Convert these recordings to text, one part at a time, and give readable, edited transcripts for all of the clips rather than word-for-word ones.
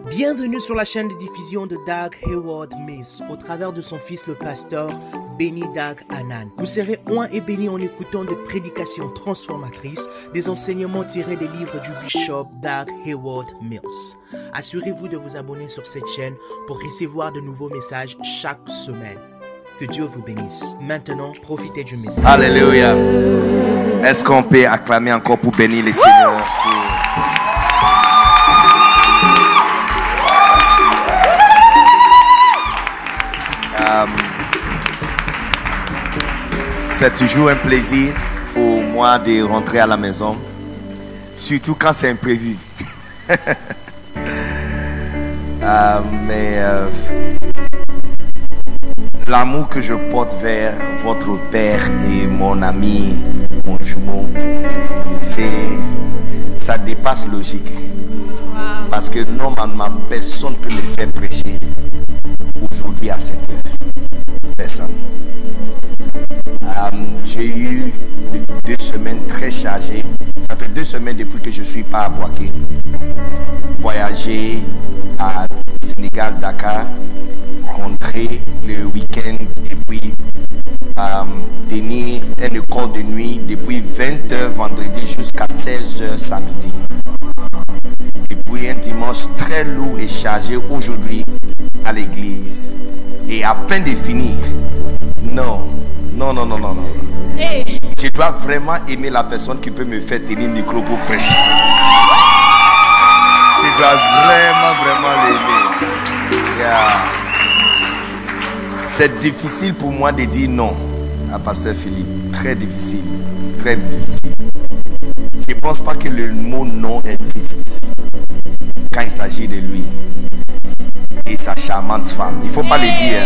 Bienvenue sur la chaîne de diffusion de Doug Hayward Mills au travers de son fils le pasteur Benny Doug Anan. Vous serez oint et béni en écoutant des prédications transformatrices, des enseignements tirés des livres du bishop Doug Hayward Mills. Assurez-vous de vous abonner sur cette chaîne pour recevoir de nouveaux messages chaque semaine. Que Dieu vous bénisse. Maintenant, profitez du message. Alléluia. Est-ce qu'on peut acclamer encore pour bénir les seigneurs pour... C'est toujours un plaisir pour moi de rentrer à la maison, surtout quand c'est imprévu. L'amour que je porte vers votre père et mon ami, mon jumeau, ça dépasse logique. Wow. Parce que normalement, personne ne peut me faire prêcher aujourd'hui à 7 heures. Personne. J'ai eu 2 semaines très chargées. Ça fait 2 semaines depuis que je ne suis pas à Boaké. Voyager à Sénégal, Dakar, rentrer le week-end et puis tenir un école de nuit depuis 20h vendredi jusqu'à 16h samedi. Et puis un dimanche très lourd et chargé aujourd'hui à l'église. Et à peine de finir. Non. Hey. Je dois vraiment aimer la personne qui peut me faire tenir le micro pour prêcher. Je dois vraiment l'aimer. Yeah. C'est difficile pour moi de dire non à Pasteur Philippe. Très difficile. Très difficile. Je ne pense pas que le mot non existe quand il s'agit de lui et sa charmante femme. Il ne faut pas le dire.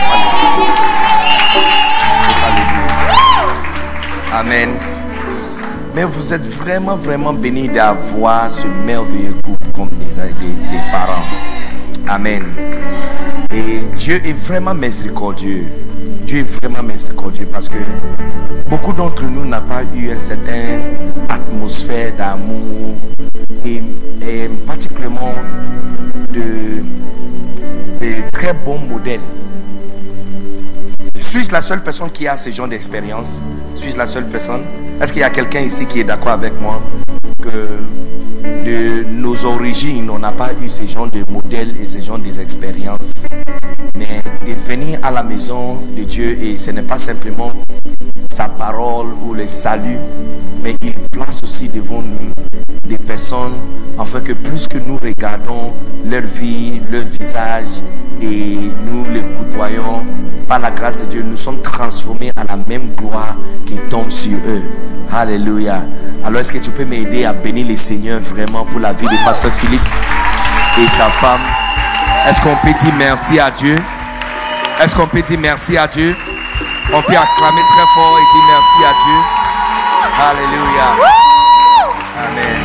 Amen. Mais vous êtes vraiment bénis d'avoir ce merveilleux couple comme des parents. Amen. Et Dieu est vraiment miséricordieux. Dieu est vraiment miséricordieux parce que beaucoup d'entre nous n'ont pas eu une certaine atmosphère d'amour et particulièrement de très bons modèles. Suis-je la seule personne qui a ce genre d'expérience? Suis-je la seule personne? Est-ce qu'il y a quelqu'un ici qui est d'accord avec moi que de nos origines, on n'a pas eu ce genre de modèles et ce genre d'expériences? Mais de venir à la maison de Dieu, et ce n'est pas simplement sa parole ou le salut, mais il place aussi devant nous des personnes, afin que plus que nous regardons leur vie, leur visage, et nous les côtoyons, par la grâce de Dieu, nous sommes transformés à la même gloire qui tombe sur eux. Alléluia. Alors est-ce que tu peux m'aider à bénir les seigneurs vraiment pour la vie de Pasteur Philippe et sa femme? Est-ce qu'on peut dire merci à Dieu? Est-ce qu'on peut dire merci à Dieu? On peut acclamer très fort et dire merci à Dieu. Alléluia. Amen.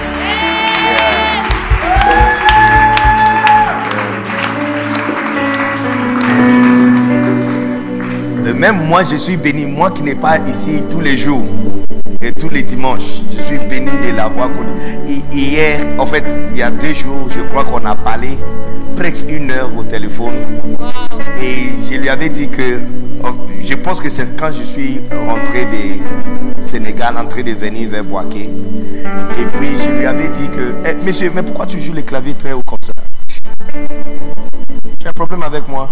Même moi je suis béni, moi qui n'ai pas ici tous les jours et tous les dimanches, je suis béni de l'avoir connu. Et hier, en fait, il y a 2 jours, je crois qu'on a parlé presque 1 heure au téléphone. Wow. Et je lui avais dit que je pense que c'est quand je suis rentré de Sénégal, en train de venir vers Boaké. Et puis je lui avais dit que monsieur, mais pourquoi tu joues les claviers très haut comme ça? Tu as un problème avec moi?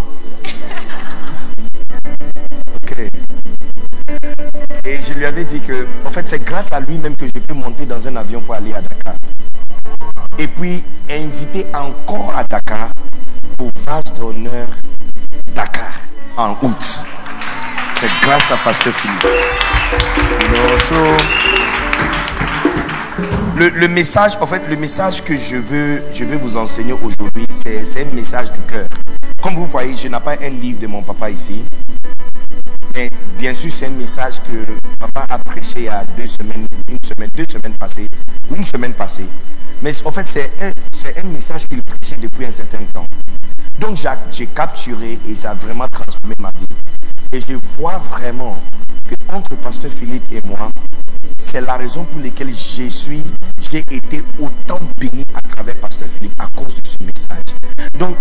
Et je lui avais dit que, en fait, c'est grâce à lui-même que je peux monter dans un avion pour aller à Dakar. Et puis, inviter encore à Dakar au vase d'honneur Dakar en août. C'est grâce à Pasteur Philippe. Le message, en fait, le message que je veux vous enseigner aujourd'hui, c'est un message du cœur. Comme vous voyez, je n'ai pas un livre de mon papa ici. Mais bien sûr, c'est un message que papa a prêché il y a 2 semaines passées. Mais en fait, c'est un message qu'il prêchait depuis un certain temps. Donc, j'ai capturé et ça a vraiment transformé ma vie. Et je vois vraiment que entre Pasteur Philippe et moi, c'est la raison pour laquelle j'ai été autant béni à travers Pasteur Philippe à cause de ce message.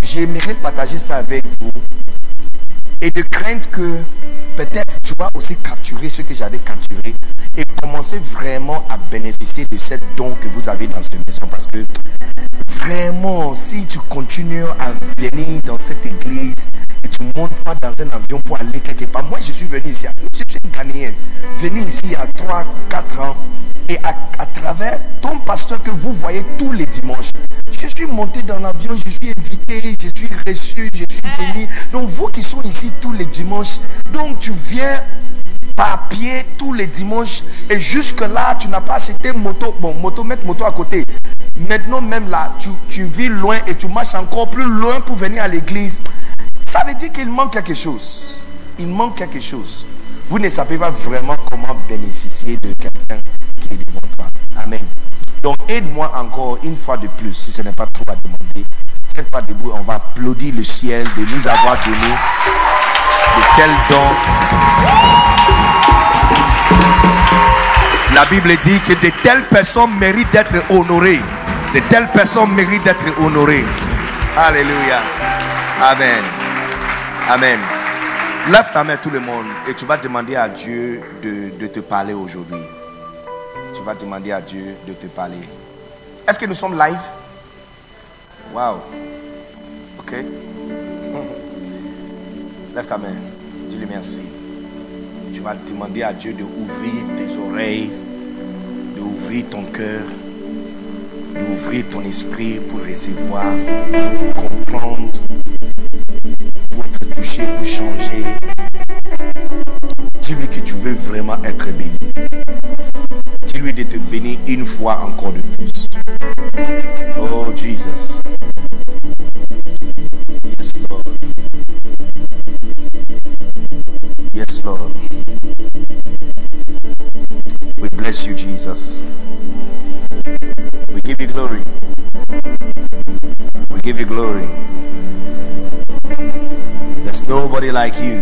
j'aimerais partager ça avec vous. Et de crainte que peut-être tu vas aussi capturer ce que j'avais capturé et commencer vraiment à bénéficier de cette don que vous avez dans cette maison. Parce que vraiment, si tu continues à venir dans cette église et tu ne montes pas dans un avion pour aller quelque part. Moi, je suis venu ici, je suis Ghanéen, venu ici il y a 3-4 ans. Et à travers ton pasteur que vous voyez tous les dimanches, je suis monté dans l'avion, je suis invité, je suis reçu, je suis béni. Donc vous qui sont ici tous les dimanches, donc tu viens par pied tous les dimanches et jusque là tu n'as pas acheté moto. Bon, mettre moto à côté. Maintenant même là, tu vis loin et tu marches encore plus loin pour venir à l'église. Ça veut dire qu'il manque quelque chose. Il manque quelque chose. Vous ne savez pas vraiment comment bénéficier de quelqu'un qui est devant toi. Amen. Donc aide-moi encore une fois de plus, si ce n'est pas trop à demander. Tiens-toi debout, on va applaudir le ciel de nous avoir donné de tels dons. La Bible dit que de telles personnes méritent d'être honorées. De telles personnes méritent d'être honorées. Alléluia. Amen. Amen. Lève ta main tout le monde et tu vas demander à Dieu de te parler aujourd'hui. Tu vas demander à Dieu de te parler. Est-ce que nous sommes live? Wow. Ok. Lève ta main. Dis-lui merci. Tu vas demander à Dieu d'ouvrir tes oreilles, d'ouvrir ton cœur, d'ouvrir ton esprit pour recevoir, pour comprendre, pour te toucher, pour changer. Dis-lui que tu veux vraiment être béni. Dis-lui de te bénir une fois encore de plus. Oh Jesus. Yes Lord. Yes Lord. We bless you Jesus. We give you glory. We give you glory. There's nobody like you.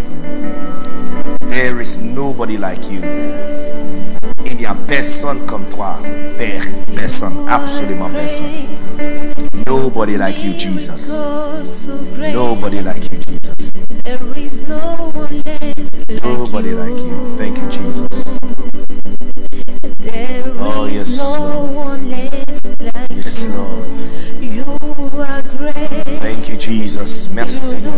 There is nobody like you. Il n'y a personne comme toi. Personne, absolument personne. Nobody like you, Jesus. Nobody like you, Jesus. Nobody like you. Thank you, Jesus. Oh, yes, Lord. Yes, Lord. Thank you, Jesus. Merci, Seigneur.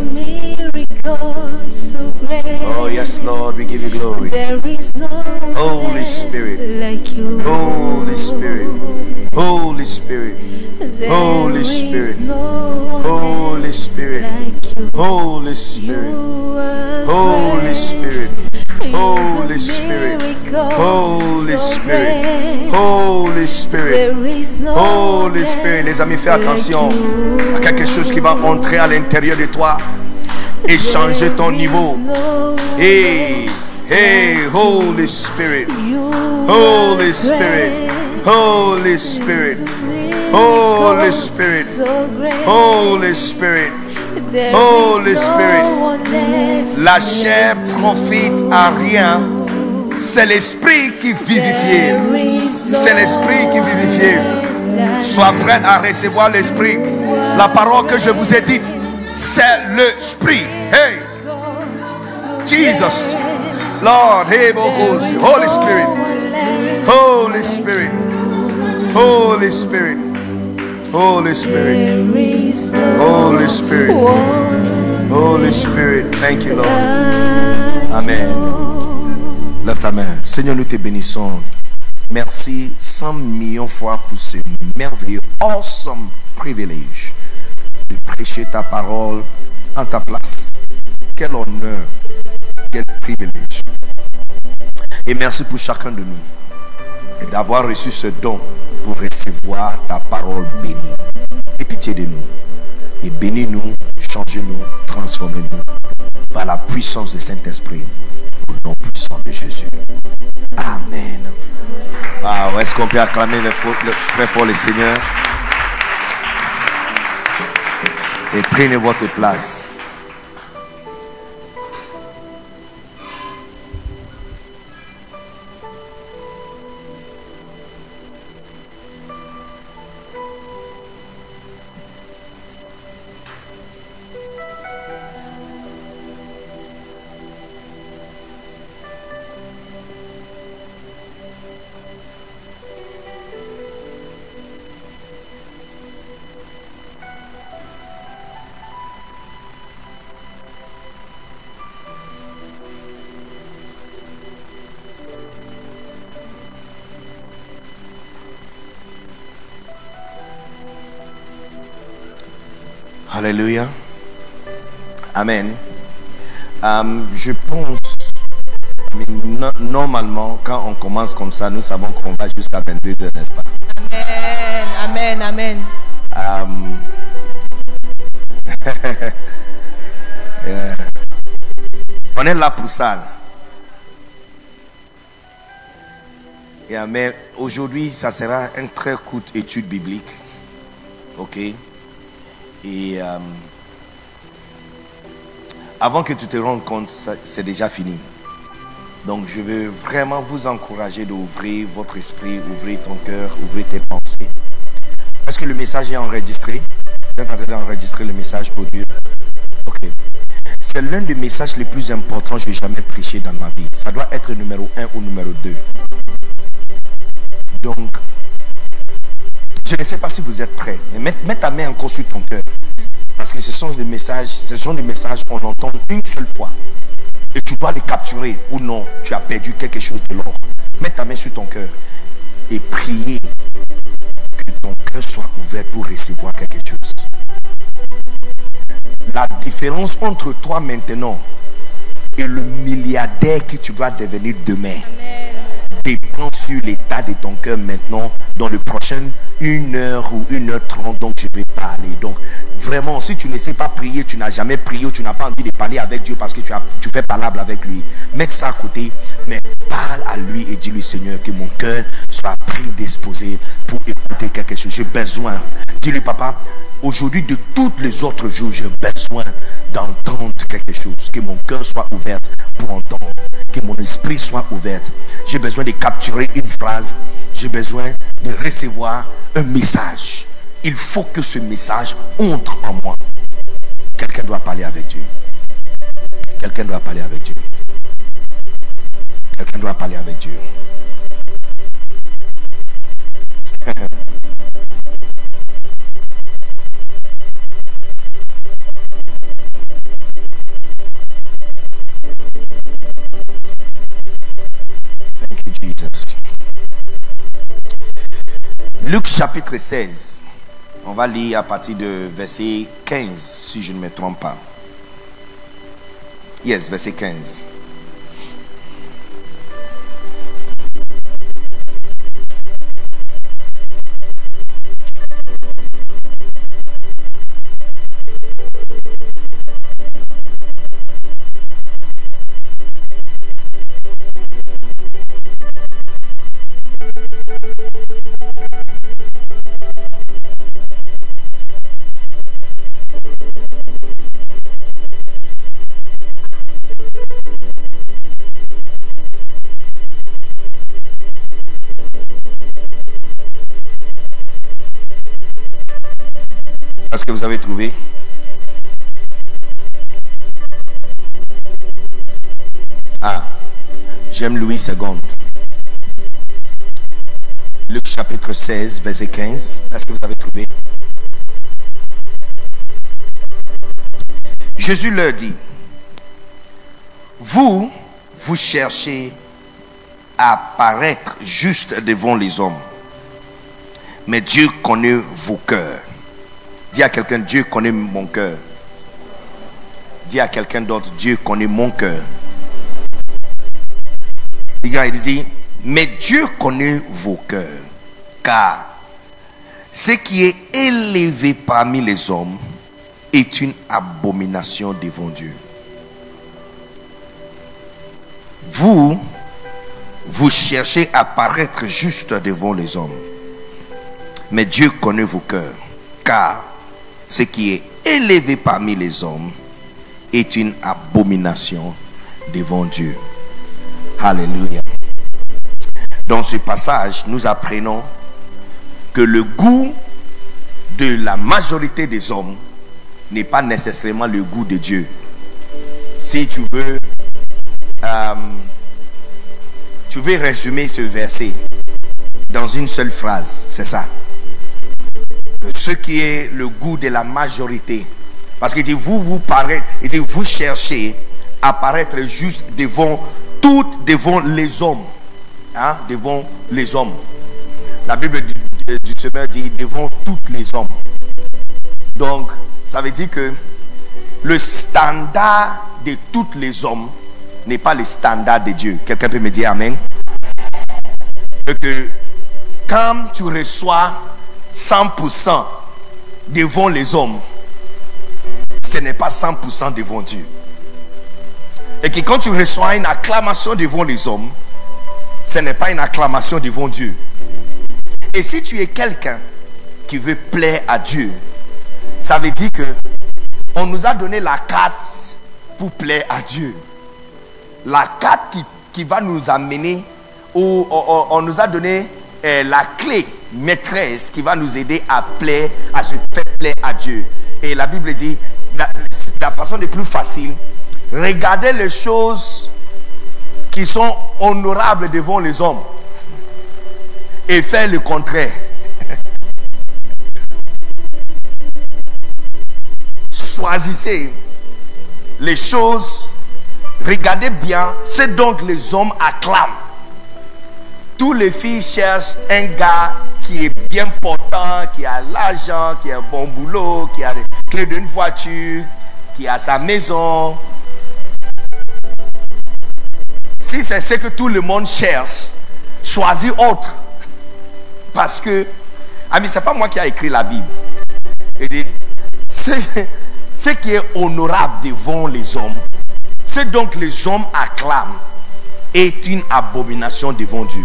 Oh, yes, Lord. We give you glory. Holy Spirit. Holy Spirit. Holy Spirit. Holy Spirit. Holy Spirit. Holy Spirit. Holy Spirit. Holy Spirit. Holy Spirit. Holy Spirit. Holy Spirit. Les amis, fais attention à quelque chose qui va entrer à l'intérieur de toi et changer ton niveau. Hey, hey, Holy Spirit. Holy Spirit. Holy Spirit. Holy Spirit. Holy Spirit. Holy Spirit. La chair profite à rien. C'est l'esprit qui vivifie. C'est l'esprit qui vivifie. Sois prêt à recevoir l'esprit. La parole que je vous ai dite, c'est l'esprit. Hey, Jesus, Lord, hey, Holy Spirit, Holy Spirit, Holy Spirit, Holy Spirit, Holy Spirit, Holy Spirit. Thank you, Lord. Amen. Lève ta main. Seigneur, nous te bénissons. Merci 100 millions de fois pour ce merveilleux, awesome privilège de prêcher ta parole en ta place. Quel honneur, quel privilège. Et merci pour chacun de nous d'avoir reçu ce don pour recevoir ta parole bénie. Et pitié de nous. Et bénis-nous, changez-nous, transformez-nous par la puissance du Saint-Esprit au nom puissant de Jésus. Amen. Wow, est-ce qu'on peut acclamer très fort le Seigneur? Et prenez votre place. Alléluia. Amen. Je pense, normalement, quand on commence comme ça, nous savons qu'on va jusqu'à 22h, n'est-ce pas? Amen, amen, amen. On est là pour ça. Mais aujourd'hui, ça sera une très courte étude biblique. Ok? Et avant que tu te rendes compte, c'est déjà fini. Donc je veux vraiment vous encourager d'ouvrir votre esprit, ouvrir ton cœur, ouvrir tes pensées. Est-ce que le message est enregistré? Vous êtes en train d'enregistrer le message audio? Ok. C'est l'un des messages les plus importants que j'ai jamais prêché dans ma vie. Ça doit être numéro 1 ou numéro 2. Donc, je ne sais pas si vous êtes prêts, mais mets ta main encore sur ton cœur. Parce que ce sont des messages qu'on entend une seule fois. Et tu dois les capturer ou non, tu as perdu quelque chose de l'or. Mets ta main sur ton cœur et prier que ton cœur soit ouvert pour recevoir quelque chose. La différence entre toi maintenant et le milliardaire que tu dois devenir demain dépend sur l'état de ton cœur maintenant dans le prochain 1h ou 1h30 donc je vais parler. Donc vraiment, si tu ne sais pas prier, tu n'as jamais prié ou tu n'as pas envie de parler avec Dieu parce que tu fais parlable avec lui, mets ça à côté, mais parle à lui et dis-lui: Seigneur, que mon cœur soit prédisposé pour écouter quelque chose. J'ai besoin, dis-lui: Papa, aujourd'hui de tous les autres jours, j'ai besoin d'entendre quelque chose, que mon cœur soit ouvert pour entendre, que mon esprit soit ouvert. J'ai besoin de capturer une phrase, j'ai besoin de recevoir un message. Il faut que ce message entre en moi. Quelqu'un doit parler avec Dieu. Quelqu'un doit parler avec Dieu. Quelqu'un doit parler avec Dieu. Thank you, Jesus. Luc chapitre 16. On va lire à partir de verset 15, si je ne me trompe pas. Yes, verset 15. Est-ce que vous avez trouvé? J'aime Louis II. Luc chapitre 16, verset 15. Est-ce que vous avez trouvé? Jésus leur dit: vous cherchez à paraître juste devant les hommes, mais Dieu connaît vos cœurs. Dis à quelqu'un: Dieu connaît mon cœur. Dis à quelqu'un d'autre: Dieu connaît mon cœur. Regarde, il dit: mais Dieu connaît vos cœurs, car ce qui est élevé parmi les hommes est une abomination devant Dieu. Vous cherchez à paraître juste devant les hommes, mais Dieu connaît vos cœurs, car ce qui est élevé parmi les hommes est une abomination devant Dieu. Alléluia. Dans ce passage, nous apprenons que le goût de la majorité des hommes n'est pas nécessairement le goût de Dieu. Si tu veux résumer ce verset dans une seule phrase, c'est ça. Ce qui est le goût de la majorité, parce qu'il dit vous cherchez à paraître juste devant les hommes, devant les hommes. La Bible du Seigneur dit devant tous les hommes. Donc, ça veut dire que le standard de tous les hommes n'est pas le standard de Dieu. Quelqu'un peut me dire amen? Et que quand tu reçois 100% devant les hommes, ce n'est pas 100% devant Dieu. Et que quand tu reçois une acclamation devant les hommes, ce n'est pas une acclamation devant Dieu. Et si tu es quelqu'un qui veut plaire à Dieu, ça veut dire que on nous a donné la carte pour plaire à Dieu. La carte qui va nous amener, ou on nous a donné la clé maîtresse qui va nous aider à plaire, à se faire plaire à Dieu. Et la Bible dit, la façon la plus facile, regardez les choses qui sont honorables devant les hommes et faire le contraire. Choisissez les choses, regardez bien ce dont les hommes acclament. Tous les filles cherchent un gars qui est bien portant, qui a l'argent, qui a un bon boulot, qui a les clés d'une voiture, qui a sa maison. Si c'est ce que tout le monde cherche, choisis autre. Parce que, ami, c'est pas moi qui a écrit la Bible. Et dit, ce qui est honorable devant les hommes, ce dont les hommes acclament, est une abomination devant Dieu.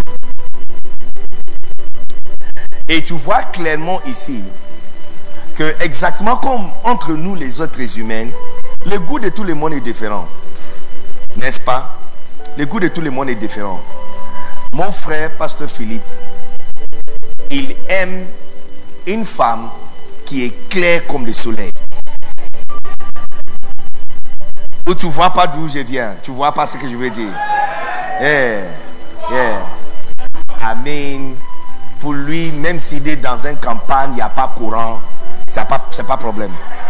Et tu vois clairement ici que exactement comme entre nous les êtres humains, le goût de tout le monde est différent. N'est-ce pas? Le goût de tout le monde est différent. Mon frère, pasteur Philippe, il aime une femme qui est claire comme le soleil. Ou tu vois pas d'où je viens. Tu vois pas ce que je veux dire. Amen. Pour lui, même s'il est dans une campagne, il n'y a pas courant, c'est pas problème.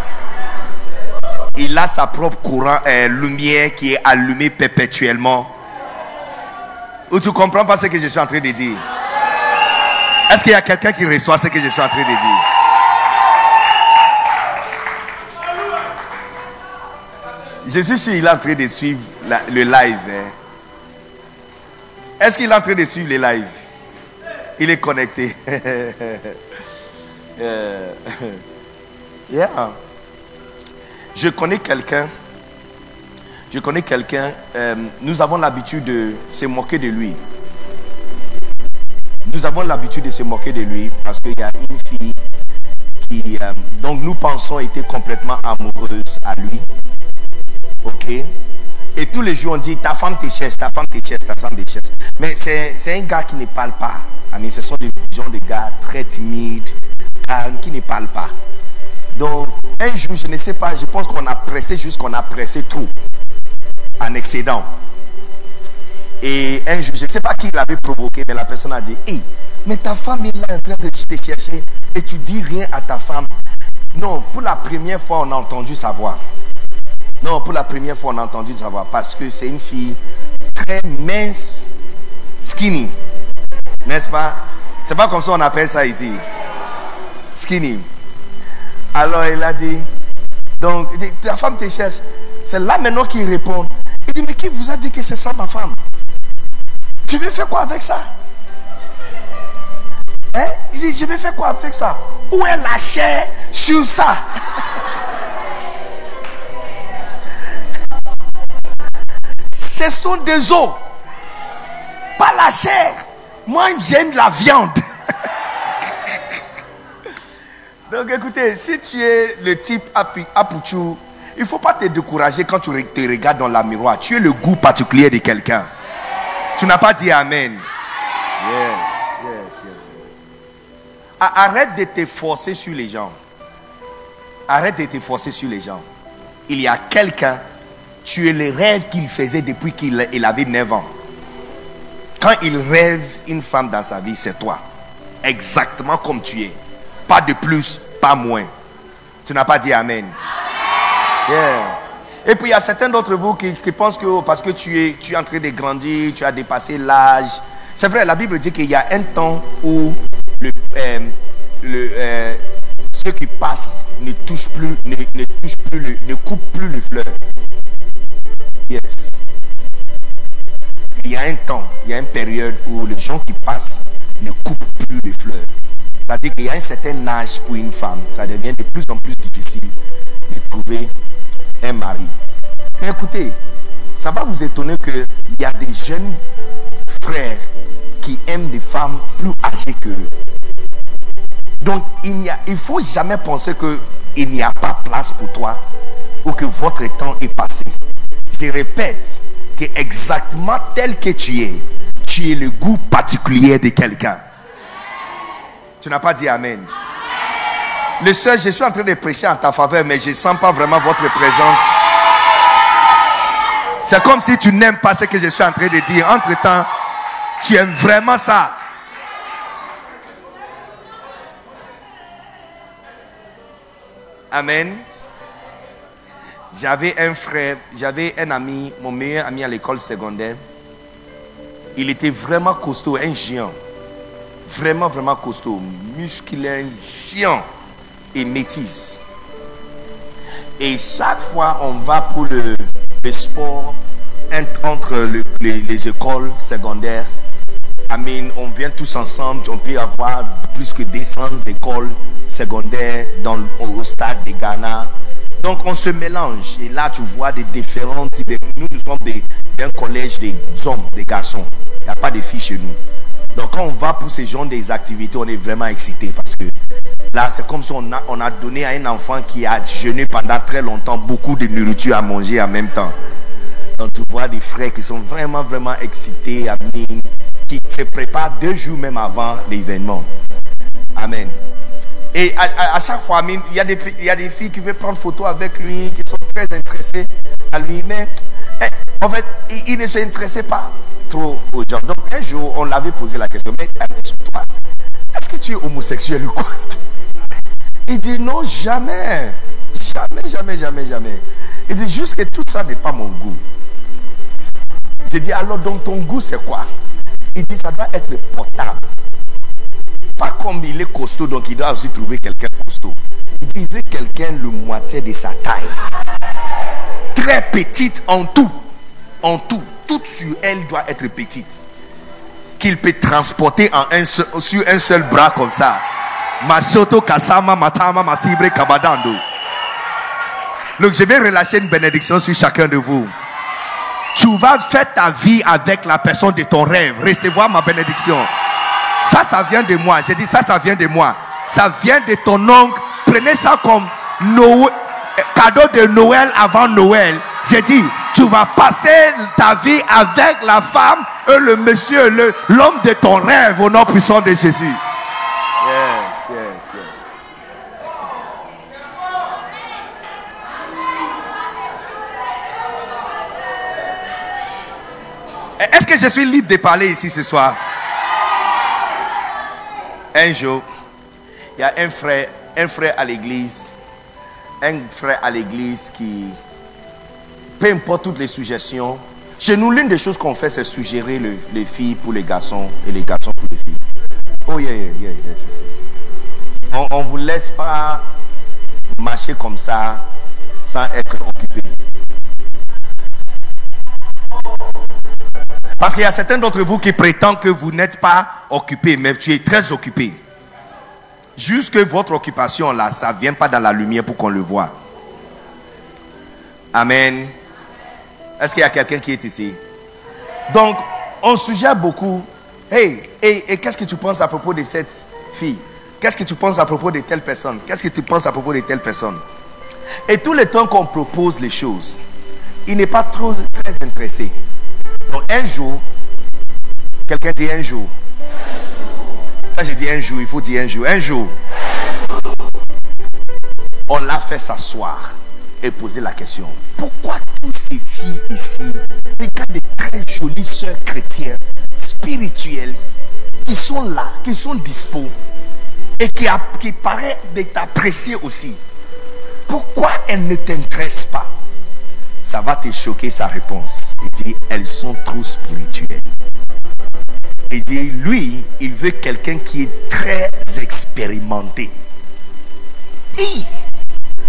Il a sa propre lumière qui est allumée perpétuellement. Ou tu comprends pas ce que je suis en train de dire? Est-ce qu'il y a quelqu'un qui reçoit ce que je suis en train de dire? Je suis sûr qu'il est en train de suivre le live. Est-ce qu'il est en train de suivre le live? Il est connecté. Yeah. Je connais quelqu'un. Nous avons l'habitude de se moquer de lui. Nous avons l'habitude de se moquer de lui parce qu'il y a une fille qui, donc nous pensons, était complètement amoureuse à lui. Ok. Et tous les jours on dit ta femme te cherche, ta femme te cherche, ta femme te cherche. Mais c'est un gars qui ne parle pas. Amis, ce sont des gens de gars très timides, calmes, qui ne parlent pas. Donc un jour, je ne sais pas, je pense qu'on a pressé jusqu'on a pressé trop, en excédent. Et un jour, je ne sais pas qui l'avait provoqué, mais la personne a dit, hey, mais ta femme est là en train de te chercher et tu dis rien à ta femme. Non, pour la première fois, on a entendu sa voix. Non, pour la première fois, on a entendu sa voix parce que c'est une fille très mince, skinny. N'est-ce pas? C'est pas comme ça on appelle ça ici. Skinny. Alors il a dit, donc, il dit, ta femme te cherche. C'est là maintenant qu'il répond. Il dit, mais qui vous a dit que c'est ça ma femme? Tu veux faire quoi avec ça? Hein? Il dit, je vais faire quoi avec ça? Où est la chair sur ça? Ce sont des os, pas la chair. Moi j'aime la viande. Donc écoutez, si tu es le type Apouchou, il ne faut pas te décourager quand tu te regardes dans la miroir. Tu es le goût particulier de quelqu'un. Tu n'as pas dit amen. Yes. Arrête de te forcer sur les gens. Arrête de te forcer sur les gens. Il y a quelqu'un, tu es le rêve qu'il faisait depuis qu'il avait 9 ans. Quand il rêve une femme dans sa vie, c'est toi. Exactement comme tu es. Pas de plus, pas moins. Tu n'as pas dit amen. Yeah. Et puis il y a certains d'entre vous qui pensent que parce que tu es en train de grandir, tu as dépassé l'âge. C'est vrai, la Bible dit qu'il y a un temps où ceux qui passent ne touchent plus, ne coupent plus les fleurs. Yes. Il y a un temps, il y a une période où les gens qui passent ne coupent plus les fleurs. C'est-à-dire qu'il y a un certain âge pour une femme, ça devient de plus en plus difficile de trouver un mari. Mais écoutez, ça va vous étonner qu'il y a des jeunes frères qui aiment des femmes plus âgées qu'eux. Donc il ne faut jamais penser qu'il n'y a pas place pour toi ou que votre temps est passé. Je répète que exactement tel que tu es le goût particulier de quelqu'un. Tu n'as pas dit amen. Le seul, je suis en train de prêcher en ta faveur, mais je ne sens pas vraiment votre présence. C'est comme si tu n'aimes pas ce que je suis en train de dire. Entre-temps, tu aimes vraiment ça. Amen. J'avais un ami, mon meilleur ami à l'école secondaire. Il était vraiment costaud, un géant. Vraiment, vraiment costaud. Musculaire, géant et métis. Et chaque fois, on va pour le sport entre les écoles secondaires. Amen. On vient tous ensemble. On peut avoir plus que 200 écoles secondaires au stade de Ghana. Donc on se mélange. Et là tu vois des différents types. Nous sommes d'un collège des hommes, des garçons. Il n'y a pas de filles chez nous. Donc quand on va pour ces genres d'activités, on est vraiment excité. Parce que là c'est comme si on a donné à un enfant qui a jeûné pendant très longtemps beaucoup de nourriture à manger en même temps. Donc tu vois des frères qui sont vraiment, vraiment excités. Amen. Qui se préparent 2 jours même avant l'événement. Amen. Et à chaque fois, il y a des filles qui veulent prendre photo avec lui, qui sont très intéressées à lui. Mais en fait, il ne s'intéressait pas trop aux gens. Donc un jour, on l'avait posé la question. Mais toi, est-ce que tu es homosexuel ou quoi? Il dit non, jamais. Jamais. Il dit juste que tout ça n'est pas mon goût. J'ai dit alors donc ton goût c'est quoi? Il dit ça doit être portable. Pas comme il est costaud, donc il doit aussi trouver quelqu'un costaud. Il dit il veut quelqu'un le moitié de sa taille. Très petite en tout. Toute sur elle doit être petite. Qu'il peut transporter sur un seul bras comme ça. Machoto kasama matama masibre kabadando. Donc je vais relâcher une bénédiction sur chacun de vous. Tu vas faire ta vie avec la personne de ton rêve. Recevoir ma bénédiction. Ça vient de moi. J'ai dit ça vient de moi. Ça vient de ton oncle. Prenez ça comme cadeau de Noël avant Noël. J'ai dit, tu vas passer ta vie avec la femme et le monsieur, l'homme de ton rêve au nom puissant de Jésus. Yes. Est-ce que je suis libre de parler ici ce soir? Un jour, il y a un frère à l'église qui, peu importe toutes les suggestions, chez nous l'une des choses qu'on fait c'est suggérer les filles pour les garçons et les garçons pour les filles. Oh yeah. On vous laisse pas marcher comme ça sans être occupé. Parce qu'il y a certains d'entre vous qui prétendent que vous n'êtes pas occupé, mais tu es très occupé. Juste que votre occupation là, ça ne vient pas dans la lumière pour qu'on le voit. Amen. Est-ce qu'il y a quelqu'un qui est ici? Donc, on suggère beaucoup. Hey, qu'est-ce que tu penses à propos de cette fille? Qu'est-ce que tu penses à propos de telle personne? Qu'est-ce que tu penses à propos de telle personne? Et tout le temps qu'on propose les choses, il n'est pas très intéressé. Donc un jour, quelqu'un dit un jour. Quand je dis un jour, il faut dire un jour. Un jour, on l'a fait s'asseoir et poser la question. Pourquoi toutes ces filles ici, regarde de très jolies sœurs chrétiennes, spirituelles, qui sont là, qui sont dispo et qui paraissent de t'apprécier aussi. Pourquoi elles ne t'intéressent pas? Ça va te choquer sa réponse. Il dit, elles sont trop spirituelles. Il dit, lui, il veut quelqu'un qui est très expérimenté.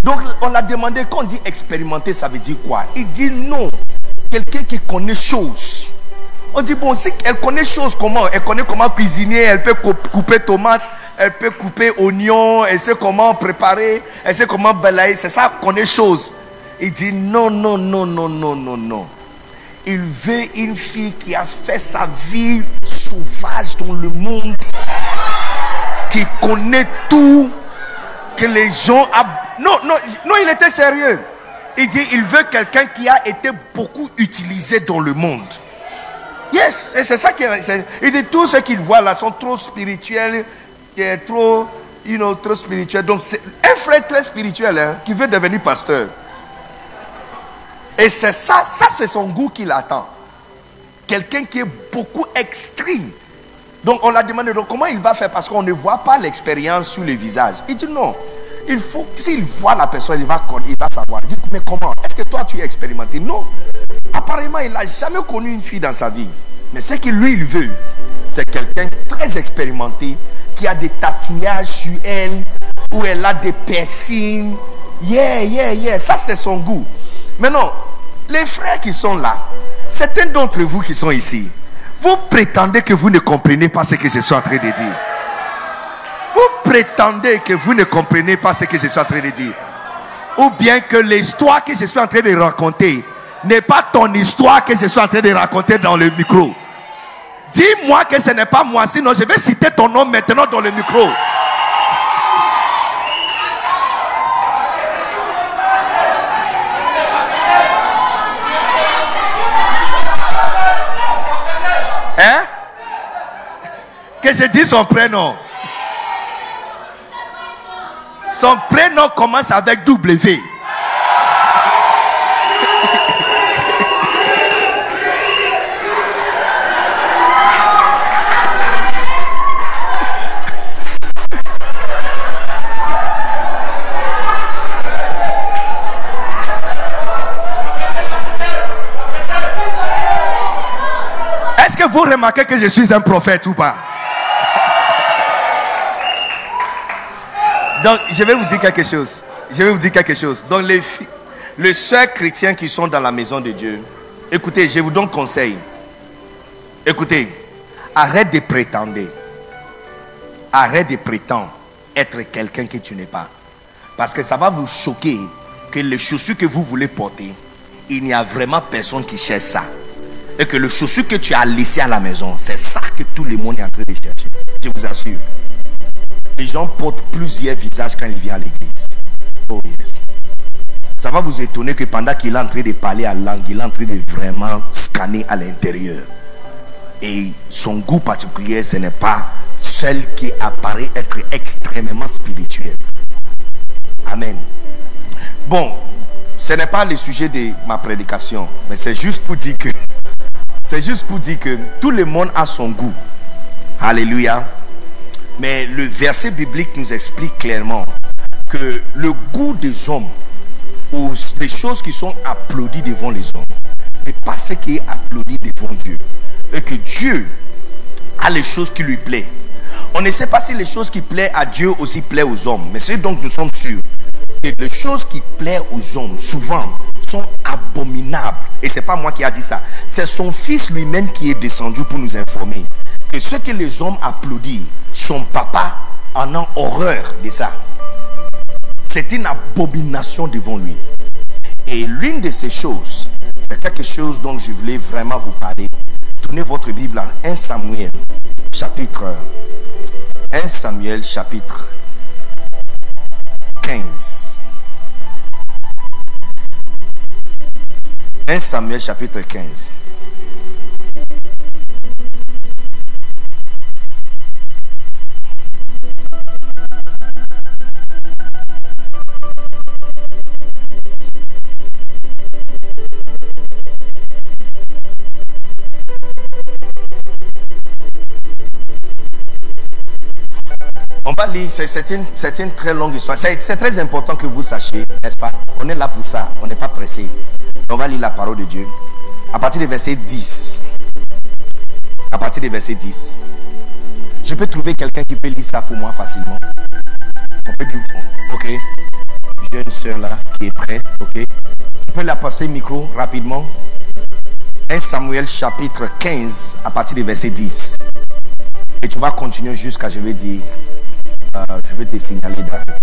Donc on l'a demandé, quand on dit expérimenter, ça veut dire quoi? Il dit non. Quelqu'un qui connaît choses. On dit bon, si elle connaît choses, comment? Elle connaît comment cuisiner, elle peut couper tomates, elle peut couper oignons, elle sait comment préparer, elle sait comment balayer. C'est ça, connaît choses. Il dit non, non, non, non, non, non, non. Il veut une fille qui a fait sa vie sauvage dans le monde, qui connaît tout, que les gens... Non, non, non, il était sérieux. Il dit, il veut quelqu'un qui a été beaucoup utilisé dans le monde. Yes, et c'est ça qu'il il dit, tous ceux qu'il voit là sont trop spirituels, trop, trop spirituels. Donc c'est un frère très spirituel, hein, qui veut devenir pasteur. Et c'est ça c'est son goût qui l'attend. Quelqu'un qui est beaucoup extrême. Donc on l'a demandé, donc comment il va faire? Parce qu'on ne voit pas l'expérience sur le visage. Il dit non. Il faut, s'il voit la personne, il va savoir. Il dit, mais comment? Est-ce que toi tu es expérimenté? Non. Apparemment, il n'a jamais connu une fille dans sa vie. Mais ce qu'il lui il veut, c'est quelqu'un très expérimenté, qui a des tatouages sur elle, où elle a des piercings. Yeah. Ça, c'est son goût. Maintenant, les frères qui sont là, certains d'entre vous qui sont ici, vous prétendez que vous ne comprenez pas ce que je suis en train de dire. Vous prétendez que vous ne comprenez pas ce que je suis en train de dire. Ou bien que l'histoire que je suis en train de raconter n'est pas ton histoire que je suis en train de raconter dans le micro. Dis-moi que ce n'est pas moi, sinon je vais citer ton nom maintenant dans le micro. Hein? Que je dise son prénom. Son prénom commence avec W. Est-ce que vous remarquez que je suis un prophète ou pas? Donc, je vais vous dire quelque chose. Donc, les sœurs chrétiens qui sont dans la maison de Dieu, écoutez, je vous donne conseil. Écoutez, arrête de prétendre. Arrête de prétendre être quelqu'un que tu n'es pas. Parce que ça va vous choquer que les chaussures que vous voulez porter, il n'y a vraiment personne qui cherche ça. Et que les chaussures que tu as laissées à la maison, c'est ça que tout le monde est en train de chercher. Je vous assure. Les gens portent plusieurs visages quand ils viennent à l'église. Oh yes. Ça va vous étonner que pendant qu'il est en train de parler à langue, il est en train de vraiment scanner à l'intérieur. Et son goût particulier, ce n'est pas celle qui apparaît être extrêmement spirituelle. Amen. Bon, ce n'est pas le sujet de ma prédication, mais c'est juste pour dire que tout le monde a son goût. Alléluia. Mais le verset biblique nous explique clairement que le goût des hommes, ou les choses qui sont applaudies devant les hommes, n'est pas ce qui est applaudi devant Dieu. Et que Dieu a les choses qui lui plaisent. On ne sait pas si les choses qui plaisent à Dieu aussi plaisent aux hommes. Mais c'est donc nous sommes sûrs que les choses qui plaisent aux hommes, souvent, sont abominables. Et ce n'est pas moi qui a dit ça. C'est son fils lui-même qui est descendu pour nous informer que ce que les hommes applaudissent, son papa en a horreur de ça. C'est une abomination devant lui. Et l'une de ces choses, c'est quelque chose dont je voulais vraiment vous parler. Tournez votre Bible à 1 Samuel chapitre 15. 1 Samuel chapitre 15. On va lire, c'est une très longue histoire. C'est très important que vous sachiez, n'est-ce pas? On est là pour ça, on n'est pas pressé. On va lire la parole de Dieu. À partir du verset 10. À partir du verset 10. Je peux trouver quelqu'un qui peut lire ça pour moi facilement. On peut dire, ok. Jeune soeur donner la passée micro rapidement. 1 Samuel chapitre 15 à partir du verset 10. Et tu vas continuer jusqu'à, je vais dire, je vais te signaler d'arrêter.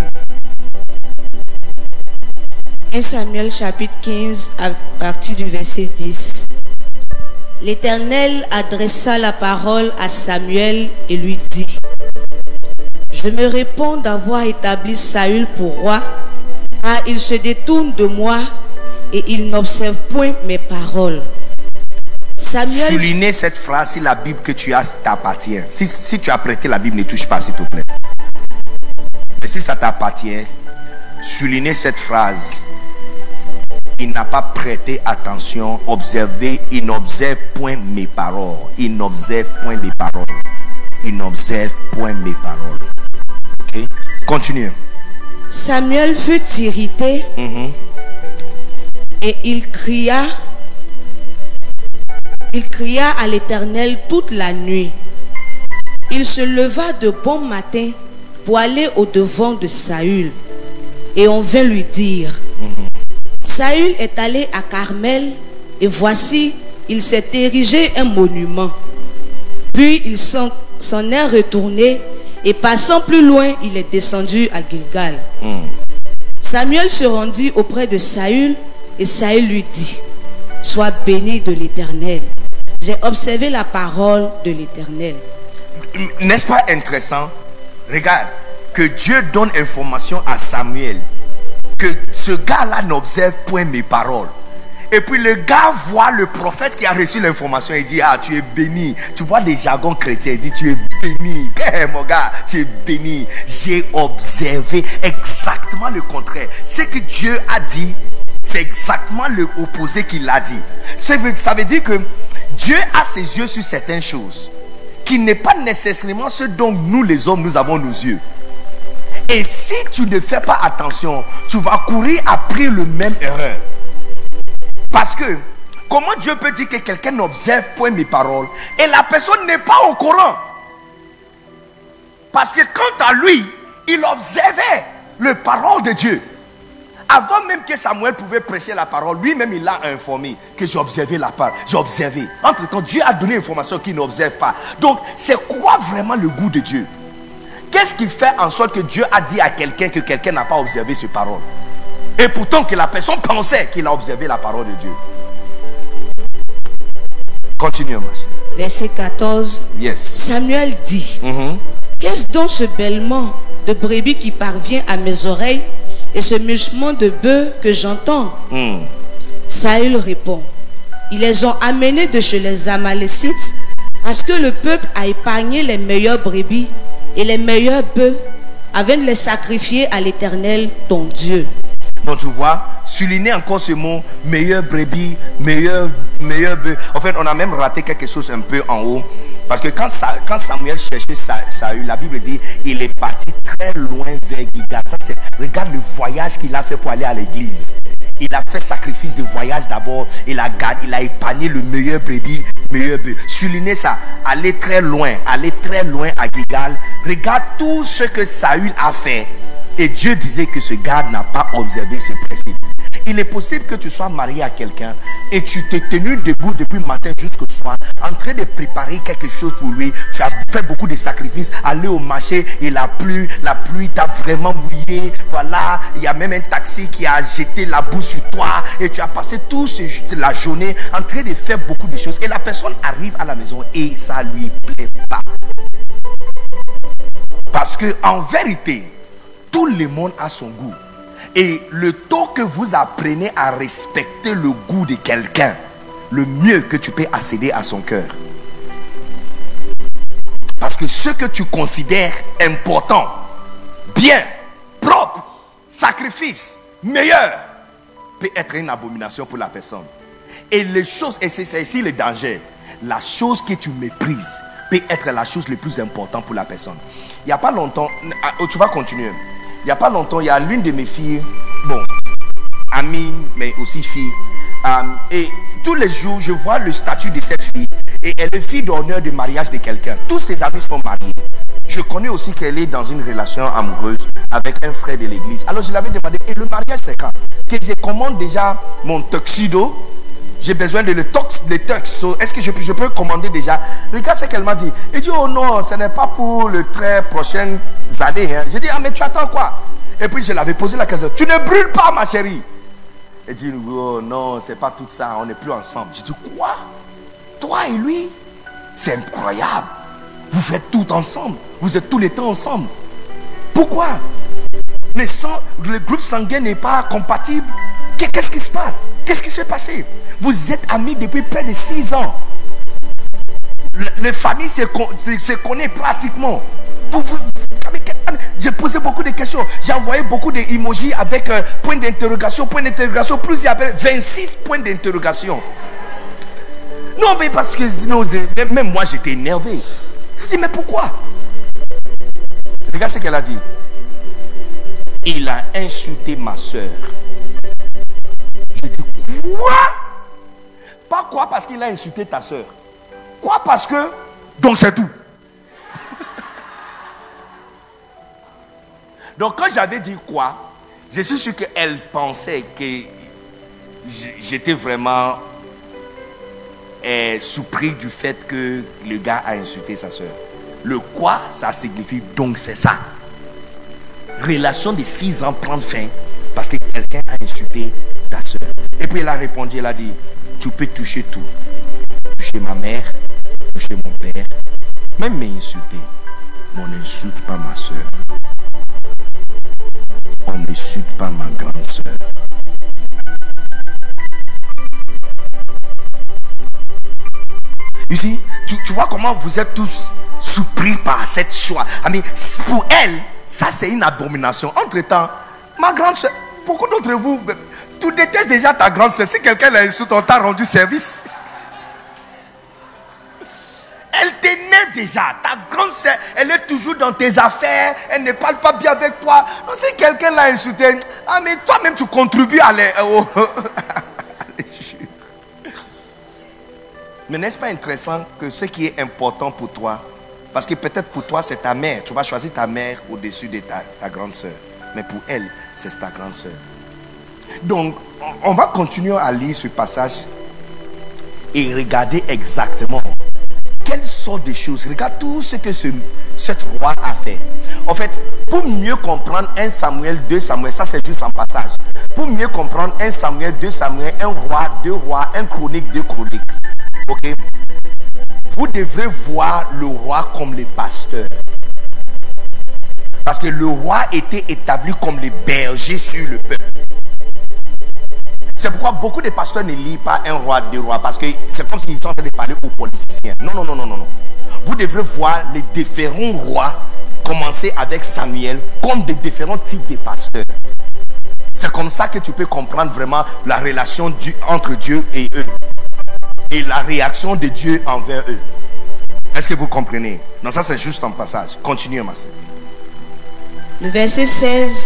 1 Samuel chapitre 15 à partir du verset 10. L'Éternel adressa la parole à Samuel et lui dit: Je me réponds d'avoir établi Saül pour roi, car il se détourne de moi et il n'observe point mes paroles. Samuel... Soulignez cette phrase si la Bible que tu as t'appartient. Si tu as prêté la Bible, ne touche pas s'il te plaît. Mais si ça t'appartient, soulignez cette phrase. Il n'a pas prêté attention, observé, il n'observe point mes paroles. Il n'observe point mes paroles. Il n'observe point mes paroles. Ok? Continue. Samuel fut irrité et il cria à l'Éternel toute la nuit. Il se leva de bon matin pour aller au-devant de Saül. Et on vint lui dire: Saül est allé à Carmel et voici, il s'est érigé un monument. Puis il s'en est retourné et passant plus loin, il est descendu à Gilgal. Samuel se rendit auprès de Saül et Saül lui dit: Sois béni de l'Éternel. J'ai observé la parole de l'Éternel. N'est-ce pas intéressant? Regarde, que Dieu donne information à Samuel que ce gars-là n'observe point mes paroles. Et puis le gars voit le prophète qui a reçu l'information et dit: ah, tu es béni. Tu vois des jargons chrétiens, il dit: tu es béni. Hey, mon gars, tu es béni. J'ai observé exactement le contraire. Ce que Dieu a dit, c'est exactement l'opposé qu'il a dit. Ça veut dire que Dieu a ses yeux sur certaines choses qui n'est pas nécessairement ce dont nous les hommes nous avons nos yeux. Et si tu ne fais pas attention, tu vas courir après le même erreur. Parce que comment Dieu peut dire que quelqu'un n'observe point mes paroles et la personne n'est pas au courant? Parce que quant à lui, il observait les paroles de Dieu. Avant même que Samuel pouvait prêcher la parole, lui-même il l'a informé que j'ai observé la parole. J'ai observé. Entre-temps, Dieu a donné l'information qu'il n'observe pas. Donc, c'est quoi vraiment le goût de Dieu? Qu'est-ce qui fait en sorte que Dieu a dit à quelqu'un que quelqu'un n'a pas observé ses paroles? Et pourtant que la personne pensait qu'il a observé la parole de Dieu. Continuons. Verset 14. Yes. Samuel dit: Qu'est-ce donc ce bêlement de brebis qui parvient à mes oreilles et ce mugement de bœuf que j'entends? Saül répond: Ils les ont amenés de chez les Amalécites parce que le peuple a épargné les meilleures brebis et les meilleurs bœufs afin de les sacrifier à l'Éternel ton Dieu. Donc tu vois, souligner encore ce mot, meilleur brebis, meilleur bœuf. En fait, on a même raté quelque chose un peu en haut. Parce que quand Samuel cherchait Saül, la Bible dit il est parti très loin vers Gilgal. Ça, c'est, regarde le voyage qu'il a fait pour aller à l'église. Il a fait sacrifice de voyage d'abord. Il a épargné le meilleur brebis, meilleur bœuf. Souligner ça, aller très loin à Gilgal. Regarde tout ce que Saül a fait. Et Dieu disait que ce gars n'a pas observé ses principes. Il est possible que tu sois marié à quelqu'un et tu t'es tenu debout depuis le matin jusqu'au soir en train de préparer quelque chose pour lui. Tu as fait beaucoup de sacrifices, aller au marché, il a plu, la pluie t'a vraiment mouillé. Voilà, il y a même un taxi qui a jeté la boue sur toi et tu as passé toute la journée en train de faire beaucoup de choses. Et la personne arrive à la maison et ça lui plaît pas. Parce que en vérité, tout le monde a son goût. Et le temps que vous apprenez à respecter le goût de quelqu'un, le mieux que tu peux accéder à son cœur. Parce que ce que tu considères important, bien, propre, sacrifice, meilleur, peut être une abomination pour la personne. Et les choses, et c'est ici le danger, la chose que tu méprises peut être la chose la plus importante pour la personne. Il n'y a pas longtemps, tu vas continuer. Il n'y a pas longtemps, il y a l'une de mes filles, amie, mais aussi fille. Et tous les jours, je vois le statut de cette fille. Et elle est fille d'honneur de mariage de quelqu'un. Tous ses amis sont mariés. Je connais aussi qu'elle est dans une relation amoureuse avec un frère de l'église. Alors je l'avais demandé, et le mariage c'est quand? Que je commande déjà mon tuxedo. J'ai besoin de le tux. Est-ce que je peux commander déjà? Regarde ce qu'elle m'a dit. Elle dit, oh non, ce n'est pas pour les très prochaines années. Hein. J'ai dit, ah mais tu attends quoi? Et puis je l'avais posé la question, tu ne brûles pas ma chérie? Elle dit, oh non, c'est pas tout ça, on n'est plus ensemble. J'ai dit, quoi? Toi et lui? C'est incroyable. Vous faites tout ensemble. Vous êtes tous les temps ensemble. Pourquoi? Le groupe sanguin n'est pas compatible. Qu'est-ce qui se passe? Qu'est-ce qui s'est passé? Vous êtes amis depuis près de 6 ans. Les familles se connaissent pratiquement. J'ai posé beaucoup de questions. J'ai envoyé beaucoup d'emojis avec point d'interrogation, plus il y avait 26 points d'interrogation. Non, mais parce que sinon, même moi j'étais énervé. Je dis, mais pourquoi? Regarde ce qu'elle a dit. Il a insulté ma soeur. Je dis, quoi? Pas quoi parce qu'il a insulté ta soeur. Quoi parce que... Donc c'est tout. Donc quand j'avais dit quoi, je suis sûr qu'elle pensait que j'étais vraiment surpris du fait que le gars a insulté sa soeur. Le quoi, ça signifie donc c'est ça. Relation de 6 ans prend fin parce que quelqu'un a insulté ta soeur. Et puis elle a répondu, elle a dit, tu peux toucher tout. Toucher ma mère, toucher mon père, même m'insulter. Mais on n'insulte pas ma soeur. On n'insulte pas ma grande soeur. Ici, tu vois comment vous êtes tous surpris par cette choix. Mais pour elle, ça c'est une abomination. Entre-temps, ma grande soeur, beaucoup d'entre vous, tu détestes déjà ta grande soeur. Si quelqu'un l'insulte, on t'a rendu service. Elle t'énerve déjà. Ta grande soeur, elle est toujours dans tes affaires. Elle ne parle pas bien avec toi. Donc, si quelqu'un l'a insulté, mais toi-même tu contribues à l'injure. Mais n'est-ce pas intéressant que ce qui est important pour toi, parce que peut-être pour toi c'est ta mère, tu vas choisir ta mère au-dessus de ta grande soeur. Mais pour elle, c'est ta grande soeur. Donc, on va continuer à lire ce passage et regarder exactement quelles sortes de choses. Regarde tout ce que cet roi a fait. En fait, pour mieux comprendre 1 Samuel, 2 Samuel, ça c'est juste un passage. Pour mieux comprendre 1 Samuel, 2 Samuel, 1 roi, 2 rois, 1 chronique, 2 chroniques. Ok? Vous devez voir le roi comme le pasteur. Parce que le roi était établi comme le berger sur le peuple. C'est pourquoi beaucoup de pasteurs ne lisent pas 1 roi, 2 rois. Parce que c'est comme s'ils sont en train de parler aux politiciens. Non. Vous devrez voir les différents rois commencer avec Samuel comme des différents types de pasteurs. C'est comme ça que tu peux comprendre vraiment la relation entre Dieu et eux. Et la réaction de Dieu envers eux. Est-ce que vous comprenez? Non, ça c'est juste un passage. Continuez, ma soeur. Le verset 16.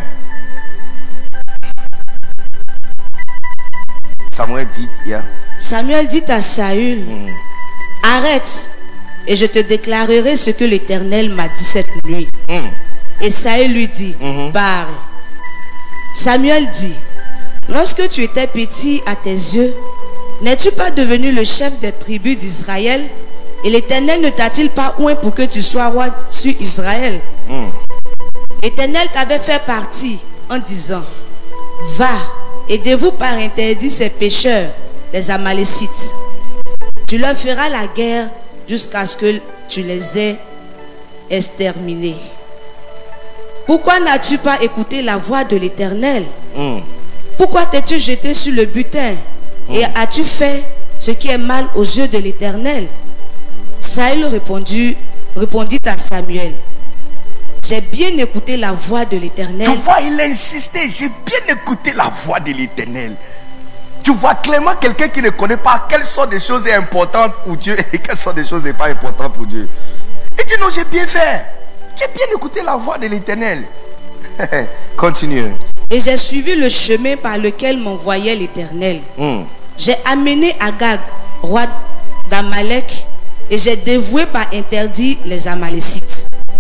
Samuel dit à Saül, arrête et je te déclarerai ce que l'Éternel m'a dit cette nuit. Et Saül lui dit, parle. Samuel dit, lorsque tu étais petit à tes yeux, n'es-tu pas devenu le chef des tribus d'Israël? Et l'Éternel ne t'a-t-il pas oint pour que tu sois roi sur Israël? L'Éternel t'avait fait partie en disant, va, aidez-vous par interdit ces pécheurs, les Amalécites. Tu leur feras la guerre jusqu'à ce que tu les aies exterminés. Pourquoi n'as-tu pas écouté la voix de l'Éternel? Pourquoi t'es-tu jeté sur le butin? Et as-tu fait ce qui est mal aux yeux de l'Éternel? Saül répondit à Samuel, j'ai bien écouté la voix de l'Éternel. Tu vois, il a insisté, j'ai bien écouté la voix de l'Éternel. Tu vois clairement quelqu'un qui ne connaît pas quelles sont des choses importantes pour Dieu et quelles sont des choses n'est pas importantes pour Dieu. Il dit non, j'ai bien fait. J'ai bien écouté la voix de l'Éternel. Continue. Et j'ai suivi le chemin par lequel m'envoyait l'Éternel. J'ai amené Agag, roi d'Amalek, et j'ai dévoué par interdit les Amalécites.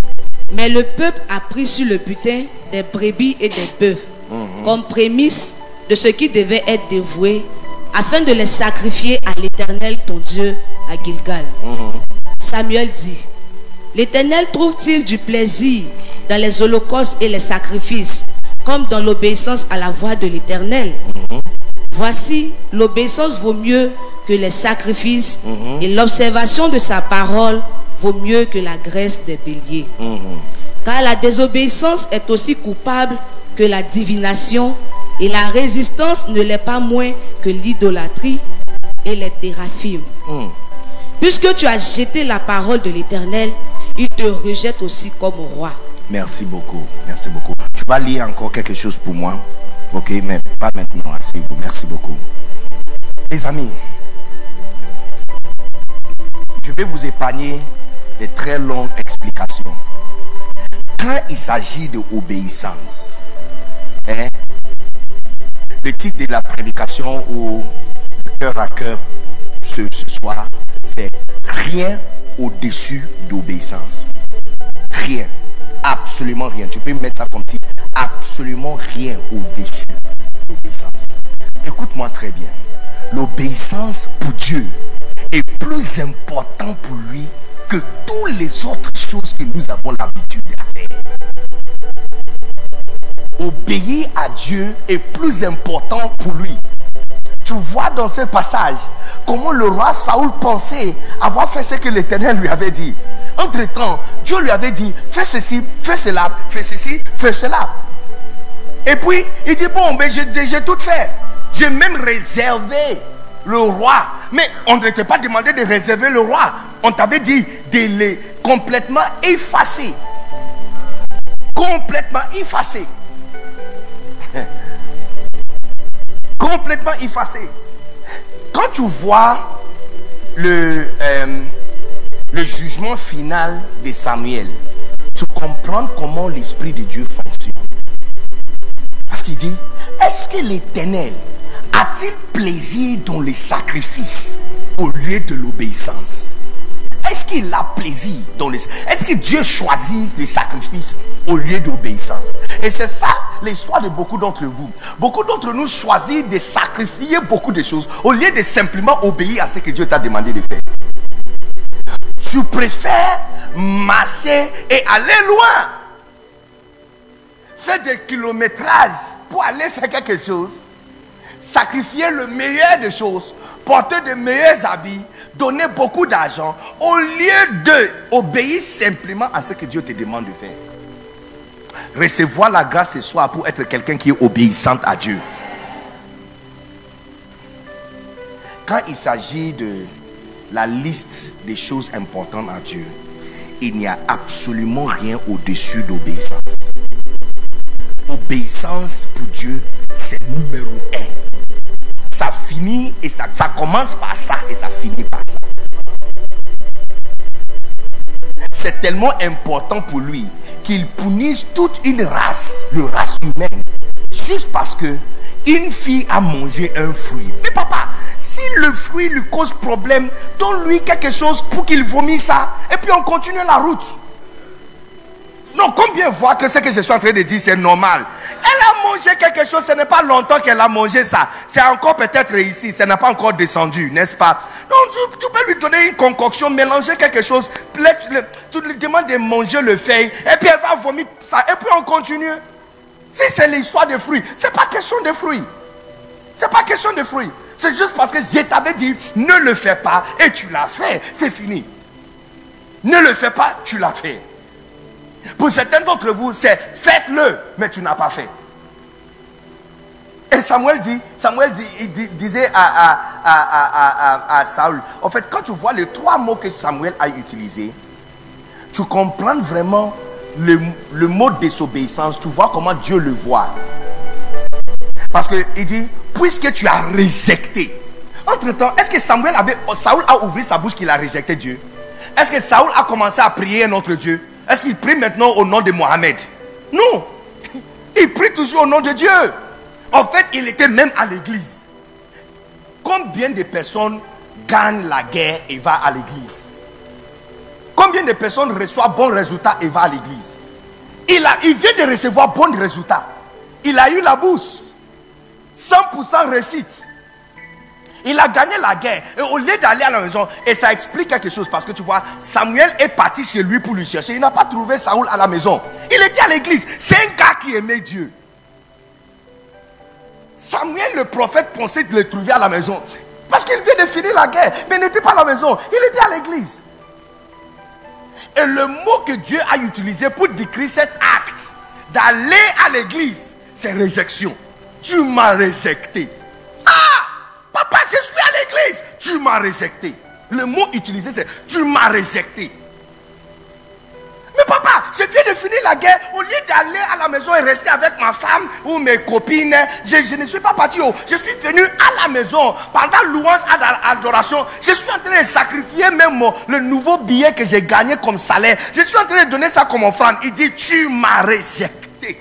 Mais le peuple a pris sur le butin des brebis et des bœufs comme prémisse de ce qui devait être dévoué, afin de les sacrifier à l'Éternel ton Dieu à Gilgal. Samuel dit: l'Éternel trouve-t-il du plaisir dans les holocaustes et les sacrifices, comme dans l'obéissance à la voix de l'Éternel? Voici, l'obéissance vaut mieux que les sacrifices, et l'observation de sa parole vaut mieux que la graisse des béliers. Car la désobéissance est aussi coupable que la divination, et la résistance ne l'est pas moins que l'idolâtrie et les téraphimes. Puisque tu as jeté la parole de l'Éternel, il te rejette aussi comme roi. Merci beaucoup, merci beaucoup. Tu vas lire encore quelque chose pour moi, ok, mais pas maintenant, asseyez-vous. Merci beaucoup. Les amis, je vais vous épargner des très longues explications. Quand il s'agit de obéissance, le titre de la prédication ou cœur à cœur ce soir, c'est rien au-dessus d'obéissance. Rien, absolument rien. Tu peux mettre ça comme titre, absolument rien au-dessus d'obéissance. Écoute-moi très bien. L'obéissance pour Dieu est plus important pour lui que toutes les autres choses que nous avons l'habitude de faire. Obéir à Dieu est plus important pour lui. Tu vois dans ce passage comment le roi Saoul pensait avoir fait ce que l'Éternel lui avait dit. Entre-temps, Dieu lui avait dit: fais ceci, fais cela, fais ceci, fais cela. Et puis, il dit: bon, mais j'ai tout fait. J'ai même réservé le roi. Mais on ne t'était pas demandé de réserver le roi. On t'avait dit de les complètement effacer. Complètement effacé. Complètement effacé. Quand tu vois le jugement final de Samuel, tu comprends comment l'Esprit de Dieu fonctionne. Parce qu'il dit: est-ce que l'Éternel a-t-il plaisir dans les sacrifices au lieu de l'obéissance? Est-ce qu'il a plaisir dans les... Est-ce que Dieu choisit les sacrifices au lieu d'obéissance? Et c'est ça l'histoire de beaucoup d'entre vous. Beaucoup d'entre nous choisissent de sacrifier beaucoup de choses au lieu de simplement obéir à ce que Dieu t'a demandé de faire. Tu préfères marcher et aller loin, faire des kilométrages pour aller faire quelque chose, sacrifier le meilleur des choses, porter de meilleurs habits, donner beaucoup d'argent, au lieu d'obéir simplement à ce que Dieu te demande de faire. Recevoir la grâce ce soir pour être quelqu'un qui est obéissant à Dieu. Quand il s'agit de la liste des choses importantes à Dieu, il n'y a absolument rien au-dessus d'obéissance. Obéissance pour Dieu, c'est numéro 1. Ça finit et ça commence par ça et ça finit par ça. C'est tellement important pour lui qu'il punisse toute une race, la race humaine, juste parce que une fille a mangé un fruit. Mais papa, si le fruit lui cause problème, donne-lui quelque chose pour qu'il vomisse ça et puis on continue la route. Non, combien voient que ce que je suis en train de dire c'est normal? Elle a mangé quelque chose, ce n'est pas longtemps qu'elle a mangé ça. C'est encore peut-être ici, ça n'a pas encore descendu, n'est-ce pas? Donc tu peux lui donner une concoction, mélanger quelque chose, tu lui demandes de manger le feuille, et puis elle va vomir ça, et puis on continue. Si c'est l'histoire des fruits, c'est pas question de fruits. C'est pas question de fruits. C'est juste parce que je t'avais dit, ne le fais pas, et tu l'as fait, c'est fini. Ne le fais pas, tu l'as fait. Pour certains d'entre vous, c'est faites-le, mais tu n'as pas fait. Et Samuel disait à Saül, en fait, quand tu vois les 3 mots que Samuel a utilisés, tu comprends vraiment le mot désobéissance, tu vois comment Dieu le voit. Parce qu'il dit, puisque tu as rejeté. Entre-temps, est-ce que Saül a ouvert sa bouche qu'il a rejeté Dieu? Est-ce que Saül a commencé à prier un autre Dieu? Est-ce qu'il prie maintenant au nom de Mohamed? Non. Il prie toujours au nom de Dieu. En fait, il était même à l'église. Combien de personnes gagnent la guerre et vont à l'église? Combien de personnes reçoivent bon résultat et vont à l'église? Il vient de recevoir bon résultat. Il a eu la bourse. 100% réussite. Il a gagné la guerre. Et au lieu d'aller à la maison, et ça explique quelque chose. Parce que tu vois, Samuel est parti chez lui pour lui chercher. Il n'a pas trouvé Saoul à la maison. Il était à l'église. C'est un gars qui aimait Dieu. Samuel, le prophète, pensait de le trouver à la maison. Parce qu'il vient de finir la guerre. Mais il n'était pas à la maison. Il était à l'église. Et le mot que Dieu a utilisé pour décrire cet acte d'aller à l'église, c'est réjection. Tu m'as réjecté. Papa, je suis à l'église. Tu m'as réjecté. Le mot utilisé, c'est tu m'as réjecté. Mais papa, je viens de finir la guerre. Au lieu d'aller à la maison et rester avec ma femme ou mes copines, je ne suis pas parti. Je suis venu à la maison pendant louange, adoration. Je suis en train de sacrifier même le nouveau billet que j'ai gagné comme salaire. Je suis en train de donner ça comme offrande. Il dit, tu m'as réjecté.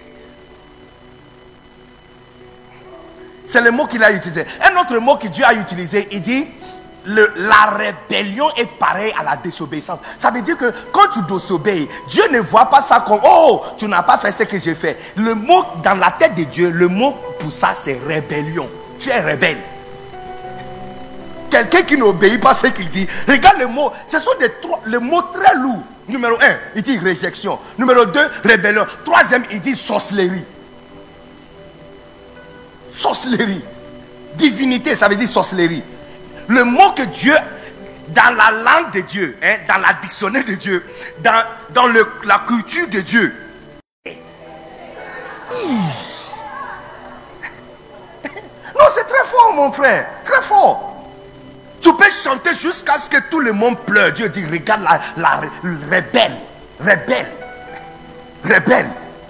C'est le mot qu'il a utilisé. Un autre mot que Dieu a utilisé, il dit, la rébellion est pareille à la désobéissance. Ça veut dire que quand tu désobéis, Dieu ne voit pas ça comme, oh, tu n'as pas fait ce que j'ai fait. Le mot dans la tête de Dieu, le mot pour ça, c'est rébellion. Tu es rebelle. Quelqu'un qui n'obéit pas ce qu'il dit. Regarde le mot. Ce sont les mots très lourds. Numéro 1, il dit réjection. Numéro 2, rébellion. Troisième, il dit sorcellerie. Sorcellerie. Divinité, ça veut dire sorcellerie. Le mot que Dieu, dans la langue de Dieu, dans la dictionnaire de Dieu, dans la culture de Dieu. Non, c'est très fort, mon frère. Très fort. Tu peux chanter jusqu'à ce que tout le monde pleure. Dieu dit, regarde la rebelle. Rebelle. Rebelle.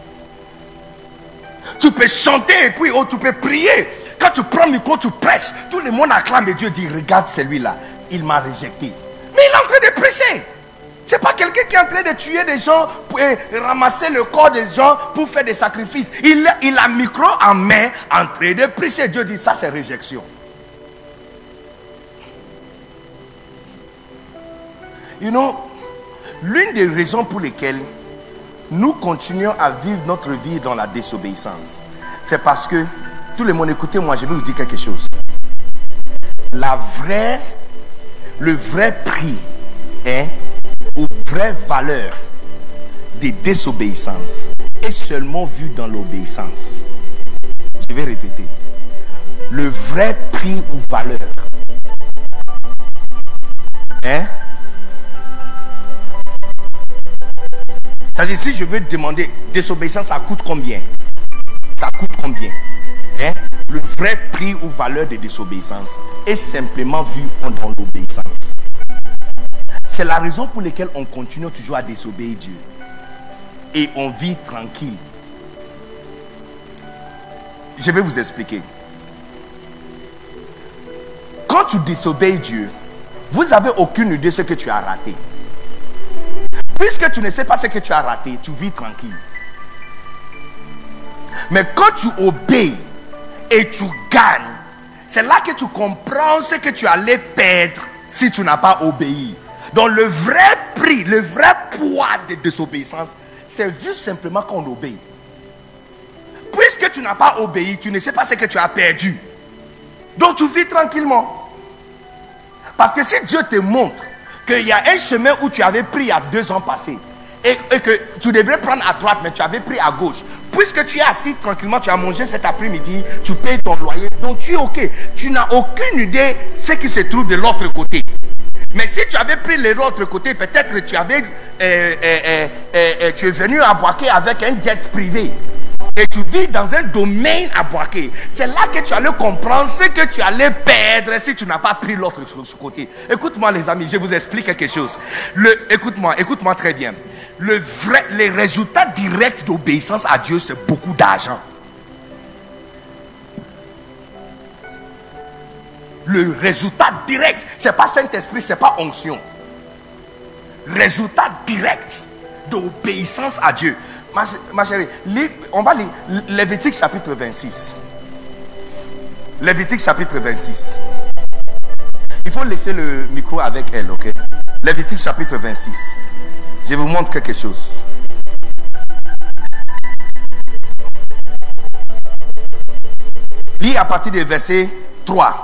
Tu peux chanter et puis tu peux prier. Quand tu prends le micro, tu prêches. Tout le monde acclame et Dieu dit, regarde celui-là. Il m'a rejeté. Mais il est en train de prêcher. Ce n'est pas quelqu'un qui est en train de tuer des gens pour ramasser le corps des gens pour faire des sacrifices. Il a le micro en main en train de prêcher. Dieu dit, ça c'est réjection. You know, l'une des raisons pour lesquelles nous continuons à vivre notre vie dans la désobéissance, c'est parce que, tout le monde écoutez-moi, je vais vous dire quelque chose. Le vrai prix ou vraie valeur des désobéissances est seulement vu dans l'obéissance. Je vais répéter. Le vrai prix ou valeur. C'est-à-dire, si je veux demander désobéissance, ça coûte combien? Ça coûte combien? Le vrai prix ou valeur de désobéissance est simplement vu dans l'obéissance. C'est la raison pour laquelle on continue toujours à désobéir Dieu. Et on vit tranquille. Je vais vous expliquer. Quand tu désobéis Dieu, vous n'avez aucune idée de ce que tu as raté. Puisque tu ne sais pas ce que tu as raté, tu vis tranquille. Mais quand tu obéis et tu gagnes, c'est là que tu comprends ce que tu allais perdre si tu n'as pas obéi. Donc le vrai prix, le vrai poids de désobéissance, c'est vu simplement quand on obéit. Puisque tu n'as pas obéi, tu ne sais pas ce que tu as perdu. Donc tu vis tranquillement. Parce que si Dieu te montre qu'il y a un chemin où tu avais pris il y a 2 ans passés et que tu devrais prendre à droite, mais tu avais pris à gauche. Puisque tu es assis tranquillement, tu as mangé cet après-midi, tu payes ton loyer, donc tu es ok. Tu n'as aucune idée de ce qui se trouve de l'autre côté. Mais si tu avais pris de l'autre côté, peut-être tu es venu à Boaké avec un jet privé. Et tu vis dans un domaine à Boaké. C'est là que tu allais comprendre ce que tu allais perdre si tu n'as pas pris l'autre côté. Écoute-moi les amis, je vous explique quelque chose. Écoute-moi très bien. Les résultats directs d'obéissance à Dieu, c'est beaucoup d'argent. Le résultat direct, c'est pas Saint-Esprit, c'est pas onction. Résultat direct d'obéissance à Dieu. Ma chérie, on va lire Lévitique chapitre 26. Lévitique chapitre 26. Il faut laisser le micro avec elle, ok? Lévitique chapitre 26. Je vous montre quelque chose. Lis à partir du verset 3.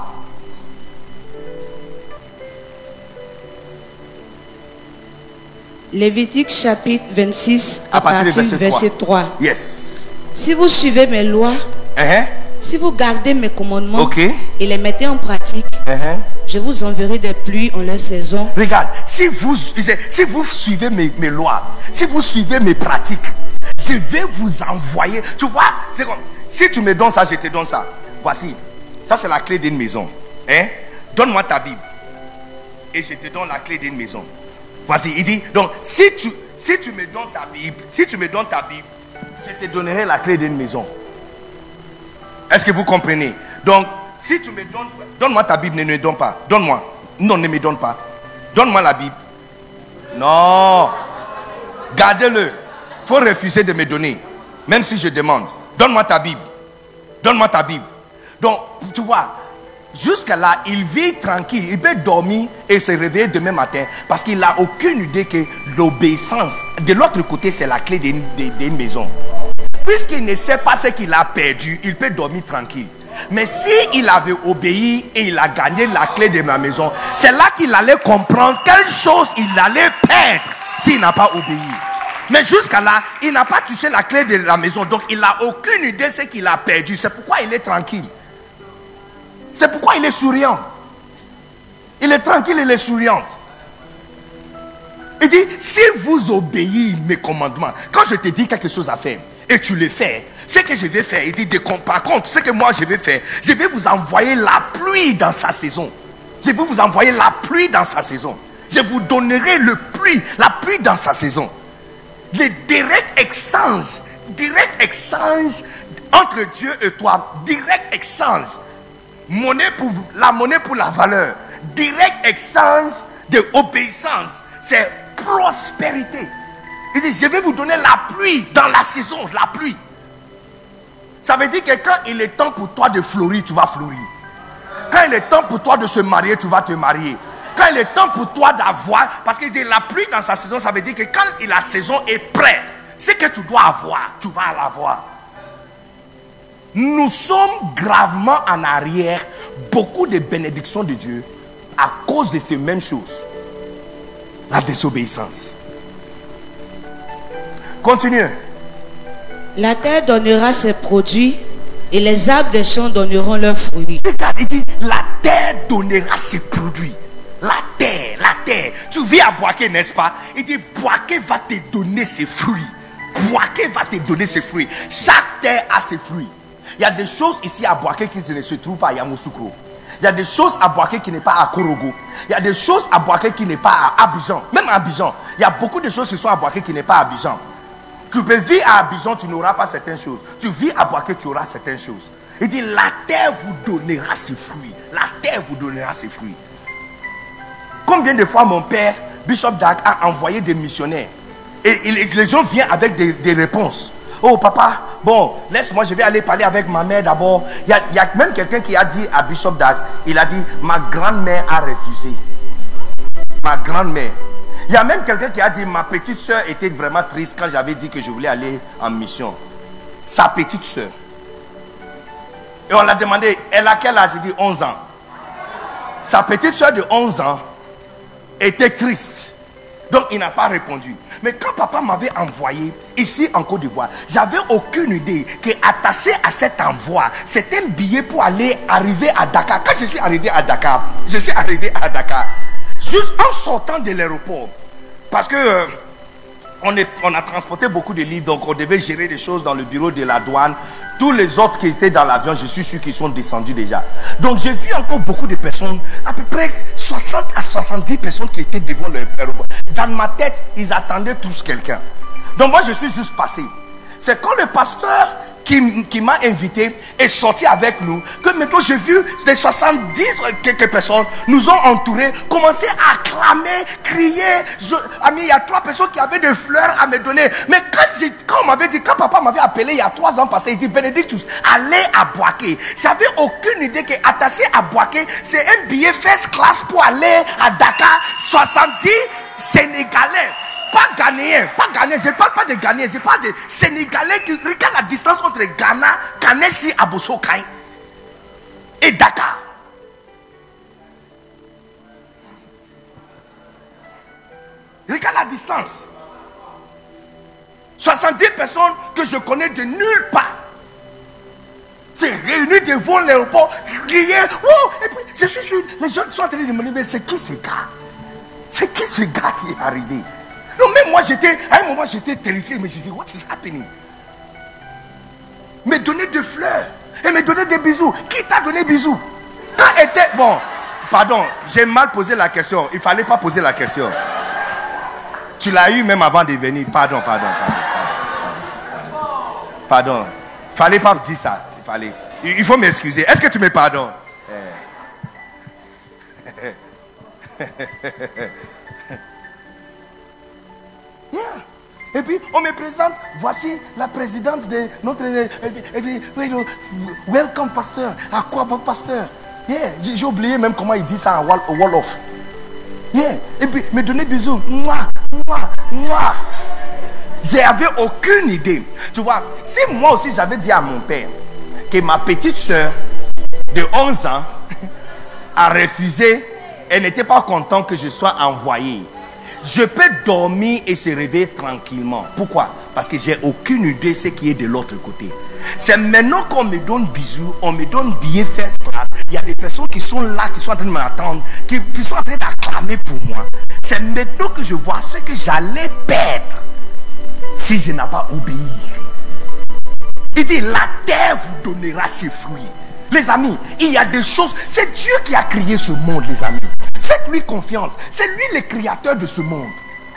Lévitique chapitre 26 à partir du verset 3. Yes. Si vous suivez mes lois, si vous gardez mes commandements et les mettez en pratique, je vous enverrai des pluies en leur saison. Regarde, si vous suivez mes lois, si vous suivez mes pratiques, je vais vous envoyer. Tu vois, c'est comme si tu me donnes ça, je te donne ça. Voici, ça c'est la clé d'une maison. Donne-moi ta Bible et je te donne la clé d'une maison. Voici, il dit, donc si tu me donnes ta Bible, je te donnerai la clé d'une maison. Est-ce que vous comprenez? Donc, si tu me donnes, donne-moi ta Bible, ne me donne pas. Donne-moi. Non, ne me donne pas. Donne-moi la Bible. Non. Gardez-le. Il faut refuser de me donner. Même si je demande. Donne-moi ta Bible. Donne-moi ta Bible. Donc, tu vois, jusqu'à là, il vit tranquille. Il peut dormir et se réveiller demain matin. Parce qu'il n'a aucune idée que l'obéissance, de l'autre côté, c'est la clé d'une maison. Puisqu'il ne sait pas ce qu'il a perdu, il peut dormir tranquille. Mais s'il avait obéi et il a gagné la clé de ma maison, c'est là qu'il allait comprendre quelle chose il allait perdre s'il n'a pas obéi. Mais jusqu'à là, il n'a pas touché la clé de la maison. Donc il n'a aucune idée de ce qu'il a perdu. C'est pourquoi il est tranquille. C'est pourquoi il est souriant. Il est tranquille, il est souriant. Il dit, si vous obéissez mes commandements, quand je te dis quelque chose à faire, et tu le fais, ce que je vais faire, il dit, par contre, ce que moi je vais faire, je vais vous envoyer la pluie dans sa saison. Je vais vous envoyer la pluie dans sa saison. Je vous donnerai la pluie dans sa saison. Le direct échange entre Dieu et toi, direct échange, la monnaie pour la valeur, direct échange de obéissance, c'est prospérité. Il dit, je vais vous donner la pluie dans la saison, la pluie. Ça veut dire que quand il est temps pour toi de fleurir, tu vas fleurir. Quand il est temps pour toi de se marier, tu vas te marier. Quand il est temps pour toi d'avoir, parce qu'il dit la pluie dans sa saison, ça veut dire que quand la saison est prête, ce que tu dois avoir, tu vas l'avoir. Nous sommes gravement en arrière, beaucoup de bénédictions de Dieu, à cause de ces mêmes choses. La désobéissance. Continue. La terre donnera ses produits et les arbres des champs donneront leurs fruits. Regarde, il dit, la terre donnera ses produits. La terre. Tu vis à Boaké, n'est-ce pas? Il dit, Boaké va te donner ses fruits. Boaké va te donner ses fruits. Chaque terre a ses fruits. Il y a des choses ici à Boaké qui ne se trouvent pas à Yamoussoukro. Il y a des choses à Boaké qui n'est pas à Korogo. Il y a des choses à Boaké qui n'est pas à Abidjan. Même à Abidjan, il y a beaucoup de choses qui sont à Boaké qui n'est pas à Abidjan. Tu peux vivre à Abidjan, tu n'auras pas certaines choses. Tu vis à Boaké, tu auras certaines choses. Il dit, la terre vous donnera ses fruits. La terre vous donnera ses fruits. Combien de fois mon père, Bishop Dag, a envoyé des missionnaires et les gens viennent avec des réponses. Oh papa, bon, laisse-moi, je vais aller parler avec ma mère d'abord. Il y a même quelqu'un qui a dit à Bishop Dag, il a dit, ma grand-mère a refusé. Ma grand-mère. Il y a même quelqu'un qui a dit, ma petite soeur était vraiment triste quand j'avais dit que je voulais aller en mission. Sa petite soeur. Et on l'a demandé, elle a quel âge? J'ai dit 11 ans. Sa petite soeur de 11 ans était triste. Donc il n'a pas répondu. Mais quand papa m'avait envoyé ici en Côte d'Ivoire, j'avais aucune idée qu'attaché à cet envoi, c'était un billet pour arriver à Dakar. Quand je suis arrivé à Dakar, juste en sortant de l'aéroport, parce que on a transporté beaucoup de livres, donc on devait gérer des choses dans le bureau de la douane. Tous les autres qui étaient dans l'avion, je suis sûr qu'ils sont descendus déjà. Donc j'ai vu encore beaucoup de personnes, à peu près 60 à 70 personnes qui étaient devant l'aéroport. Dans ma tête, ils attendaient tous quelqu'un. Donc moi je suis juste passé. C'est quand le pasteur qui m'a invité est sorti avec nous que maintenant j'ai vu des 70 quelques personnes nous ont entourés, commencé à acclamer, crier. Il y a 3 personnes qui avaient des fleurs à me donner. Mais quand papa m'avait appelé il y a 3 ans passé, il dit Benedictus, allez à Boaké. J'avais aucune idée qu'attaché à Boaké, c'est un billet first class pour aller à Dakar. 70 Sénégalais. Pas Ghanéens, je ne parle pas de Ghanéens, je parle de Sénégalais qui regardent la distance entre Ghana, Kaneshi, Abosso, Kain. et Dakar. Regarde la distance. 70 personnes que je connais de nulle part. C'est réuni devant l'aéroport, crier. Oh, et puis je suis sûr, les gens sont en train de me dire, mais c'est qui ce gars? C'est qui ce gars qui est arrivé? Non, même moi, à un moment, j'étais terrifié. Mais je dis, what is happening? Me donner des fleurs et me donner des bisous. Qui t'a donné bisous? Quand était... Bon, pardon, j'ai mal posé la question. Il ne fallait pas poser la question. Tu l'as eu même avant de venir. Pardon. Pardon. Fallait pas dire ça. Il faut m'excuser. Est-ce que tu me pardonnes? Yeah. Et puis on me présente, voici la présidente de notre... Welcome pasteur. À quoi bon pasteur? Yeah. J'ai oublié même comment il dit ça au Wolof. Yeah. Et puis me donner bisous. Mouah, mouah, mouah. J'avais aucune idée. Tu vois, si moi aussi j'avais dit à mon père que ma petite soeur de 11 ans a refusé, elle n'était pas contente que je sois envoyé, je peux dormir et se réveiller tranquillement. Pourquoi? Parce que j'ai aucune idée de ce qui est de l'autre côté. C'est maintenant qu'on me donne bisous, on me donne billets first class. Il y a des personnes qui sont là, qui sont en train de m'attendre, qui sont en train d'acclamer pour moi. C'est maintenant que je vois ce que j'allais perdre si je n'ai pas obéi. Il dit, la terre vous donnera ses fruits. Les amis, il y a des choses. C'est Dieu qui a créé ce monde, les amis. Faites-lui confiance. C'est lui le créateur de ce monde.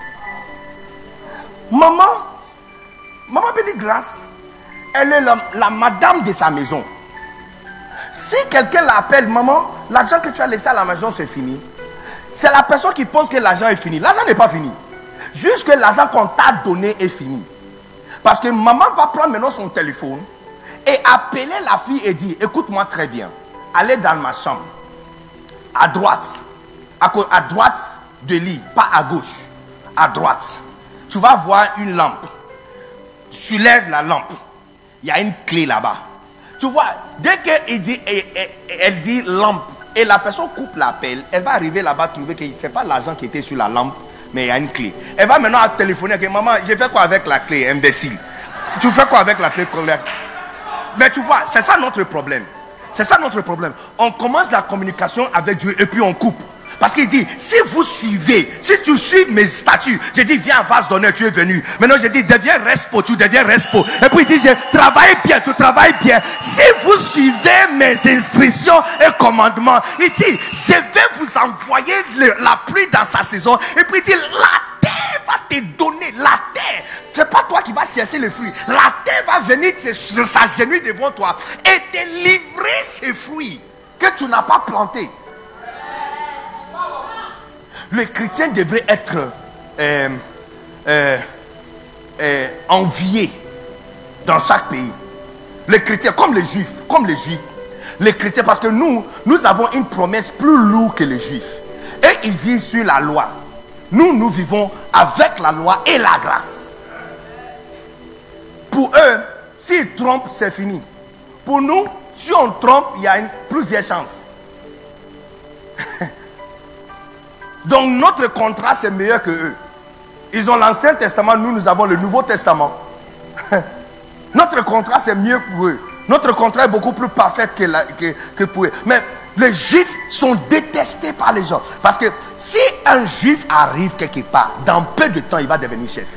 Maman Béni Grâce, elle est la madame de sa maison. Si quelqu'un l'appelle maman, l'argent que tu as laissé à la maison, c'est fini. C'est la personne qui pense que l'argent est fini. L'argent n'est pas fini. Juste que l'argent qu'on t'a donné est fini. Parce que maman va prendre maintenant son téléphone et appeler la fille et dire, écoute-moi très bien, allez dans ma chambre, à droite de lit, pas à gauche, à droite. Tu vas voir une lampe. Soulève la lampe. Il y a une clé là-bas. Tu vois, dès qu'elle dit, elle dit lampe, et la personne coupe l'appel, elle va arriver là-bas, trouver que ce n'est pas l'argent qui était sur la lampe, mais il y a une clé. Elle va maintenant téléphoner, que maman, je fais quoi avec la clé, imbécile? Tu fais quoi avec la clé? Mais tu vois, c'est ça notre problème. C'est ça notre problème. On commence la communication avec Dieu et puis on coupe. Parce qu'il dit, si vous suivez, si tu suis mes statuts, j'ai dit, viens à vase d'honneur, tu es venu. Maintenant, j'ai dit, deviens respo, tu deviens respo. Et puis il dit, je travaille bien, tu travailles bien. Si vous suivez mes instructions et commandements, il dit, je vais vous envoyer la pluie dans sa saison. Et puis il dit, la terre va te donner, la terre. C'est pas toi qui vas chercher les fruits. La terre va venir s'agenouiller devant toi et te livrer ses fruits que tu n'as pas plantés. Le chrétien devrait être envié dans chaque pays. Les chrétiens, comme les juifs, les chrétiens, parce que nous avons une promesse plus lourde que les juifs. Et ils vivent sur la loi. Nous vivons avec la loi et la grâce. Pour eux, s'ils trompent, c'est fini. Pour nous, si on trompe, il y a plusieurs chances. Donc notre contrat c'est meilleur que eux. Ils ont l'Ancien Testament, nous avons le Nouveau Testament. Notre contrat c'est mieux pour eux. Notre contrat est beaucoup plus parfait que pour eux. Mais les juifs sont détestés par les gens. Parce que si un juif arrive quelque part, dans peu de temps il va devenir chef.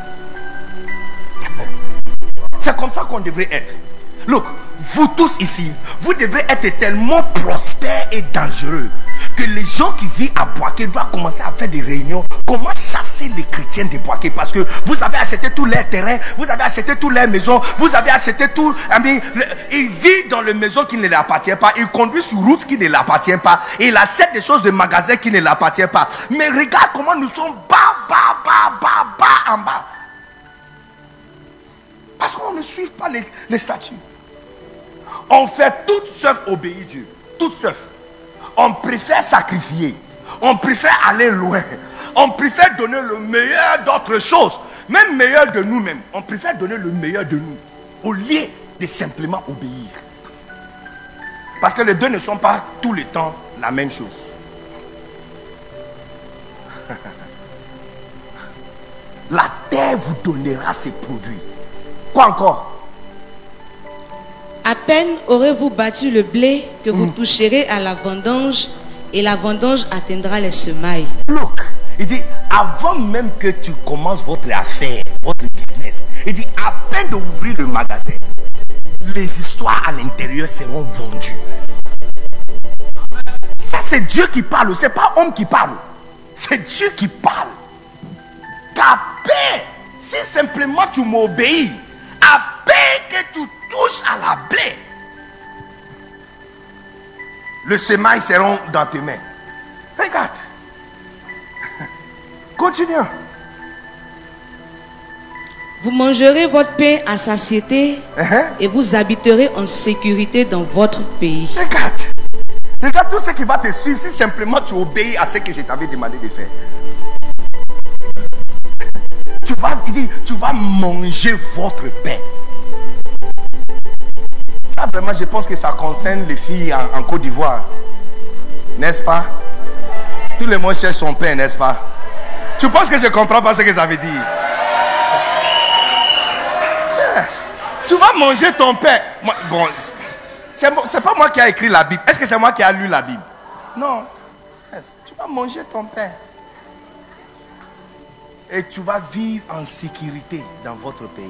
C'est comme ça qu'on devrait être. Look, vous tous ici, vous devrez être tellement prospères et dangereux que les gens qui vivent à Boaké doivent commencer à faire des réunions. Comment chasser les chrétiens de Boaké? Parce que vous avez acheté tous leurs terrains, vous avez acheté toutes leurs maisons, vous avez acheté tout. Ils vivent dans les maisons qui ne leur appartiennent pas, ils conduisent sur route qui ne leur appartient pas, et ils achètent des choses de magasins qui ne leur appartiennent pas. Mais regarde comment nous sommes bas en bas. Parce qu'on ne suit pas les statuts. On fait tout sauf obéir Dieu. Tout sauf. On préfère sacrifier. On préfère aller loin. On préfère donner le meilleur d'autres choses. Même meilleur de nous-mêmes. On préfère donner le meilleur de nous. Au lieu de simplement obéir. Parce que les deux ne sont pas tout le temps la même chose. La terre vous donnera ses produits. Quoi encore? À peine aurez-vous battu le blé que vous toucherez à la vendange, et la vendange atteindra les semailles. Look, il dit, avant même que tu commences votre affaire, votre business, il dit, à peine d'ouvrir le magasin, les histoires à l'intérieur seront vendues. Ça, c'est Dieu qui parle, c'est pas homme qui parle. C'est Dieu qui parle. Qu'à peine, si simplement tu m'obéis, à peine que tu touches à la blé, le semailles seront dans tes mains. Regarde. Continuons. Vous mangerez votre pain à satiété et vous habiterez en sécurité dans votre pays. Regarde tout ce qui va te suivre si simplement tu obéis à ce que je t'avais demandé de faire. Il dit, tu vas manger votre pain. Ça vraiment, je pense que ça concerne les filles en Côte d'Ivoire. N'est-ce pas? Tout le monde cherche son pain, n'est-ce pas? Tu penses que je ne comprends pas ce que ça veut dire? Yeah. Tu vas manger ton pain. Bon, c'est pas moi qui ai écrit la Bible. Est-ce que c'est moi qui ai lu la Bible? Non. Yes. Tu vas manger ton pain. Et tu vas vivre en sécurité dans votre pays.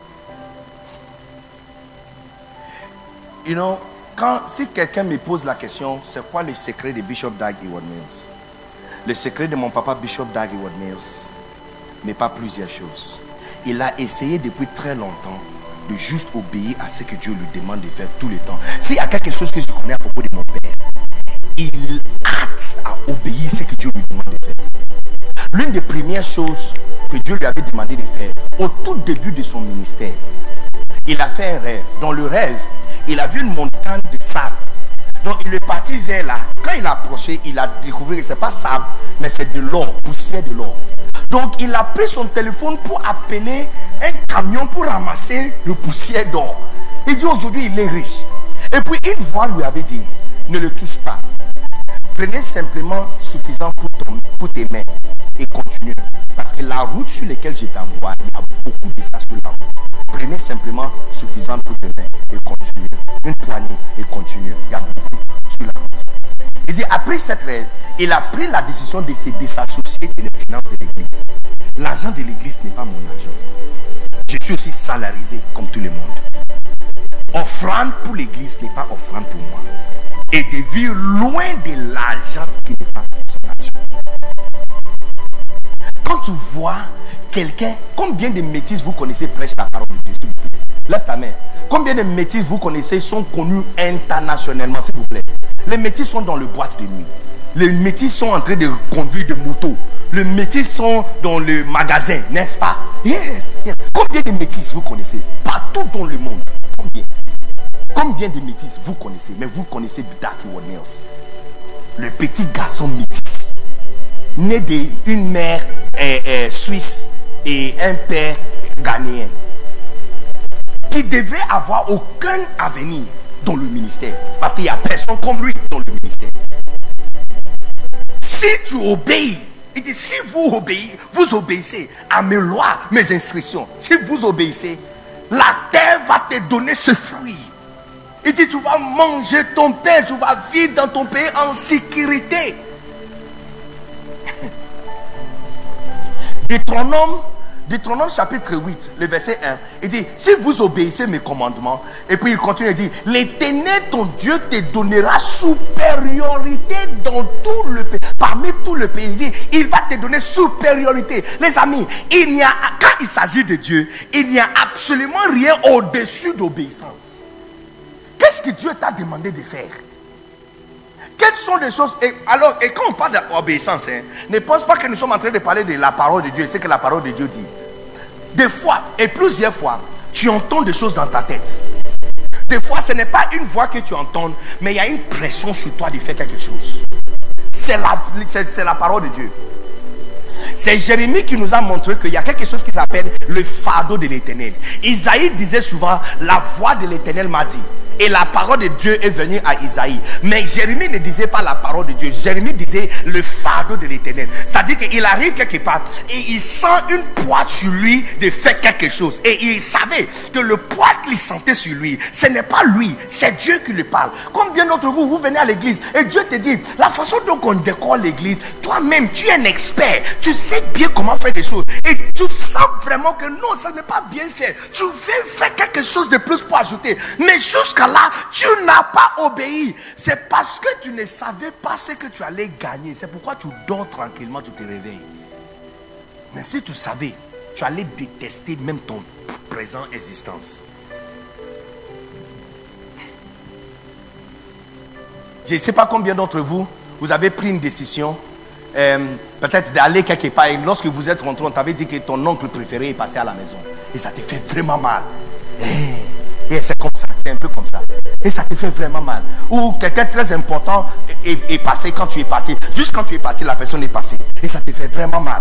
You know, si quelqu'un me pose la question, c'est quoi le secret de Bishop Dag Heward-Mills? Le secret de mon papa Bishop Dag Heward-Mills n'est pas plusieurs choses. Il a essayé depuis très longtemps de juste obéir à ce que Dieu lui demande de faire tout le temps. S'il y a quelque chose que je connais à propos de mon père, il hâte à obéir à ce que Dieu lui demande de faire. L'une des premières choses que Dieu lui avait demandé de faire au tout début de son ministère, il a fait un rêve. Dans le rêve, il a vu une montagne de sable. Donc il est parti vers là. Quand il a approché, il a découvert que ce n'est pas sable, mais c'est de l'or, poussière de l'or. Donc il a pris son téléphone pour appeler un camion pour ramasser le poussière d'or. Il dit aujourd'hui il est riche. Et puis une voix lui avait dit, ne le touche pas. Prenez simplement suffisant pour tes mains et continue. Parce que la route sur laquelle je t'envoie, il y a beaucoup de ça sur la route. Prenez simplement suffisant pour tes mains et continue. Une poignée et continue. Il y a beaucoup sur la route. Il dit, après cette rêve, il a pris la décision de se désassocier de les finances de l'église. L'argent de l'église n'est pas mon argent. Je suis aussi salarisé comme tout le monde. Offrande pour l'église n'est pas offrande pour moi. Et de vivre loin de l'argent qui n'est pas son argent. Quand tu vois quelqu'un, combien de métis vous connaissez prêchent la parole de Dieu, s'il vous plaît? Lève ta main. Combien de métis vous connaissez sont connus internationalement, s'il vous plaît? Les métis sont dans le boîte de nuit. Les métis sont en train de conduire des motos. Les métis sont dans le magasin, n'est-ce pas? Yes, yes. Combien de métis vous connaissez? Partout dans le monde. Combien? Combien de métis vous connaissez? Mais vous connaissez Dag Heward-Mills, le petit garçon métis, né d'une mère suisse et un père ghanéen, qui devait avoir aucun avenir dans le ministère, parce qu'il n'y a personne comme lui dans le ministère. Si tu obéis, il dit, si vous obéissez à mes lois, mes instructions, si vous obéissez, la terre va te donner ce fruit. Il dit, tu vas manger ton pain, tu vas vivre dans ton pays en sécurité. Deutéronome chapitre 8, le verset 1, il dit, si vous obéissez mes commandements, et puis il continue, il dit, l'Éternel ton Dieu te donnera supériorité dans tout le pays, parmi tout le pays. Il dit, il va te donner supériorité. Les amis, quand il s'agit de Dieu, il n'y a absolument rien au-dessus d'obéissance. Qu'est-ce que Dieu t'a demandé de faire? Quelles sont les choses? Et quand on parle d'obéissance, ne pense pas que nous sommes en train de parler de la parole de Dieu, c'est que la parole de Dieu dit. Des fois, et plusieurs fois, tu entends des choses dans ta tête. Des fois, ce n'est pas une voix que tu entends, mais il y a une pression sur toi de faire quelque chose. C'est la parole de Dieu. C'est Jérémie qui nous a montré qu'il y a quelque chose qui s'appelle le fardeau de l'Éternel. Isaïe disait souvent, la voix de l'Éternel m'a dit. Et la parole de Dieu est venue à Isaïe. Mais Jérémie ne disait pas la parole de Dieu. Jérémie disait le fardeau de l'Éternel. C'est-à-dire qu'il arrive quelque part et il sent une poids sur lui de faire quelque chose. Et il savait que le poids qu'il sentait sur lui, ce n'est pas lui, c'est Dieu qui lui parle. Combien d'entre vous, vous venez à l'église et Dieu te dit, la façon dont on décore l'église, toi-même, tu es un expert. Tu sais bien comment faire des choses. Et tu sens vraiment que non, ça n'est pas bien fait. Tu veux faire quelque chose de plus pour ajouter. Mais jusqu'à là, tu n'as pas obéi. C'est parce que tu ne savais pas ce que tu allais gagner. C'est pourquoi tu dors tranquillement, tu te réveilles. Mais si tu savais, tu allais détester même ton présent existence. Je ne sais pas combien d'entre vous, vous avez pris une décision, peut-être d'aller quelque part. Et lorsque vous êtes rentré, on t'avait dit que ton oncle préféré est passé à la maison. Et ça te fait vraiment mal. Et c'est comme ça, c'est un peu comme ça. Et ça te fait vraiment mal. Ou quelqu'un très important est passé quand tu es parti. Juste quand tu es parti, la personne est passée. Et ça te fait vraiment mal.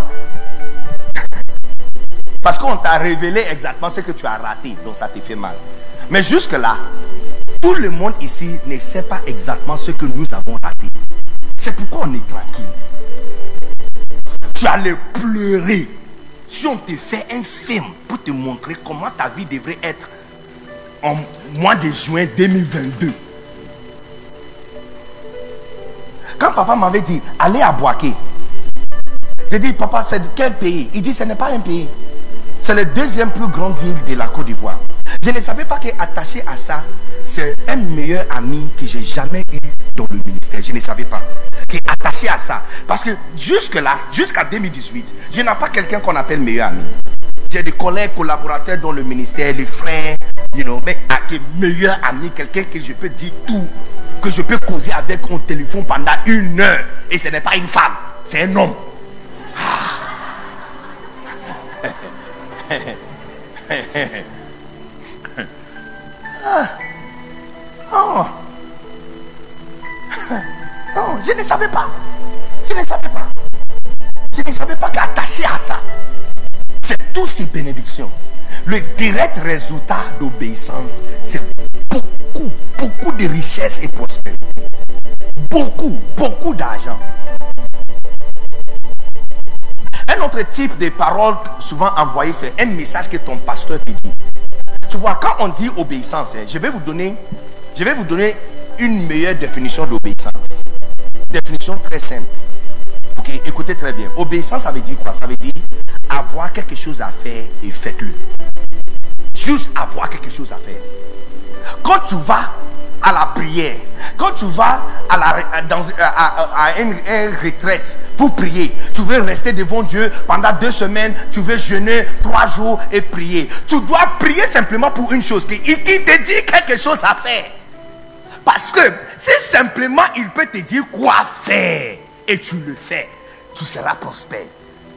Parce qu'on t'a révélé exactement ce que tu as raté. Donc ça te fait mal. Mais jusque-là, tout le monde ici ne sait pas exactement ce que nous avons raté. C'est pourquoi on est tranquille. Tu allais pleurer si on te fait un film pour te montrer comment ta vie devrait être en mois de juin 2022. Quand papa m'avait dit, allez à Boaké, j'ai dit, papa, c'est de quel pays? Il dit, ce n'est pas un pays. C'est la deuxième plus grande ville de la Côte d'Ivoire. Je ne savais pas qu'attaché à ça, c'est un meilleur ami que j'ai jamais eu dans le ministère. Je ne savais pas. Qui est attaché à ça. Parce que jusque-là, jusqu'à 2018, je n'ai pas quelqu'un qu'on appelle meilleur ami. J'ai des collègues, collaborateurs dans le ministère, les frères, mais qui est meilleur ami, quelqu'un que je peux dire tout, que je peux causer avec au téléphone pendant 1 heure. Et ce n'est pas une femme, c'est un homme. Oh. Non, je ne savais pas. Je ne savais pas. Je ne savais pas qu'attaché à ça, c'est toutes ces bénédictions. Le direct résultat d'obéissance, c'est beaucoup de richesse et prospérité. Beaucoup d'argent. Un autre type de parole souvent envoyée, c'est un message que ton pasteur te dit. Tu vois, quand on dit obéissance, je vais vous donner une meilleure définition d'obéissance. Définition très simple. Ok, écoutez très bien. Obéissance, ça veut dire quoi? Ça veut dire avoir quelque chose à faire et faites-le. Juste avoir quelque chose à faire. Quand tu vas à la prière, quand tu vas à une retraite pour prier, tu veux rester devant Dieu pendant 2 semaines, tu veux jeûner 3 jours et prier. Tu dois prier simplement pour une chose, qu'il te dit quelque chose à faire. Parce que si simplement il peut te dire quoi faire et tu le fais, tu seras prospère.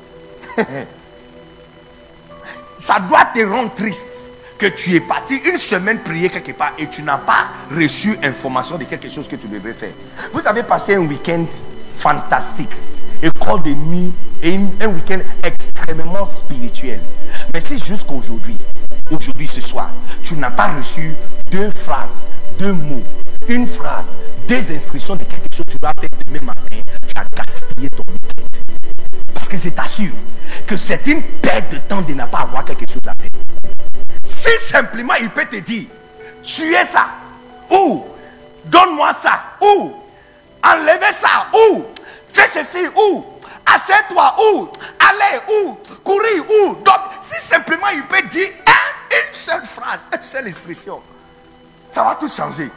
Ça doit te rendre triste que tu es parti 1 semaine prier quelque part et tu n'as pas reçu information de quelque chose que tu devrais faire. Vous avez passé un week-end fantastique, école de nuit et un week-end extrêmement spirituel. Mais si jusqu'aujourd'hui, ce soir, tu n'as pas reçu 2 phrases, 2 mots, une phrase, 2 instructions de quelque chose que tu dois faire demain matin, tu as gaspillé ton week-end. Parce que je t'assure que c'est une perte de temps de ne pas avoir quelque chose à faire. Si simplement il peut te dire, tuez ça, ou donne-moi ça, ou enlevez ça, ou fais ceci, ou assieds-toi, ou allez, ou courir, ou donc, si simplement il peut dire une seule phrase, une seule instruction, ça va tout changer.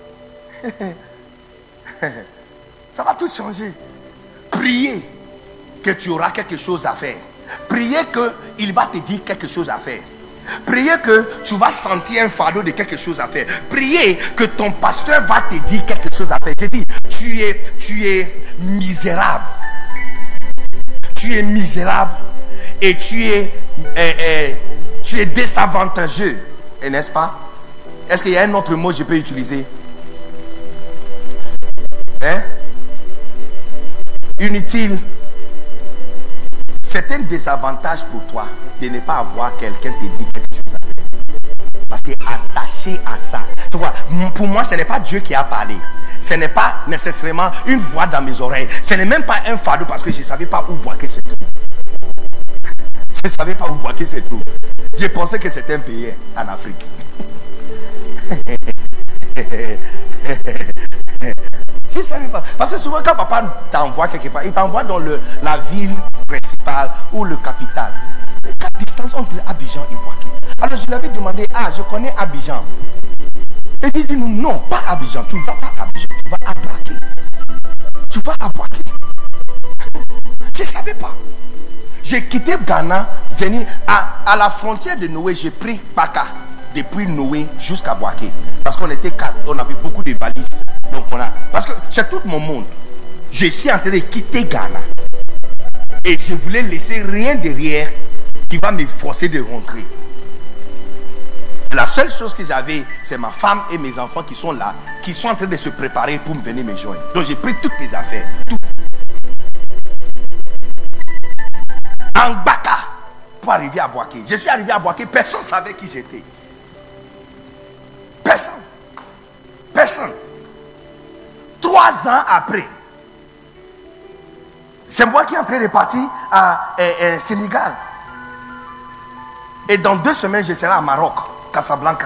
Ça va tout changer. Priez que tu auras quelque chose à faire. Priez qu'il va te dire quelque chose à faire. Priez que tu vas sentir un fardeau de quelque chose à faire. Priez que ton pasteur va te dire quelque chose à faire. J'ai dit, tu es misérable. Tu es misérable et tu es désavantageux. Et n'est-ce pas? Est-ce qu'il y a un autre mot que je peux utiliser? Inutile. C'est un désavantage pour toi de ne pas avoir quelqu'un te dire quelque chose à faire. Parce que attaché à ça, tu vois, pour moi, ce n'est pas Dieu qui a parlé. Ce n'est pas nécessairement une voix dans mes oreilles. Ce n'est même pas un fardeau parce que je ne savais pas où Boaké se trouve. Je ne savais pas où Boaké se trouve. Je pensais que c'était un pays en Afrique. Je ne savais pas. Parce que souvent, quand papa t'envoie quelque part, il t'envoie dans la ville principale ou le capital. Quelle distance entre Abidjan et Boaké? Alors je lui avais demandé, je connais Abidjan. Et il dit, non, pas Abidjan. Tu ne vas pas à Abidjan, tu vas à Boaké. Tu vas à Boaké. Je ne savais pas. J'ai quitté Ghana, venu à la frontière de Noé, j'ai pris Paka. Depuis Noé jusqu'à Boaké. Parce qu'on était 4, on avait beaucoup de balises. Donc parce que c'est tout mon monde. Je suis en train de quitter Ghana. Et je voulais laisser rien derrière qui va me forcer de rentrer. La seule chose que j'avais, c'est ma femme et mes enfants qui sont là, qui sont en train de se préparer pour me venir me joindre. Donc j'ai pris toutes mes affaires. Tout. En Baka pour arriver à Boaké. Je suis arrivé à Boaké, personne ne savait qui j'étais. Personne. 3 ans après, c'est moi qui est en train de partir à Sénégal. Et dans 2 semaines, je serai à Maroc, Casablanca.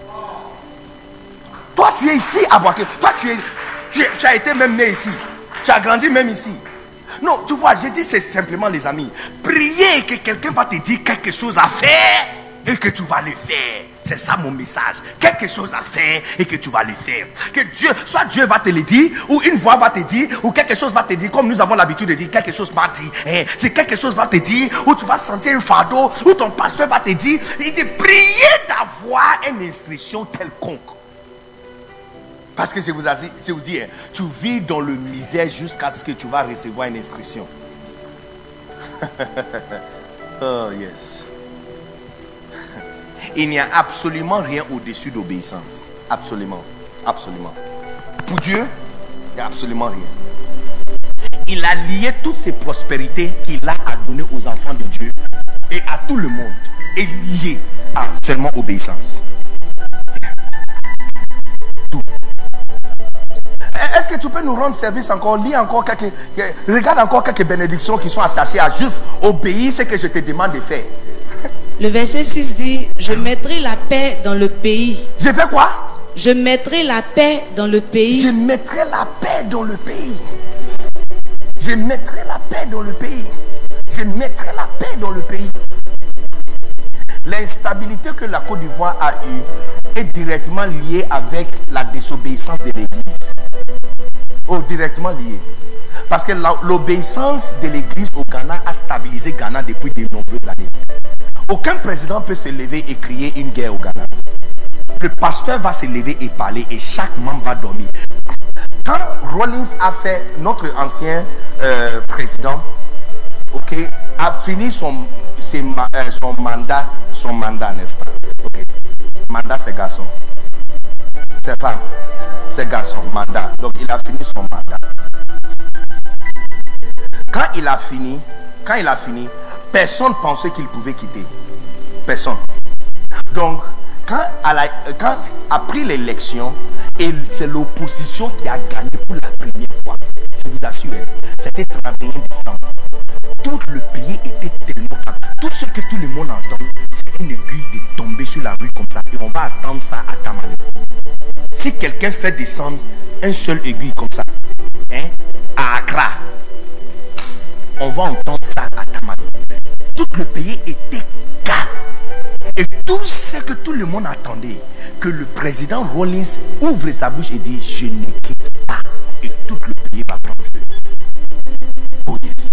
Toi, tu es ici à Boaké. Toi, tu as été même né ici. Tu as grandi même ici. Non, tu vois, j'ai dit c'est simplement les amis. Priez que quelqu'un va te dire quelque chose à faire et que tu vas le faire. C'est ça mon message. Quelque chose à faire et que tu vas le faire. Que soit Dieu va te le dire, ou une voix va te dire, ou quelque chose va te dire, comme nous avons l'habitude de dire, quelque chose va te dire. C'est quelque chose va te dire, ou tu vas sentir un fardeau, ou ton pasteur va te dire, il dit, priez d'avoir une instruction quelconque. Parce que je vous dis, tu vis dans le misère jusqu'à ce que tu vas recevoir une instruction. Oh yes. Il n'y a absolument rien au-dessus d'obéissance. Absolument. Pour Dieu, il n'y a absolument rien. Il a lié toutes ces prospérités qu'il a à donner aux enfants de Dieu et à tout le monde. Et lié à seulement obéissance. Tout. Est-ce que tu peux nous rendre service encore? Regarde encore quelques bénédictions qui sont attachées à juste obéir ce que je te demande de faire. Le verset 6 dit, je mettrai la paix dans le pays. Je fais quoi? Je mettrai la paix dans le pays. Je mettrai la paix dans le pays. Je mettrai la paix dans le pays. Je mettrai la paix dans le pays. L'instabilité que la Côte d'Ivoire a eue est directement liée avec la désobéissance de l'Église. Directement liée. Parce que l'obéissance de l'Église au Ghana a stabilisé Ghana depuis de nombreuses années. Aucun président peut se lever et crier une guerre au Ghana. Le pasteur va se lever et parler et chaque membre va dormir. Quand Rawlings a fait, notre ancien président, a fini son mandat, n'est-ce pas? Mandat, c'est garçon. C'est femme, c'est garçon, mandat. Donc il a fini son mandat. Quand il a fini, personne pensait qu'il pouvait quitter. Personne. Donc, quand après l'élection, et c'est l'opposition qui a gagné pour la première fois. Je vous assure, c'était 31 décembre. Tout le pays était tellement calme. Tout ce que tout le monde entend, c'est une aiguille de tomber sur la rue comme ça. Et on va attendre ça à Tamale. Si quelqu'un fait descendre un seul aiguille comme ça, à Accra, on va entendre ça à Tamale. Tout le pays était calme. Et tout ce que tout le monde attendait, que le président Rawlings ouvre sa bouche et dit, je ne quitte pas. Et tout le pays va prendre feu. Oh yes.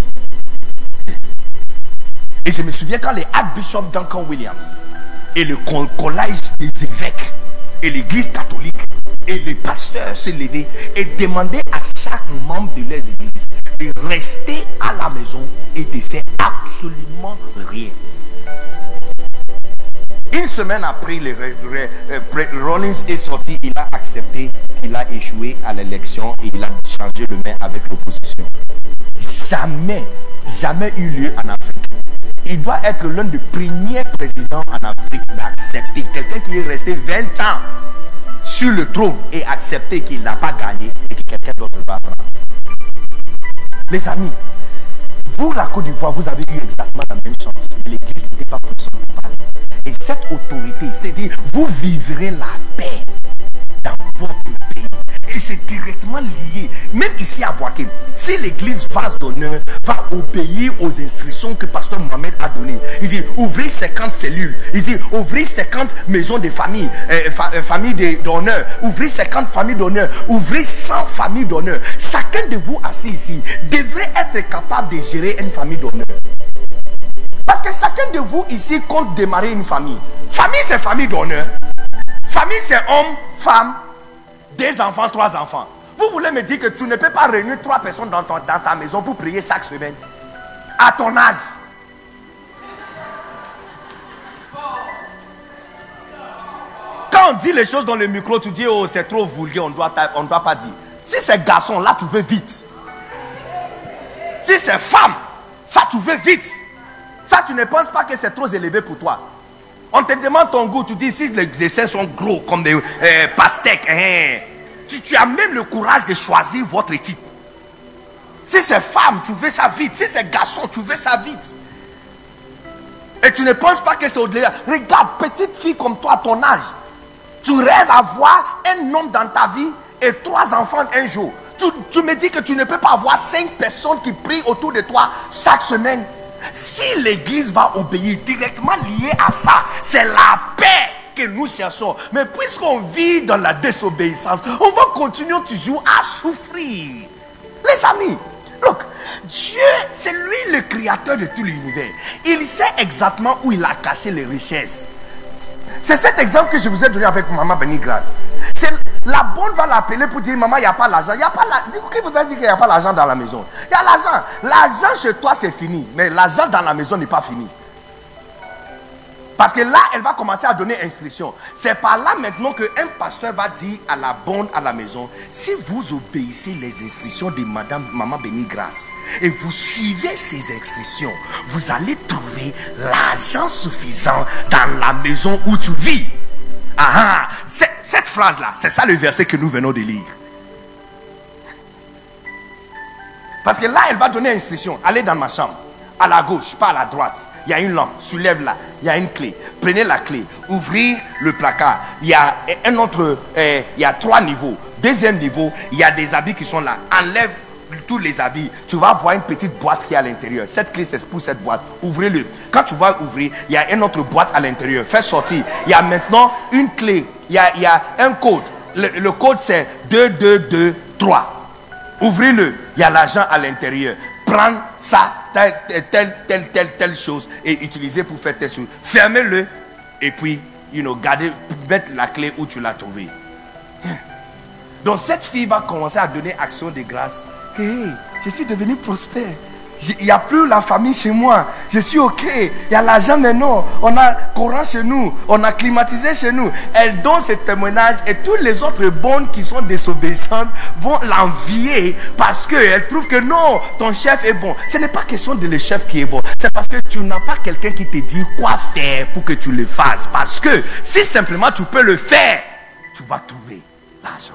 Et je me souviens quand les archbishop Duncan Williams et le collège des évêques et l'église catholique et les pasteurs se levaient et demandaient à chaque membre de leurs églises de rester à la maison et de faire absolument rien. Une semaine après, Rawlings est sorti, il a accepté qu'il a échoué à l'élection et il a changé le maire avec l'opposition. Jamais eu lieu en Afrique. Il doit être l'un des premiers présidents en Afrique d'accepter quelqu'un qui est resté 20 ans sur le trône et accepter qu'il n'a pas gagné et que quelqu'un d'autre va prendre. Les amis, vous, la Côte d'Ivoire, vous avez eu exactement la même chance. Mais l'église n'était pas pour ça pour parler. Et cette autorité, c'est dire, vous vivrez la paix dans votre pays. Et c'est directement lié. Même ici à Boaké, si l'église Vase d'honneur va obéir aux instructions que Pasteur Mohamed a données, il dit ouvrez 50 cellules, il dit ouvrez 50 maisons de famille, familles d'honneur, ouvrez 50 familles d'honneur, ouvrez 100 familles d'honneur. Chacun de vous assis ici devrait être capable de gérer une famille d'honneur. Parce que chacun de vous ici compte démarrer une famille. Famille, c'est famille d'honneur. Famille, c'est homme, femme, 2 enfants, 3 enfants. Vous voulez me dire que tu ne peux pas réunir 3 personnes dans ta maison pour prier chaque semaine? À ton âge. Quand on dit les choses dans le micro, tu dis oh c'est trop vulgaire, on ne doit pas dire. Si c'est garçon, là tu veux vite. Si c'est femme, ça tu veux vite. Ça tu ne penses pas que c'est trop élevé pour toi. On te demande ton goût, tu dis si les dessins sont gros comme des pastèques, tu as même le courage de choisir votre type. Si c'est femme, tu veux ça vite. Si c'est garçon, tu veux ça vite. Et tu ne penses pas que c'est au-delà. Regarde, petite fille comme toi, à ton âge, tu rêves avoir un homme dans ta vie et 3 enfants un jour. Tu me dis que tu ne peux pas avoir 5 personnes qui prient autour de toi chaque semaine. Si l'église va obéir directement lié à ça, c'est la paix que nous cherchons. Mais puisqu'on vit dans la désobéissance, on va continuer toujours à souffrir. Les amis, look, Dieu, c'est lui le créateur de tout l'univers. Il sait exactement où il a caché les richesses. C'est cet exemple que je vous ai donné avec maman Béni Grâce. La bonne va l'appeler pour dire maman, il n'y a pas l'argent. Il n'y a pas l'argent. Qui vous a dit qu'il n'y a pas l'argent dans la maison? Il y a l'argent. L'argent chez toi c'est fini. Mais l'argent dans la maison n'est pas fini. Parce que là, elle va commencer à donner instruction. C'est par là maintenant qu'un pasteur va dire à la bonne à la maison, si vous obéissez les instructions de maman Béni Grâce et vous suivez ces instructions, vous allez trouver l'argent suffisant dans la maison où tu vis. Cette phrase-là, c'est ça le verset que nous venons de lire. Parce que là, elle va donner instruction. Allez dans ma chambre. À la gauche, pas à la droite. Il y a une lampe. Soulève-la. Il y a une clé. Prenez la clé. Ouvrez le placard. Il y a un autre. Il y a 3 niveaux. Deuxième niveau, il y a des habits qui sont là. Enlève tous les habits. Tu vas voir une petite boîte qui est à l'intérieur. Cette clé, c'est pour cette boîte. Ouvrez-le. Quand tu vas ouvrir, il y a une autre boîte à l'intérieur. Fais sortir. Il y a maintenant une clé. Il y a un code. Le code, c'est 2223. Ouvrez-le. Il y a l'argent à l'intérieur. Prends ça, telle chose et utilisez pour faire telle chose. Fermez-le et puis, gardez, mettre la clé où tu l'as trouvé. Donc cette fille va commencer à donner action de grâce. Hey, je suis devenu prospère. Il n'y a plus la famille chez moi. Je suis ok. Il y a l'argent maintenant. On a courant chez nous. On a climatisé chez nous. Elle donne ce témoignage et tous les autres bonnes qui sont désobéissantes vont l'envier parce qu'elles trouvent que non, ton chef est bon. Ce n'est pas question de le chef qui est bon. C'est parce que tu n'as pas quelqu'un qui te dit quoi faire pour que tu le fasses. Parce que si simplement tu peux le faire, tu vas trouver l'argent.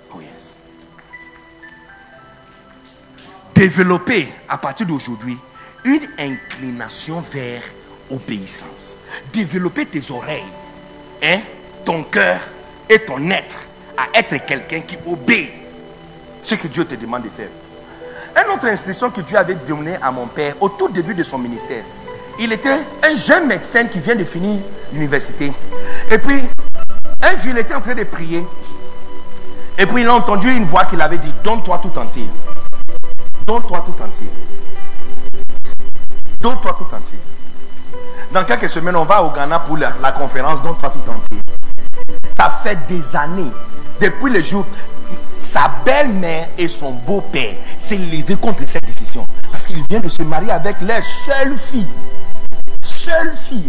Développer à partir d'aujourd'hui une inclination vers obéissance. Développer tes oreilles, ton cœur et ton être à être quelqu'un qui obéit ce que Dieu te demande de faire. Une autre instruction que Dieu avait donnée à mon père au tout début de son ministère. Il était un jeune médecin qui vient de finir l'université. Et puis, un jour, il était en train de prier. Et puis, il a entendu une voix qui l'avait dit, donne-toi tout entier. Donne-toi tout entier. Donne-toi tout entier. Dans quelques semaines, on va au Ghana pour la conférence. Donne-toi tout entier. Ça fait des années. Depuis le jour, sa belle-mère et son beau-père s'est levé contre cette décision. Parce qu'il vient de se marier avec leur seule fille. Seule fille.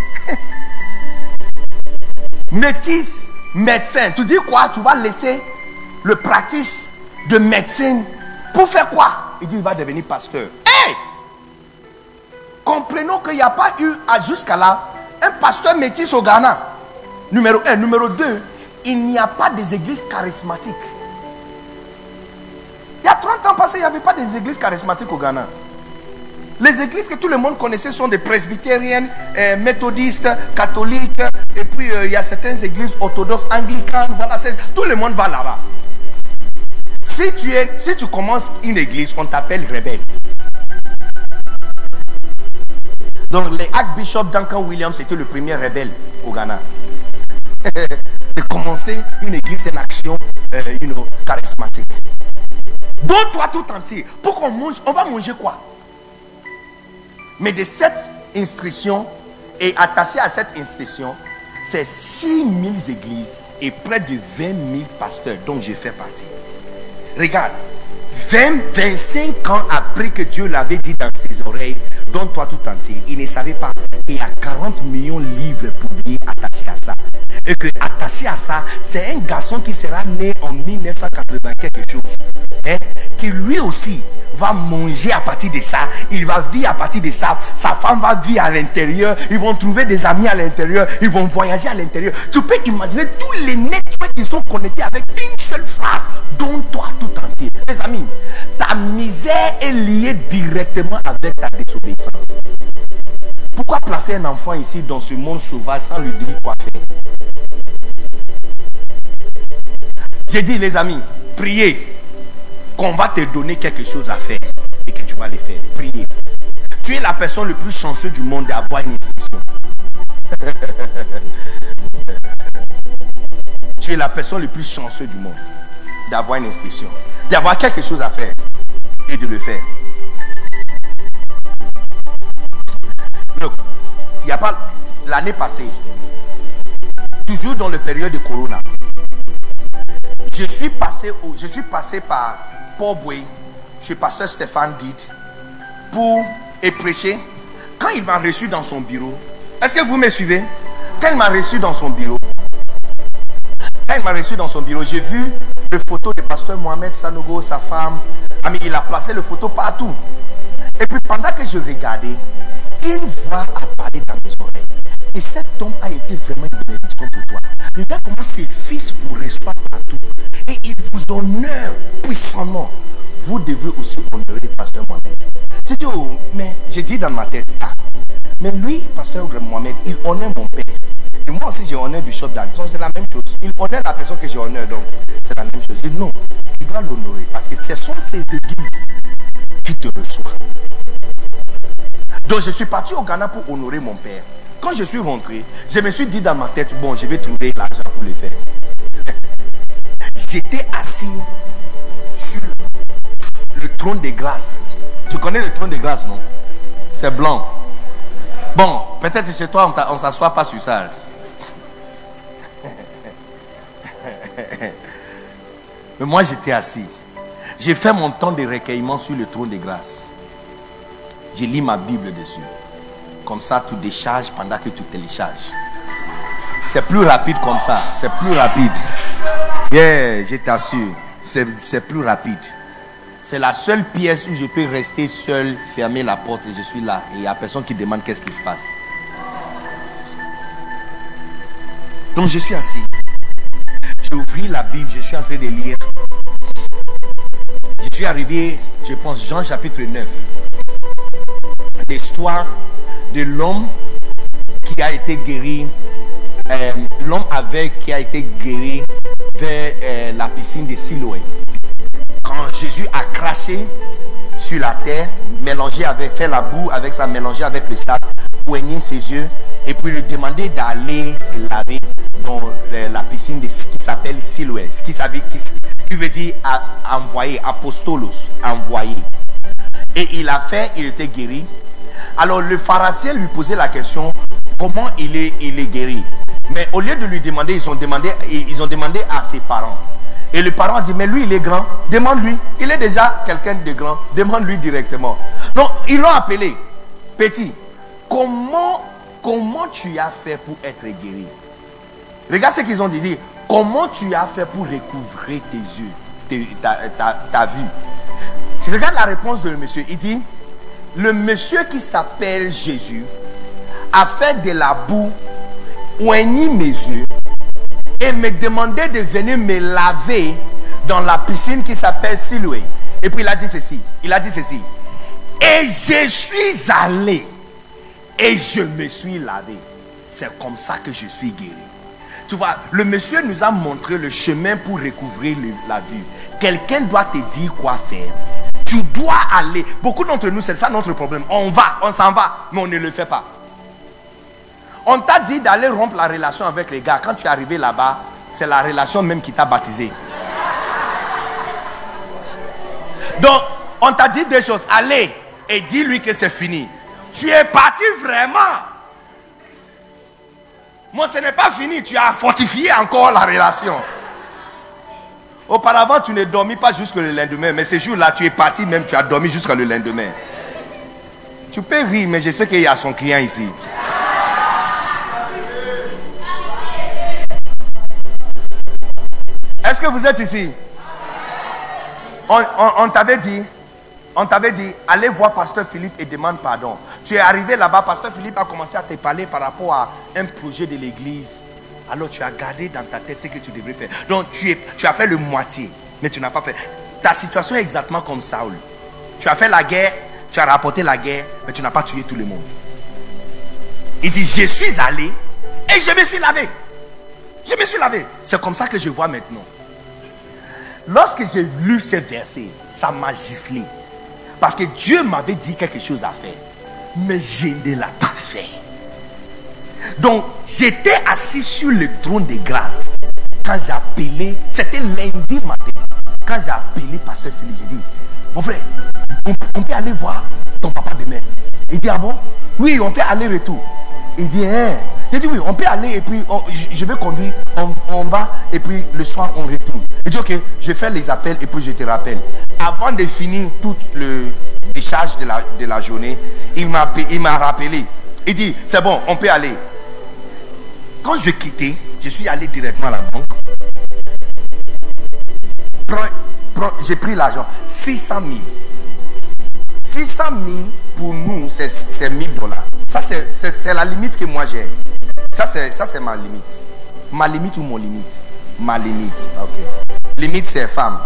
Métis, médecin. Tu dis quoi? Tu vas laisser le pratique de médecine. Pour faire quoi? Il dit il va devenir pasteur. Hey! Comprenons qu'il n'y a pas eu jusqu'à là un pasteur métis au Ghana. Numéro 1. Numéro 2, il n'y a pas des églises charismatiques. Il y a 30 ans passés, il n'y avait pas des églises charismatiques au Ghana. Les églises que tout le monde connaissait sont des presbytériennes, méthodistes, catholiques. Et puis il y a certaines églises orthodoxes, anglicanes. Voilà, tout le monde va là-bas. Si tu commences une église, on t'appelle rebelle. Donc les Archbishop Duncan Williams était le premier rebelle au Ghana. De commencer une église, une action charismatique. Donne-toi tout entier. Pour qu'on mange, on va manger quoi? Mais de cette instruction, et attaché à cette instruction, c'est 6000 églises et près de 20 000 pasteurs dont je fais partie. Regarde, 25 ans après que Dieu l'avait dit dans ses oreilles, donne-toi tout entier, il ne savait pas qu'il y a 40 millions de livres publiés attachés à ça. Et que attaché à ça, c'est un garçon qui sera né en 1980 quelque chose. Qui lui aussi va manger à partir de ça. Il va vivre à partir de ça. Sa femme va vivre à l'intérieur. Ils vont trouver des amis à l'intérieur. Ils vont voyager à l'intérieur. Tu peux imaginer tous les networks qui sont connectés avec une seule phrase. Donne-toi tout entier. Les amis, ta misère est liée directement avec ta désobéissance. Pourquoi placer un enfant ici dans ce monde sauvage sans lui dire quoi faire? J'ai dit les amis, priez qu'on va te donner quelque chose à faire et que tu vas le faire. Priez. Tu es la personne le plus chanceuse du monde d'avoir une instruction. Tu es la personne le plus chanceuse du monde d'avoir une instruction, d'avoir quelque chose à faire et de le faire. Donc, s'il n'y a pas l'année passée, toujours dans la période de Corona, je suis passé par Paul Boué, chez pasteur Stéphane Did, pour prêcher. Quand il m'a reçu dans son bureau, est-ce que vous me suivez? Quand il m'a reçu dans son bureau, j'ai vu le photo de pasteur Mohamed Sanogo, sa femme. Il a placé le photo partout. Et puis pendant que je regardais, une voix a parlé dans mes oreilles. Et cet homme a été vraiment une bénédiction pour toi. Regarde comment ses fils vous reçoivent partout. Et ils vous honorent puissamment. Vous devez aussi honorer pasteur Mohamed. J'ai dit, oh, mais j'ai dit dans ma tête, mais lui, pasteur Mohamed, il honore mon père. Et moi aussi, j'ai honoré Bishop Dag. C'est la même chose. Il honore la personne que j'ai honorée, donc c'est la même chose. Je dis non, il doit l'honorer parce que ce sont ces églises qui te reçoivent. Donc je suis parti au Ghana pour honorer mon père. Quand je suis rentré, je me suis dit dans ma tête, bon, je vais trouver l'argent pour le faire. J'étais assis sur le trône de grâce. Tu connais le trône de grâce, non? C'est blanc. Bon, peut-être chez toi, on ne s'assoit pas sur ça. Mais moi, j'étais assis. J'ai fait mon temps de recueillement sur le trône de grâce. J'ai lu ma Bible dessus. Comme ça, tu décharges pendant que tu télécharges. C'est plus rapide comme ça. C'est plus rapide. Yeah, je t'assure. C'est plus rapide. C'est la seule pièce où je peux rester seul, fermer la porte et je suis là. Et il n'y a personne qui demande qu'est-ce qui se passe. Donc je suis assis. J'ai ouvert la Bible, je suis en train de lire. Je suis arrivé, je pense, Jean chapitre 9. L'histoire de l'homme qui a été guéri. L'homme avec qui a été guéri vers la piscine de Siloé. Quand Jésus a craché sur la terre, fait la boue avec ça, mélangé avec le sable, poigné ses yeux, et puis lui demander d'aller se laver dans la piscine qui s'appelle Siloé, qui veut dire envoyé, apostolos, envoyé. Et il a fait, il était guéri. Alors le pharisien lui posait la question, comment il est guéri? Mais au lieu de lui demander, ils ont demandé à ses parents. Et le parent dit, mais lui il est grand, demande-lui. Il est déjà quelqu'un de grand, demande-lui directement. Donc ils l'ont appelé, petit, comment tu as fait pour être guéri? Regarde ce qu'ils ont dit, comment tu as fait pour recouvrer tes yeux, ta vue? Tu regardes la réponse de le monsieur, il dit, le monsieur qui s'appelle Jésus a fait de la boue, oigné mes yeux, et me demandait de venir me laver dans la piscine qui s'appelle Siloué. Et puis il a dit ceci. Et je suis allé et je me suis lavé. C'est comme ça que je suis guéri. Tu vois, le monsieur nous a montré le chemin pour recouvrir la vue. Quelqu'un doit te dire quoi faire. Tu dois aller. Beaucoup d'entre nous, c'est ça notre problème. On s'en va, mais on ne le fait pas. On t'a dit d'aller rompre la relation avec les gars. Quand tu es arrivé là-bas, c'est la relation même qui t'a baptisé. Donc, on t'a dit des choses. Allez et dis-lui que c'est fini. Tu es parti vraiment. Moi, ce n'est pas fini. Tu as fortifié encore la relation. Auparavant, tu ne dormis pas jusqu'au lendemain. Mais ce jour-là, tu es parti même. Tu as dormi jusqu'au lendemain. Tu peux rire, mais je sais qu'il y a son client ici. Est-ce que vous êtes ici? On t'avait dit, allez voir Pasteur Philippe et demande pardon. Tu es arrivé là-bas, Pasteur Philippe a commencé à te parler par rapport à un projet de l'église. Alors tu as gardé dans ta tête ce que tu devrais faire. Donc tu as fait le moitié, mais tu n'as pas fait. Ta situation est exactement comme Saül. Tu as fait la guerre, tu as rapporté la guerre, mais tu n'as pas tué tout le monde. Il dit, je suis allé et je me suis lavé. Je me suis lavé. C'est comme ça que je vois maintenant. Lorsque j'ai lu ce verset, ça m'a giflé. Parce que Dieu m'avait dit quelque chose à faire. Mais je ne l'ai pas fait. Donc, j'étais assis sur le trône de grâce. Quand j'ai appelé, c'était lundi matin. Quand j'ai appelé Pasteur Philippe, j'ai dit, mon frère, on peut aller voir ton papa demain. Il dit, ah bon? Oui, on fait aller-retour. Il dit, hein? J'ai dit, oui, on peut aller et puis je vais conduire. On va et puis le soir, on retourne. Il dit, ok, je fais les appels et puis je te rappelle. Avant de finir tout le décharge de la journée, il m'a rappelé. Il dit, c'est bon, on peut aller. Quand je quittais, je suis allé directement à la banque. J'ai pris l'argent, 600 000. 600 000 pour nous, c'est $1000. Ça, c'est la limite que moi j'ai. Ça, c'est ma limite. Ma limite ou mon limite? Ma limite. Ok. Limite, c'est femme.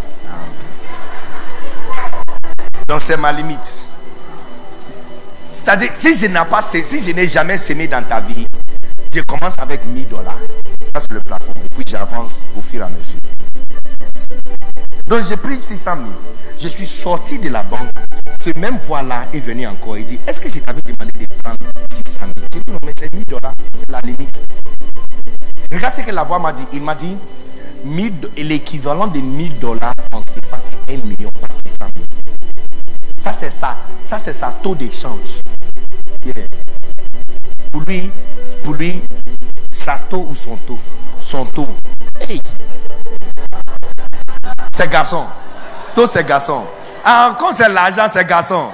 Donc, c'est ma limite. C'est-à-dire, si je n'ai jamais semé dans ta vie, je commence avec $1000. Ça, c'est le plafond. Et puis, j'avance au fur et à mesure. Yes. Donc, j'ai pris 600 000. Je suis sorti de la banque. Ce même voix-là est venu encore. Il dit, est-ce que je t'avais demandé de prendre 600 000? J'ai dit, non, mais c'est $1000. C'est la limite. Regarde ce que la voix m'a dit. Il m'a dit, l'équivalent de $1000 en CFA, c'est 1 million, pas 600 000. Ça, c'est ça. Ça, c'est sa taux d'échange. Yeah. Pour lui, sa taux ou son taux? Son taux. Hey. C'est garçon. Taux, c'est garçon. Ah, quand c'est l'argent, c'est garçon.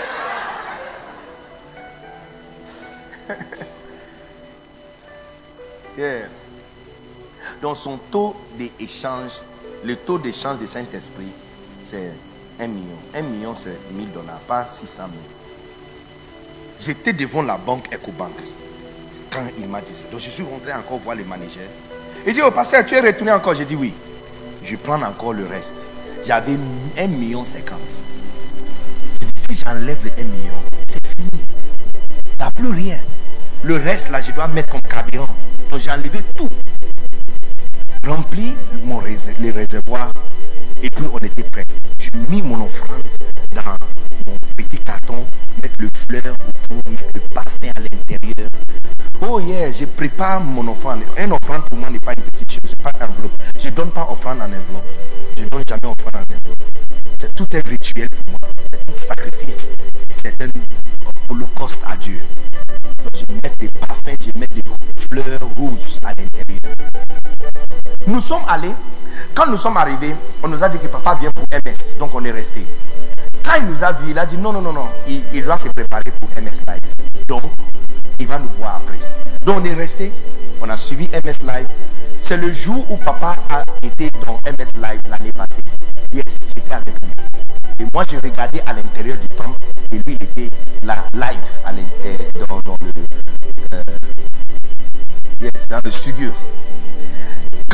Yeah. Donc son taux d'échange, le taux d'échange du Saint-Esprit, c'est 1 million. 1 million, c'est $1000, pas 600 000. J'étais devant la banque Ecobank quand il m'a dit ça. Donc je suis rentré encore voir le manager. Il dit, oh pasteur, tu es retourné encore? J'ai dit oui. Je prends encore le reste. J'avais 1,50 million. J'ai dit, si j'enlève les 1 million, c'est fini. Il n'y a plus rien. Le reste là, je dois mettre comme carburant. Donc j'ai enlevé tout. Rempli les réservoirs. Et puis on était prêts. J'ai mis mon offrande dans mon petit carton, mettre le fleur autour, mettre le parfum à l'intérieur. Oh yeah, je prépare mon offrande. Un offrande pour moi n'est pas une petite chose. C'est pas enveloppe. Je ne donne pas offrande en enveloppe. Je ne donne jamais offrande en enveloppe. C'est tout un rituel pour moi. C'est un sacrifice. C'est un holocauste à Dieu. Donc je mets des parfums, je mets des fleurs rouges à l'intérieur. Nous sommes allés. Quand nous sommes arrivés, on nous a dit que papa vient pour MS. Donc on est resté. Quand il nous a vu, il a dit non. Il doit se préparer pour MS Live. Donc, il va nous voir après. Donc on est resté. On a suivi MS Live. C'est le jour où papa a été dans MS Live l'année passée. Yes, j'étais avec lui. Et moi, j'ai regardé à l'intérieur du temple. Et lui, il était là, live, à l'intérieur, dans le studio.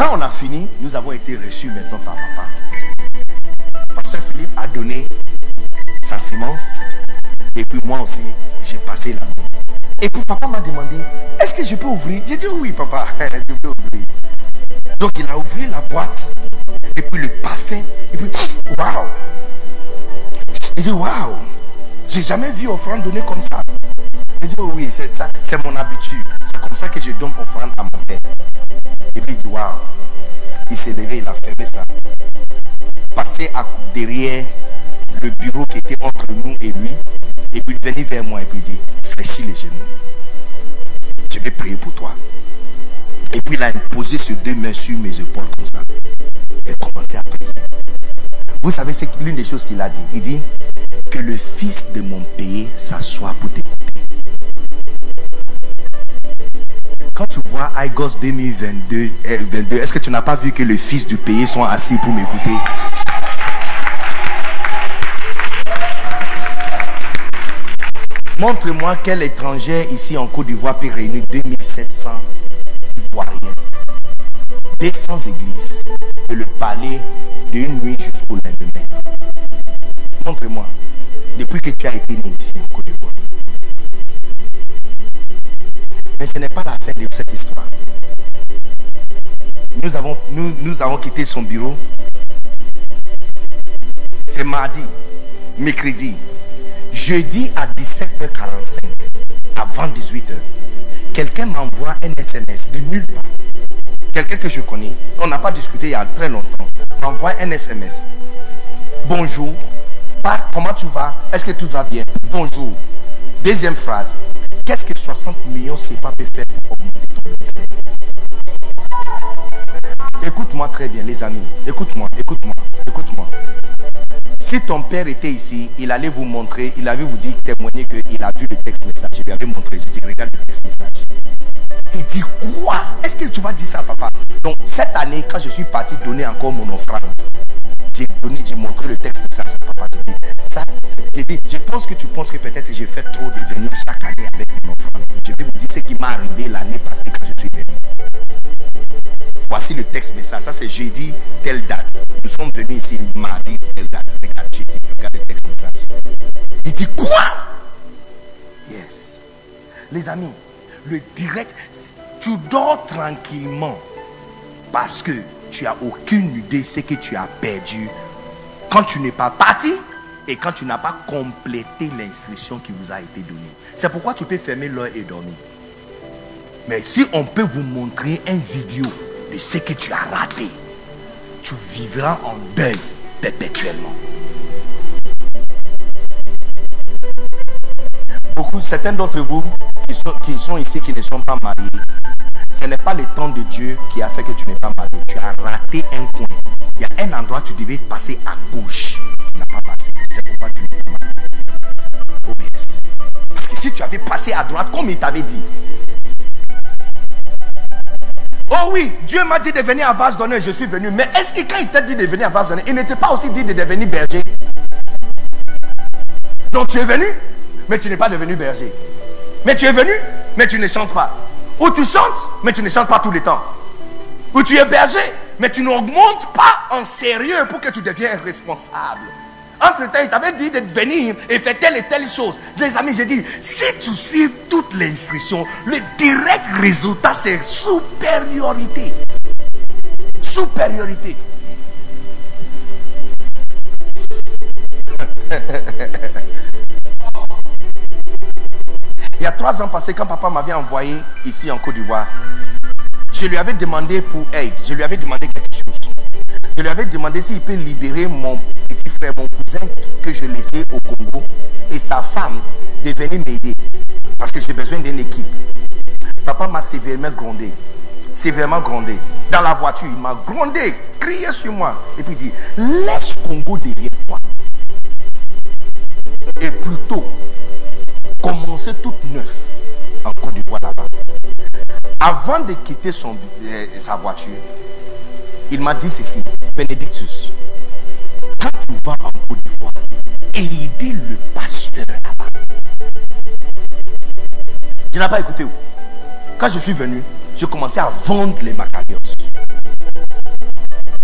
Quand on a fini, nous avons été reçus maintenant par papa. Pasteur Philippe a donné sa sémence. Et puis moi aussi, j'ai passé la main. Et puis papa m'a demandé, est-ce que je peux ouvrir? J'ai dit oui papa, je peux ouvrir. Donc il a ouvert la boîte. Et puis le parfum. Et puis, waouh. Il dit, waouh. J'ai jamais vu offrande donnée comme ça. J'ai dit, oh oui, c'est ça, c'est mon habitude. C'est comme ça que je donne offrande à mon père. Et puis il dit, waouh. Il s'est levé, il a fermé ça. Passé derrière le bureau qui était entre nous et lui. Et puis il venait vers moi et puis il dit, fléchis les genoux. Je vais prier pour toi. Et puis il a imposé ses deux mains sur mes épaules comme ça. Et commencé à prier. Vous savez, c'est l'une des choses qu'il a dit. Il dit que le fils de mon pays s'assoit pour t'écouter. Quand tu vois IGOS 2022, est-ce que tu n'as pas vu que les fils du pays sont assis pour m'écouter? Montre-moi quel étranger ici en Côte d'Ivoire peut réunir 2700 Ivoiriens, 200 églises et le palais d'une nuit jusqu'au lendemain. Montre-moi, depuis que tu as été né ici en Côte d'Ivoire. Mais ce n'est pas la fin de cette histoire. Nous avons quitté son bureau. C'est mardi, mercredi, jeudi à 17h45, avant 18h. Quelqu'un m'envoie un SMS de nulle part. Quelqu'un que je connais, on n'a pas discuté il y a très longtemps, m'envoie un SMS. Bonjour, comment tu vas? Est-ce que tout va bien? Bonjour. Deuxième phrase. Qu'est-ce que 60 millions CFA peut faire pour augmenter ton ministère? Écoute-moi très bien, les amis. Écoute-moi. Si ton père était ici, il allait vous montrer, il avait vous dit, témoigner qu'il a vu le texte message. Je lui avais montré, je dis, regarde le texte message. Il dit, quoi? Est-ce que tu vas dire ça, papa? Donc, cette année, quand je suis parti donner encore mon offrande, j'ai montré le texte message à papa. J'ai dit, je pense que tu penses que peut-être j'ai fait trop de venir chaque année avec mon offrande. Je vais vous dire ce qui m'est arrivé l'année passée quand je suis venu. Voici le texte message. Ça, c'est jeudi, telle date. Nous sommes venus ici mardi, telle date. Regarde, jeudi, regarde le texte message. Il dit, quoi? Yes. Les amis, le direct, tu dors tranquillement parce que tu n'as aucune idée de ce que tu as perdu quand tu n'es pas parti et quand tu n'as pas complété l'instruction qui vous a été donnée. C'est pourquoi tu peux fermer l'œil et dormir. Mais si on peut vous montrer une vidéo de ce que tu as raté, tu vivras en deuil perpétuellement. Certains d'entre vous qui sont ici, qui ne sont pas mariés, ce n'est pas le temps de Dieu qui a fait que tu n'es pas marié. Tu as raté un coin. Il y a un endroit où tu devais passer à gauche. Tu n'as pas passé. C'est pourquoi tu n'es pas marié. Oh yes. Parce que si tu avais passé à droite, comme il t'avait dit. Oh oui, Dieu m'a dit de venir à vase d'honneur, je suis venu. Mais est-ce que quand il t'a dit de venir à vase d'honneur, il n'était pas aussi dit de devenir berger? Donc tu es venu, mais tu n'es pas devenu berger. Mais tu es venu, mais tu ne chantes pas. Ou tu chantes, mais tu ne chantes pas tout le temps. Ou tu es berger, mais tu n'augmentes pas en sérieux pour que tu deviennes responsable. Entre-temps, il t'avait dit de venir et faire telle et telle chose. Les amis, j'ai dit, si tu suis toute l'instruction, le direct résultat, c'est supériorité. Supériorité. Il y a 3 ans passés, quand papa m'avait envoyé ici en Côte d'Ivoire, je lui avais demandé pour aide. Je lui avais demandé quelque chose. Je lui avais demandé s'il peut libérer mon petit frère, mon cousin que je laissais au Congo et sa femme de venir m'aider. Parce que j'ai besoin d'une équipe. Papa m'a sévèrement grondé. Sévèrement grondé. Dans la voiture, il m'a grondé, crié sur moi. Et puis il dit, laisse Congo derrière toi. Et plutôt, commencer toute neuf en Côte d'Ivoire là-bas. Avant de quitter sa voiture, il m'a dit ceci, Benedictus, quand tu vas en Côte d'Ivoire, aider le pasteur là-bas. Je n'ai pas écouté où. Quand je suis venu, j'ai commencé à vendre les macarios.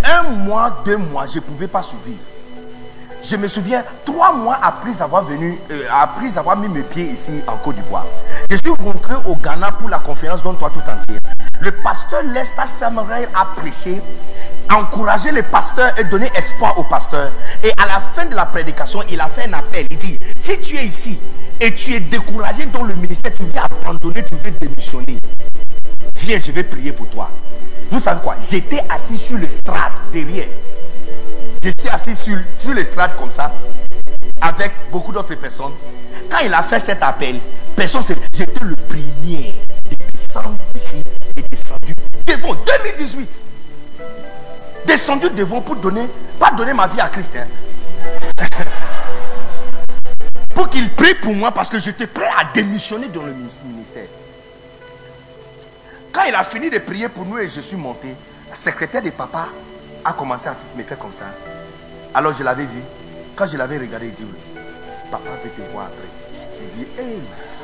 1 mois, 2 mois, je ne pouvais pas survivre. Je me souviens, 3 mois après avoir mis mes pieds ici en Côte d'Ivoire, je suis rentré au Ghana pour la conférence Donne Toi Tout Entier. Le pasteur Lester Samuel a prêché, encouragé les pasteurs et donné espoir aux pasteurs. Et à la fin de la prédication, il a fait un appel. Il dit, si tu es ici et tu es découragé dans le ministère, tu veux abandonner, tu veux démissionner, viens, je vais prier pour toi. Vous savez quoi? J'étais assis sur l'estrade derrière. J'étais assis sur l'estrade comme ça, avec beaucoup d'autres personnes. Quand il a fait cet appel, personne s'est... J'étais le premier de descendre ici et descendu devant 2018. Descendu devant pour pas donner ma vie à Christ. Hein. Pour qu'il prie pour moi parce que j'étais prêt à démissionner dans le ministère. Quand il a fini de prier pour nous et je suis monté, la secrétaire de papa a commencé à me faire comme ça. Alors je l'avais vu. Quand je l'avais regardé, il dit, papa veut te voir après. J'ai dit, hey.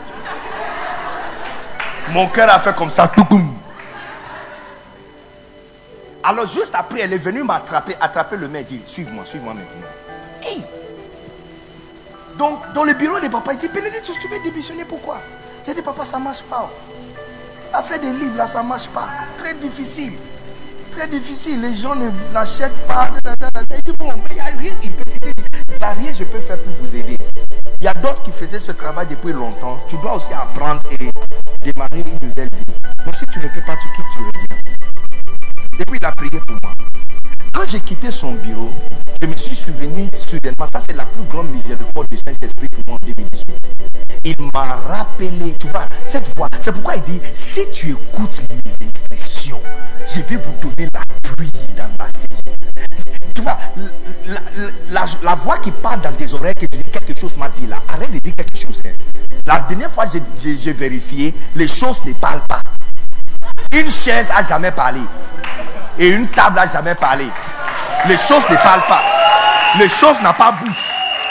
Mon cœur a fait comme ça, tout boum. Alors juste après, elle est venue attraper le main et dit, suis-moi maintenant. Hey. Donc dans le bureau de papa, il dit, Bénédicte, tu veux démissionner, pourquoi? J'ai dit, papa, ça ne marche pas. Faire des livres là, ça ne marche pas. Très difficile. Très difficile. Les gens n'achètent pas. Il dit, bon, mais il n'y a rien. Il n'y a rien que je peux faire pour vous aider. Il y a d'autres qui faisaient ce travail depuis longtemps. Tu dois aussi apprendre et démarrer une nouvelle vie. Mais si tu ne peux pas, tu quittes, tu reviens. Et puis il a prié pour moi. Quand j'ai quitté son bureau, je me suis souvenu soudainement. Ça, c'est la plus grande miséricorde du Saint-Esprit pour moi en 2018. Il m'a rappelé, tu vois, cette voix. C'est pourquoi il dit, si tu écoutes mes instructions, je vais vous donner la pluie dans la saison. Tu vois, la voix qui parle dans tes oreilles, que tu dis quelque chose m'a dit là. Arrête de dire quelque chose. Hein. La dernière fois, j'ai vérifié, les choses ne parlent pas. Une chaise n'a jamais parlé. Et une table n'a jamais parlé. Les choses ne parlent pas. Les choses n'ont pas bouche.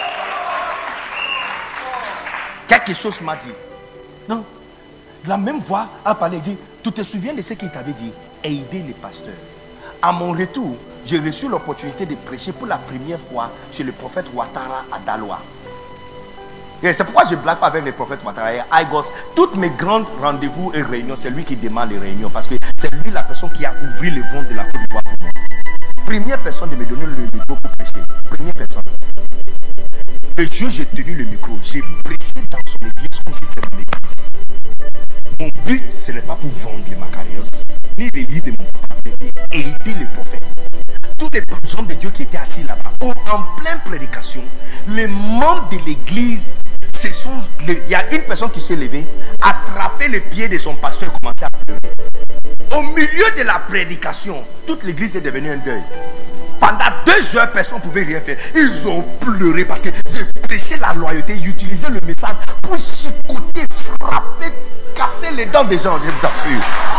Quelque chose m'a dit. Non. La même voix a parlé. Dit, tu te souviens de ce qu'il t'avait dit? Aider les pasteurs. À mon retour, j'ai reçu l'opportunité de prêcher pour la première fois chez le prophète Ouattara à Daloa. Et c'est pourquoi je ne blague pas avec le prophète Ouattara. Aigos, toutes mes grandes rendez-vous et réunions, c'est lui qui démarre les réunions. Parce que c'est lui la personne qui a ouvert les ventes de la Côte d'Ivoire pour moi. Première personne de me donner le micro pour prêcher. Première personne. Le jour j'ai tenu le micro, j'ai prêché dans son église comme si c'était mon église. Mon but, ce n'est pas pour vendre les macarios, ni les livres de mon papa, mais aider les prophètes. Tous les gens de Dieu qui étaient assis là-bas, en pleine prédication, les membres de l'église, il y a une personne qui s'est levée, attrapé le pied de son pasteur et commençait à pleurer. Au milieu de la prédication, toute l'église est devenue un deuil. Pendant 2 heures, personne ne pouvait rien faire. Ils ont pleuré parce que j'ai prêché la loyauté, j'utilisais le message pour chicoter, frapper, casser les dents des gens, je vous assure.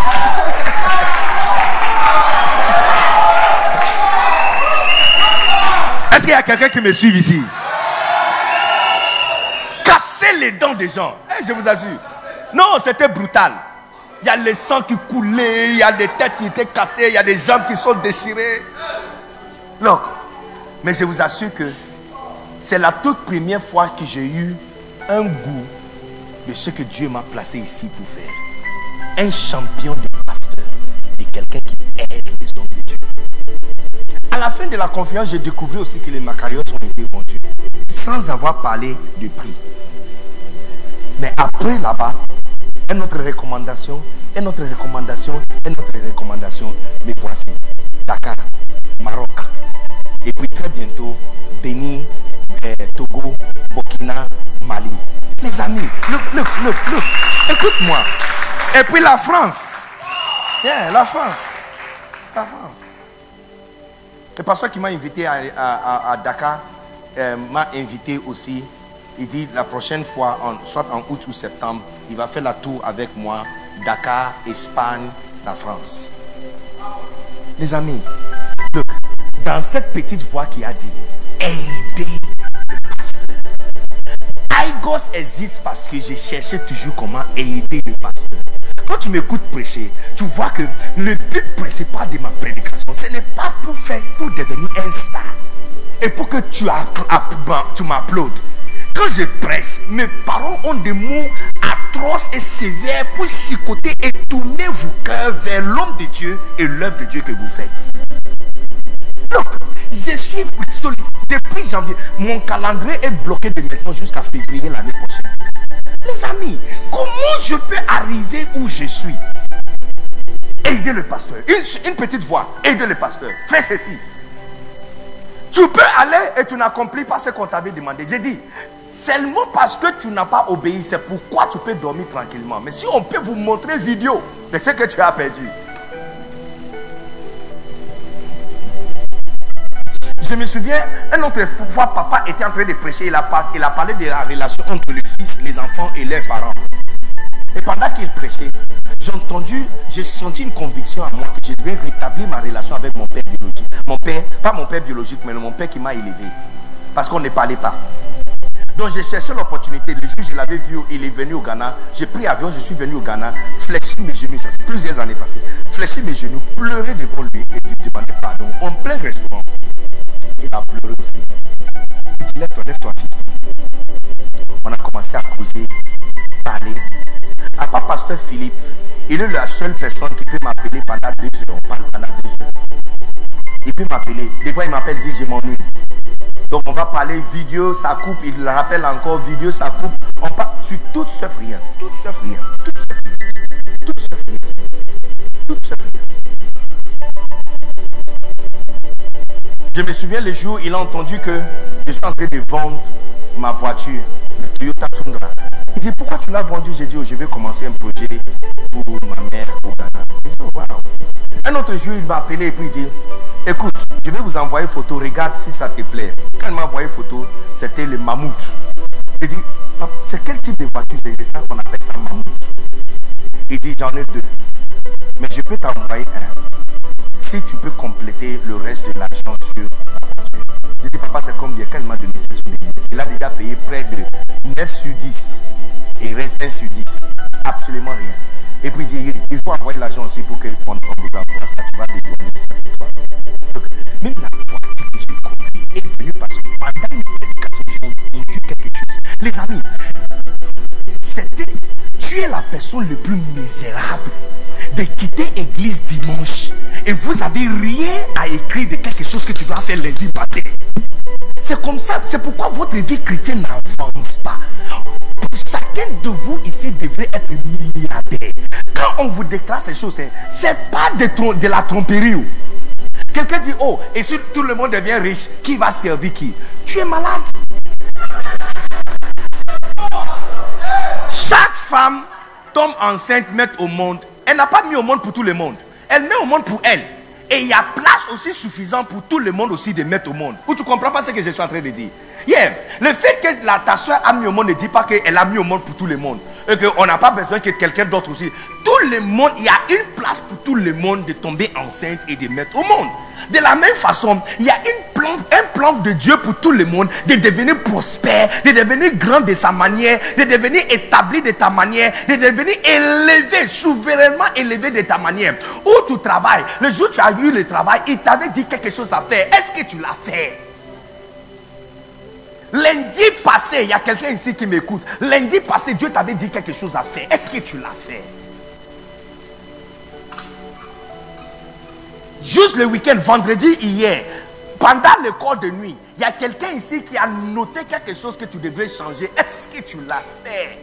Est-ce qu'il y a quelqu'un qui me suit ici? Casser les dents des gens, je vous assure. Non, c'était brutal. Il y a le sang qui coulait, il y a des têtes qui étaient cassées, il y a des jambes qui sont déchirées. Donc, mais je vous assure que c'est la toute première fois que j'ai eu un goût de ce que Dieu m'a placé ici pour faire. Un champion de pasteur, de quelqu'un qui aide les hommes de Dieu. À la fin de la conférence, j'ai découvert aussi que les macarios ont été vendus sans avoir parlé de prix. Mais après là-bas, une autre recommandation, une autre recommandation, une autre recommandation. Mais voici, Dakar, Maroc. Et puis très bientôt, Bénin, Togo, Burkina, Mali. Les amis, look. Écoute-moi. Et puis la France. Yeah, la France. Le pasteur qui m'a invité à Dakar m'a invité aussi. Il dit la prochaine fois, soit en août ou septembre, il va faire la tour avec moi. Dakar, Espagne, la France. Les amis, look, dans cette petite voix qui a dit aider le pasteur. Aigos existe parce que j'ai cherché toujours comment aider le pasteur. Quand tu m'écoutes prêcher, tu vois que le but principal de ma prédication, ce n'est pas pour devenir un star et pour que tu m'applaudes. Quand je prêche, mes paroles ont des mots atroces et sévères pour chicoter et tourner vos cœurs vers l'homme de Dieu et l'œuvre de Dieu que vous faites. Donc, je suis sollicité depuis janvier. Mon calendrier est bloqué de maintenant jusqu'à février l'année prochaine. Les amis, comment je peux arriver où je suis? Aider le pasteur. Une petite voix. Aider le pasteur. Fais ceci. Tu peux aller et tu n'accomplis pas ce qu'on t'avait demandé. J'ai dit, seulement parce que tu n'as pas obéi, c'est pourquoi tu peux dormir tranquillement. Mais si on peut vous montrer vidéo de ce que tu as perdu. Je me souviens, une autre fois, papa était en train de prêcher. Il a parlé de la relation entre le fils, les enfants et leurs parents. Et pendant qu'il prêchait, j'ai senti une conviction à moi que je devais rétablir ma relation avec mon père biologique. Mon père, pas mon père biologique, mais mon père qui m'a élevé. Parce qu'on ne parlait pas. Donc j'ai cherché l'opportunité. Le jour où je l'avais vu, il est venu au Ghana. J'ai pris l'avion, je suis venu au Ghana, fléchi mes genoux, ça c'est plusieurs années passées. Fléchi mes genoux, pleurer devant lui et lui demander pardon en plein restaurant. Il a pleuré aussi. Il dit, lève-toi, fils. On a commencé à causer, parler. À part pasteur Philippe, il est la seule personne qui peut m'appeler pendant 2 heures. On parle pendant 2 heures. Il peut m'appeler. Des fois, il m'appelle, il dit, je m'ennuie. Donc, on va parler vidéo, ça coupe. Il le rappelle encore, vidéo, ça coupe. On parle sur tout sauf rien. Tout sauf rien. Tout sauf rien. Tout sauf rien. Tout sauf rien. Je me souviens le jour où il a entendu que je suis en train de vendre ma voiture, le Toyota Tundra. Il dit, pourquoi tu l'as vendu? J'ai dit, oh, je vais commencer un projet pour ma mère au Ghana. Il dit, oh, wow. Un autre jour, il m'a appelé et puis il dit, écoute, je vais vous envoyer une photo, regarde si ça te plaît. Quand il m'a envoyé une photo, c'était le mammouth. Il dit, c'est quel type de voiture? C'est ça qu'on appelle ça mammouth. Il dit, j'en ai 2. Mais je peux t'envoyer un. Si tu peux compléter le reste de l'argent sur la voiture. J'ai dit, papa, c'est combien? Quand il m'a donné cette somme de billets, il a déjà payé près de 9 sur 10. Et il reste 1 sur 10. Absolument rien. Et puis il dit, il faut envoyer l'argent aussi pour qu'on vous envoie ça. Tu vas dédouaner ça pour toi. Donc, même la voiture que j'ai conduite est venue parce que pendant une prédication, j'ai entendu quelque chose. Les amis, tu es la personne le plus misérable de quitter l'église dimanche et vous avez rien à écrire de quelque chose que tu dois faire lundi matin. C'est comme ça, c'est pourquoi votre vie chrétienne n'avance pas. Chacun de vous ici devrait être milliardaire. Quand on vous déclare ces choses, c'est pas de la tromperie. Quelqu'un dit, oh, et si tout le monde devient riche, qui va servir qui? Tu es malade. Chaque femme tombe enceinte, met au monde. Elle n'a pas mis au monde pour tout le monde. Elle met au monde pour elle. Et il y a place aussi suffisante pour tout le monde aussi de mettre au monde. Ou tu ne comprends pas ce que je suis en train de dire? Yeah. Le fait que ta soeur a mis au monde ne dit pas qu'elle a mis au monde pour tout le monde. Et qu'on n'a pas besoin que quelqu'un d'autre aussi. Tout le monde, il y a une place pour tout le monde de tomber enceinte et de mettre au monde. De la même façon, il y a un plan de Dieu pour tout le monde de devenir prospère, de devenir grand de sa manière, de devenir établi de ta manière, de devenir élevé, souverainement élevé de ta manière. Où tu travailles, le jour où tu as eu le travail, il t'avait dit quelque chose à faire. Est-ce que tu l'as fait? Lundi passé, il y a quelqu'un ici qui m'écoute. Lundi passé, Dieu t'avait dit quelque chose à faire. Est-ce que tu l'as fait? Juste le week-end, vendredi hier, pendant le corps de nuit, il y a quelqu'un ici qui a noté quelque chose que tu devrais changer. Est-ce que tu l'as fait?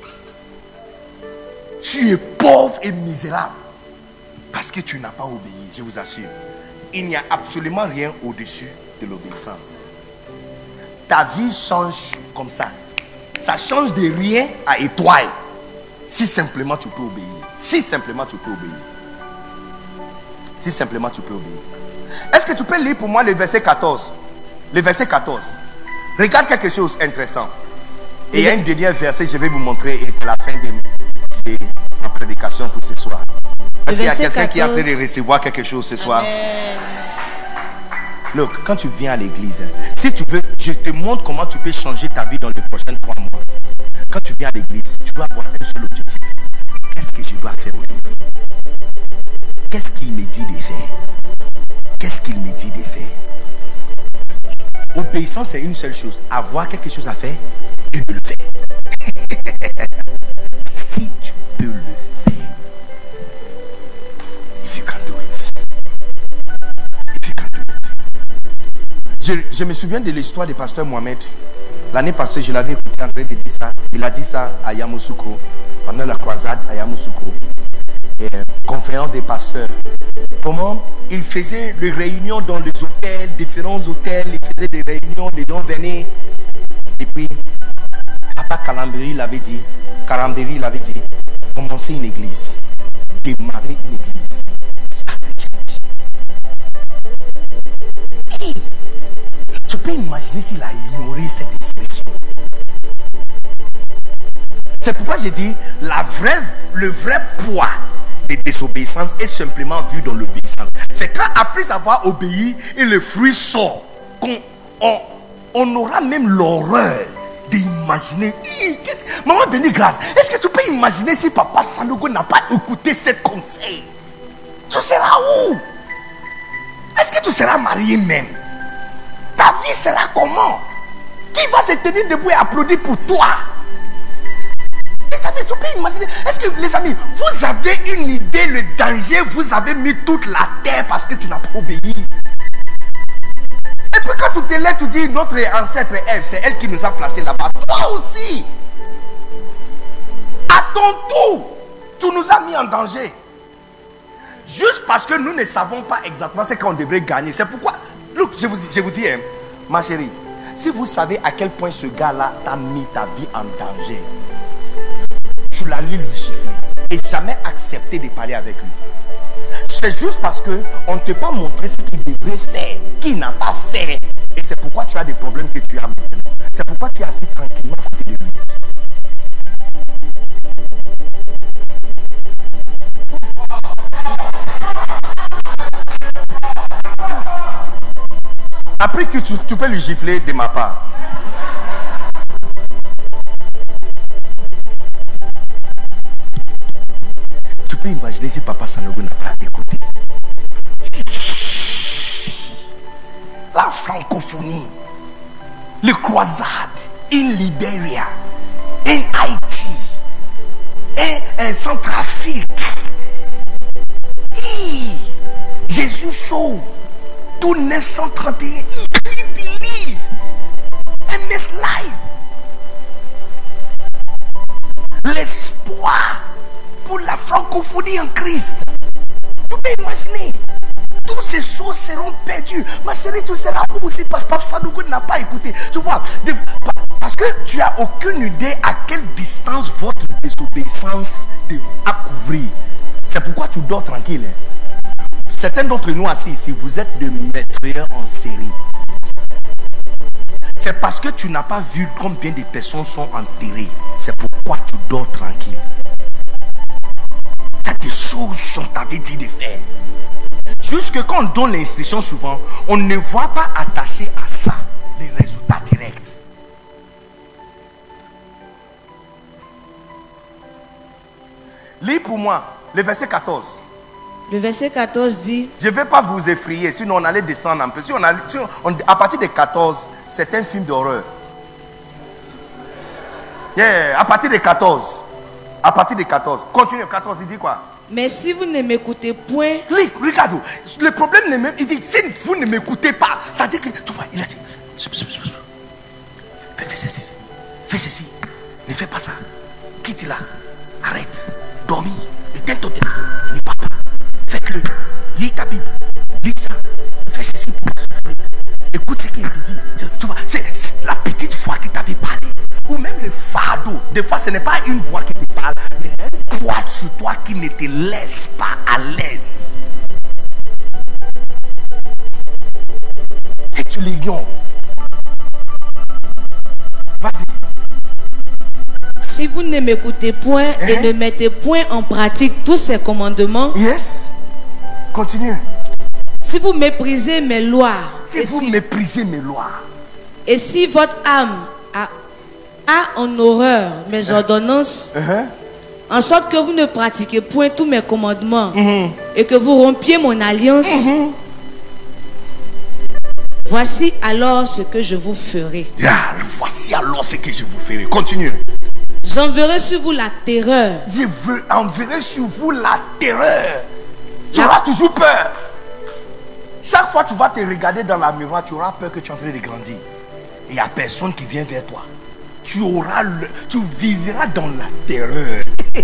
Tu es pauvre et misérable parce que tu n'as pas obéi, je vous assure. Il n'y a absolument rien au-dessus de l'obéissance. Ta vie change comme ça. Ça change de rien à étoile. Si simplement tu peux obéir. Si simplement tu peux obéir. Si simplement tu peux obéir. Est-ce que tu peux lire pour moi le verset 14? Le verset 14. Regarde quelque chose d'intéressant. Et il y a un dernier verset, je vais vous montrer. Et c'est la fin de ma prédication pour ce soir. Est-ce qu'il y a quelqu'un qui est en train de recevoir quelque chose ce soir? Look, quand tu viens à l'église, si tu veux, je te montre comment tu peux changer ta vie dans les prochains 3 mois. Quand tu viens à l'église, tu dois avoir un seul objectif. Qu'est-ce que je dois faire aujourd'hui? Qu'est-ce qu'il me dit de faire? Qu'est-ce qu'il me dit de faire? Obéissance, c'est une seule chose. Avoir quelque chose à faire et de le faire. Si tu peux le faire. If you can do it. If you can do it. Je me souviens de l'histoire du pasteur Mohamed. L'année passée, je l'avais écouté en train de dire ça. Il a dit ça à Yamoussoukro, pendant la croisade à Yamoussoukro. Conférence des pasteurs. Comment il faisait des réunions dans les hôtels, différents hôtels. Il faisait des réunions, des gens venaient. Et puis, Papa Karambéry l'avait dit, commencer une église, démarrer une église, start a church. Hey, tu peux imaginer s'il a ignoré cette expression. C'est pourquoi j'ai dit, le vrai poids de désobéissance est simplement vu dans l'obéissance. C'est quand après avoir obéi et le fruit sort, qu'on aura même l'horreur d'imaginer. Maman bénie grâce, est-ce que tu peux imaginer si Papa Sanogo n'a pas écouté ce conseil? Tu seras où? Est-ce que tu seras marié même? Ta vie sera comment? Qui va se tenir debout et applaudir pour toi? Les amis, tu peux imaginer. Est-ce que les amis, vous avez une idée, le danger, vous avez mis toute la terre parce que tu n'as pas obéi. Et puis quand tu te lèves, tu dis notre ancêtre Ève, c'est elle qui nous a placés là-bas. Toi aussi, à ton tour, tu nous as mis en danger. Juste parce que nous ne savons pas exactement ce qu'on devrait gagner. C'est pourquoi, look, je vous dis, ma chérie, si vous savez à quel point ce gars-là t'a mis ta vie en danger, tu l'as lui gifler et jamais accepter de parler avec lui. C'est juste parce qu'on ne t'a pas montré ce qu'il devrait faire, qu'il n'a pas fait. Et c'est pourquoi tu as des problèmes que tu as maintenant. C'est pourquoi tu es assis tranquillement à côté de lui. Après que tu peux lui gifler de ma part. Tu peux imaginer si Papa Sanogo n'a pas écouté. La francophonie, le croisade in Libéria, in Haïti, en Centrafrique. Jésus sauve. Tout 931. Can you believe? MS Live. L'espoir pour la francophonie en Christ. Tu peux imaginer. Toutes ces choses seront perdues. Ma chérie, tu seras où aussi parce que Papa Sanogo n'a pas écouté. Tu vois, parce que tu n'as aucune idée à quelle distance votre désobéissance a couvrir. C'est pourquoi tu dors tranquille. Certains d'entre nous assis ici, vous êtes des meurtriers en série. C'est parce que tu n'as pas vu combien de personnes sont enterrées. C'est pourquoi tu dors tranquille. Tu as des choses qu'on t'avait dit de faire. Jusque quand on donne l'instruction souvent, on ne voit pas attaché à ça les résultats directs. Lis pour moi le verset 14. Le verset 14 dit: je ne vais pas vous effrayer, sinon on allait descendre un peu. À partir de 14, c'est un film d'horreur. À partir de 14. À partir de 14. Continue, 14, il dit quoi? Mais si vous ne m'écoutez point. Regarde, le problème, il dit, si vous ne m'écoutez pas, c'est-à-dire que, tu vois, il a dit, fais ceci, fais ceci, ne fais pas ça, quitte là, arrête, dormis, éteins ton téléphone, ne parle pas, faites-le, lis ta Bible, lis ça, fais ceci, écoute ce qu'il te dit, tu vois, c'est la petite voix qui t'avait parlé, ou même le fardeau, des fois ce n'est pas une voix qui te parle, mais un poids sur toi qui ne te laisse pas à l'aise. Et tu l'ignores. Vas-y. Si vous ne m'écoutez point et ne mettez point en pratique tous ces commandements. Yes. Continue. Si vous méprisez mes lois, méprisez mes lois, et si votre âme a en horreur mes ordonnances, en sorte que vous ne pratiquez point tous mes commandements et que vous rompiez mon alliance, voici alors ce que je vous ferai. Voici alors ce que je vous ferai. Continue. J'enverrai sur vous la terreur. Je enverrai sur vous la terreur. Tu auras toujours peur. Chaque fois que tu vas te regarder dans la miroir, tu auras peur que tu es en train de grandir. Et il n'y a personne qui vient vers toi. Tu vivras dans la terreur.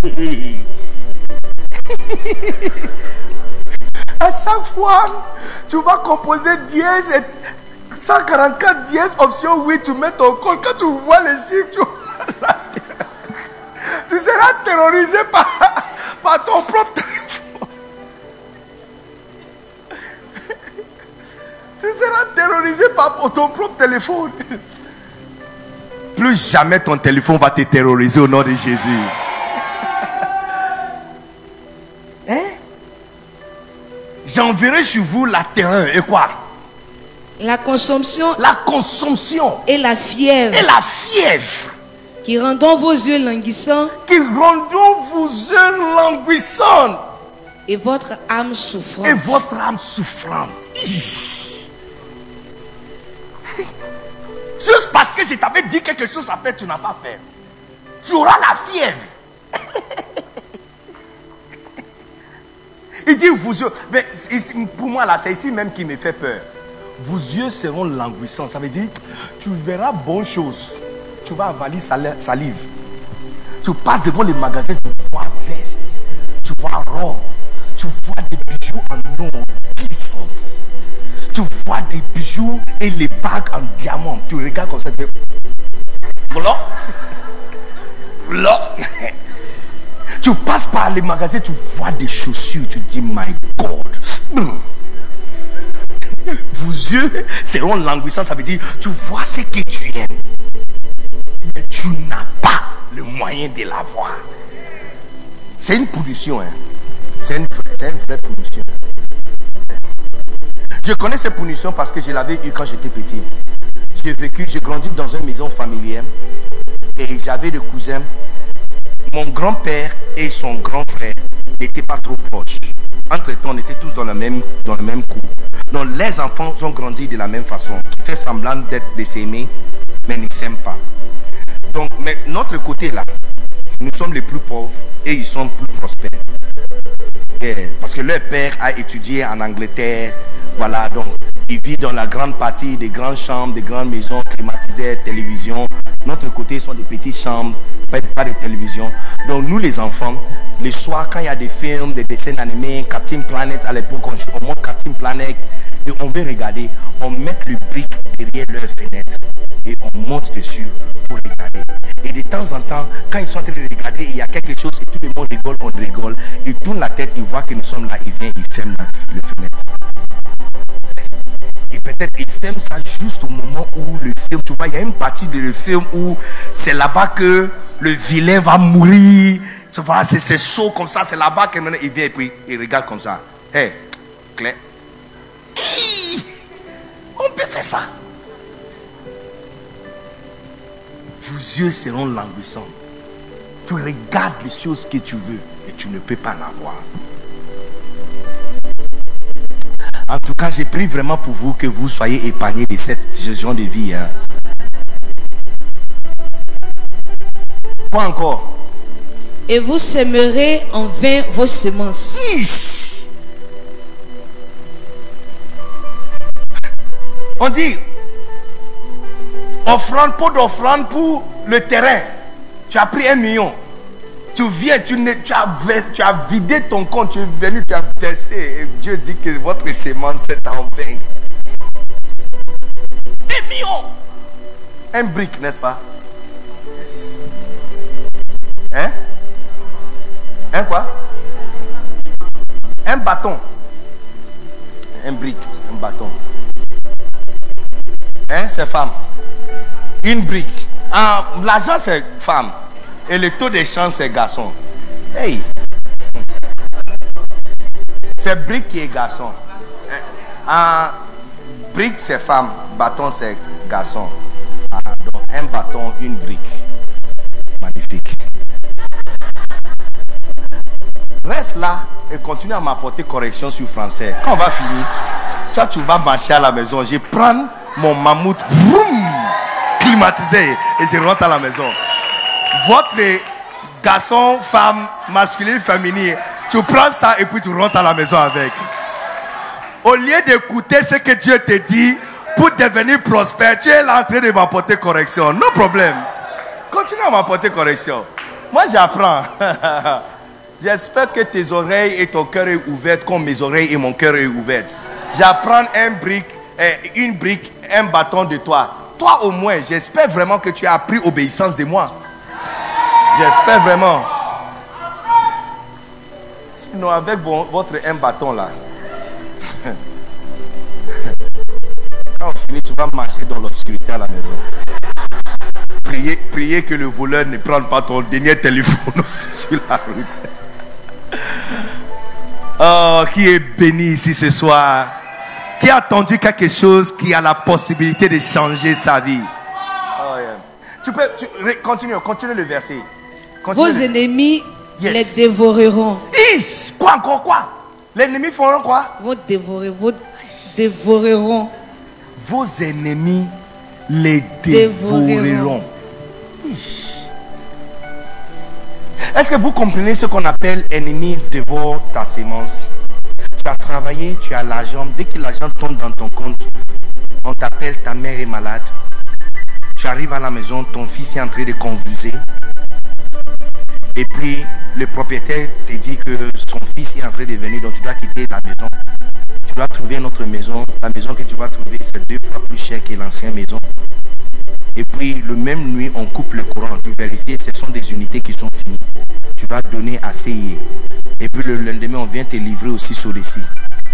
À chaque fois, tu vas composer dièse et 144 dièse option 8, tu mets ton code. Quand tu vois les chiffres, tu seras terrorisé par ton propre téléphone. Tu seras terrorisé par ton propre téléphone. Plus jamais ton téléphone va te terroriser au nom de Jésus. J'enverrai sur vous la terreur. Et quoi? La consomption. Et la fièvre. Qui rendront vos yeux languissants. Et votre âme souffrante. Juste parce que je t'avais dit quelque chose à faire, tu n'as pas fait. Tu auras la fièvre. Il dit vos yeux. Mais pour moi là, c'est ici même qui me fait peur. Vos yeux seront languissants. Ça veut dire, tu verras bonnes choses. Tu vas avaler salive. Tu passes devant les magasins, tu vois veste, tu vois robe, tu vois des bijoux en or glissantes. Tu vois des bijoux et les bagues en diamant. Tu regardes comme ça, tu dis, tu passes par les magasins, tu vois des chaussures, tu dis, my God. Vos yeux seront languissants, ça veut dire, tu vois ce que tu aimes, mais tu n'as pas le moyen de l'avoir. C'est une punition, hein. C'est une vraie punition. Je connais ces punitions parce que je l'avais eu quand j'étais petit. J'ai grandi dans une maison familiale et j'avais des cousins. Mon grand-père et son grand frère n'étaient pas trop proches. Entre-temps, on était tous dans le même coup. Donc les enfants ont grandi de la même façon, qui fait semblant d'être de s'aimer, mais ne s'aiment pas. Donc, mais notre côté là, nous sommes les plus pauvres et ils sont plus prospères. Parce que leur père a étudié en Angleterre. Voilà, donc ils vivent dans la grande partie des grandes chambres, des grandes maisons climatisées, télévision. Notre côté sont des petites chambres, pas de télévision. Donc nous les enfants, les soirs quand il y a des films, des dessins animés, Captain Planet, à l'époque on monte Captain Planet et on veut regarder, on met le brick derrière leur fenêtre et on monte dessus pour regarder. Et de temps en temps, quand ils sont en train de regarder, il y a quelque chose et tout le monde rigole, on rigole. Ils tournent la tête, ils voient que nous sommes là, ils viennent, ils ferment le fenêtre. Et peut-être ils ferment ça juste au moment où le film, tu vois, il y a une partie de le film où c'est là-bas que le vilain va mourir. Tu vois, c'est chaud comme ça, c'est là-bas que maintenant il vient et puis il regarde comme ça. Hey, Claire. On peut faire ça. Vos yeux seront languissants. Tu regardes les choses que tu veux et tu ne peux pas en avoir. En tout cas, j'ai pris vraiment pour vous que vous soyez épargnés de ce genre de vie. Hein. Quoi encore? Et vous sèmerez en vain vos semences. Ish. On dit offrande, pot d'offrande pour le terrain. Tu as pris 1 million. Tu viens, tu as vidé ton compte, tu es venu, tu as versé. Et Dieu dit que votre semence est en vain. 1 million. Un brick, n'est-ce pas? Yes. Hein? Un quoi? Un bâton. Un brick, un bâton. Hein, c'est femme. Une brique. Ah, l'argent c'est femme. Et le taux d'échange c'est garçon. Hey. C'est brique qui est garçon. Un brique, c'est femme. Bâton, c'est garçon. Donc, un bâton, une brique. Magnifique. Reste là et continue à m'apporter correction sur français. Quand on va finir, toi, tu vas marcher à la maison. Je prends mon mammouth, vroom, climatisé, et je rentre à la maison. Votre garçon, femme, masculine, féminin, tu prends ça et puis tu rentres à la maison avec. Au lieu d'écouter ce que Dieu te dit pour devenir prospère, tu es là en train de m'apporter correction. Non problème. Continue à m'apporter correction. Moi, j'apprends. J'espère que tes oreilles et ton cœur est ouvert comme mes oreilles et mon cœur est ouvert. J'apprends une brique, un bâton de toi. Toi au moins, j'espère vraiment que tu as appris obéissance de moi. J'espère vraiment. Sinon, avec votre un bâton là, quand on finit, tu vas marcher dans l'obscurité à la maison. Priez que le voleur ne prenne pas ton dernier téléphone aussi sur la route. Oh, qui est béni ici ce soir? Qui a entendu quelque chose qui a la possibilité de changer sa vie? Oh, yeah. Tu peux continue le verset. Vos ennemis les dévoreront. Quoi encore quoi? Les ennemis feront quoi? Vous dévoreront. Vos ennemis les dévoreront. Est-ce que vous comprenez ce qu'on appelle ennemi dévore ta sémence? Tu as travaillé, tu as l'argent. Dès que l'argent tombe dans ton compte, on t'appelle, ta mère est malade. Tu arrives à la maison, ton fils est en train de convulser. Et puis, le propriétaire te dit que son fils est en train de venir, donc tu dois quitter la maison. Tu dois trouver une autre maison. La maison que tu vas trouver, c'est 2 fois plus cher que l'ancienne maison. Et puis, le même nuit, on coupe le courant. Tu vérifies, ce sont des unités qui sont finies. Tu dois donner à CIE. Et puis, le lendemain, on vient te livrer aussi sur les sites.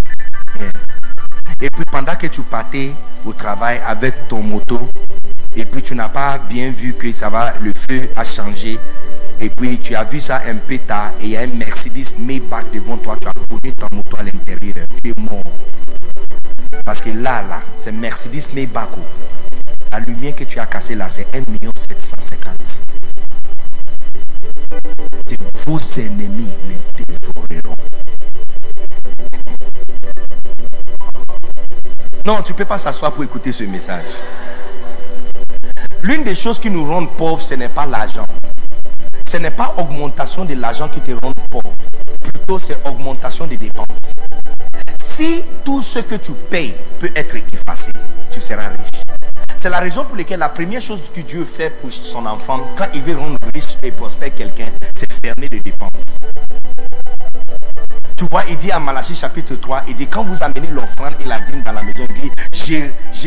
Et puis, pendant que tu partais au travail avec ton moto, et puis tu n'as pas bien vu que ça va, le feu a changé. Et puis, tu as vu ça un peu tard. Et il y a un Mercedes Maybach devant toi. Tu as connu ta moto à l'intérieur. Tu es mort. Parce que là, c'est Mercedes Maybach. La lumière que tu as cassée là, c'est 1 750 000. Vos ennemis les dévoreront. Non, tu ne peux pas s'asseoir pour écouter ce message. L'une des choses qui nous rendent pauvres, ce n'est pas l'argent. Ce n'est pas augmentation de l'argent qui te rend pauvre. Plutôt, c'est augmentation des dépenses. Si tout ce que tu payes peut être effacé, tu seras riche. C'est la raison pour laquelle la première chose que Dieu fait pour son enfant, quand il veut rendre riche et prospère quelqu'un, c'est fermer les dépenses. Tu vois, il dit à Malachie chapitre 3, il dit, quand vous amenez l'offrande et la dîme dans la maison, il dit,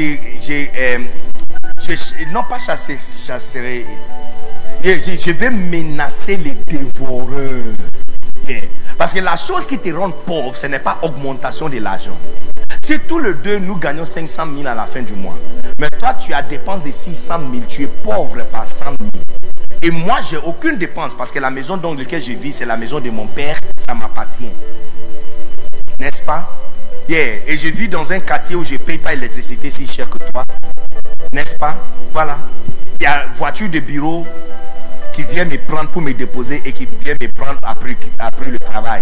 non pas chasserai, je vais menacer les dévoreurs. Parce que la chose qui te rend pauvre, ce n'est pas augmentation de l'argent. Si tous les deux nous gagnons 500 000 à la fin du mois, mais toi tu as dépense de 600 000, tu es pauvre par 100 000. Et moi j'ai aucune dépense parce que la maison dans laquelle je vis, c'est la maison de mon père, ça m'appartient. N'est-ce pas? Et je vis dans un quartier où je ne paye pas l'électricité si cher que toi. N'est-ce pas? Voilà. Il y a une voiture de bureau qui vient me prendre pour me déposer et qui vient me prendre après le travail.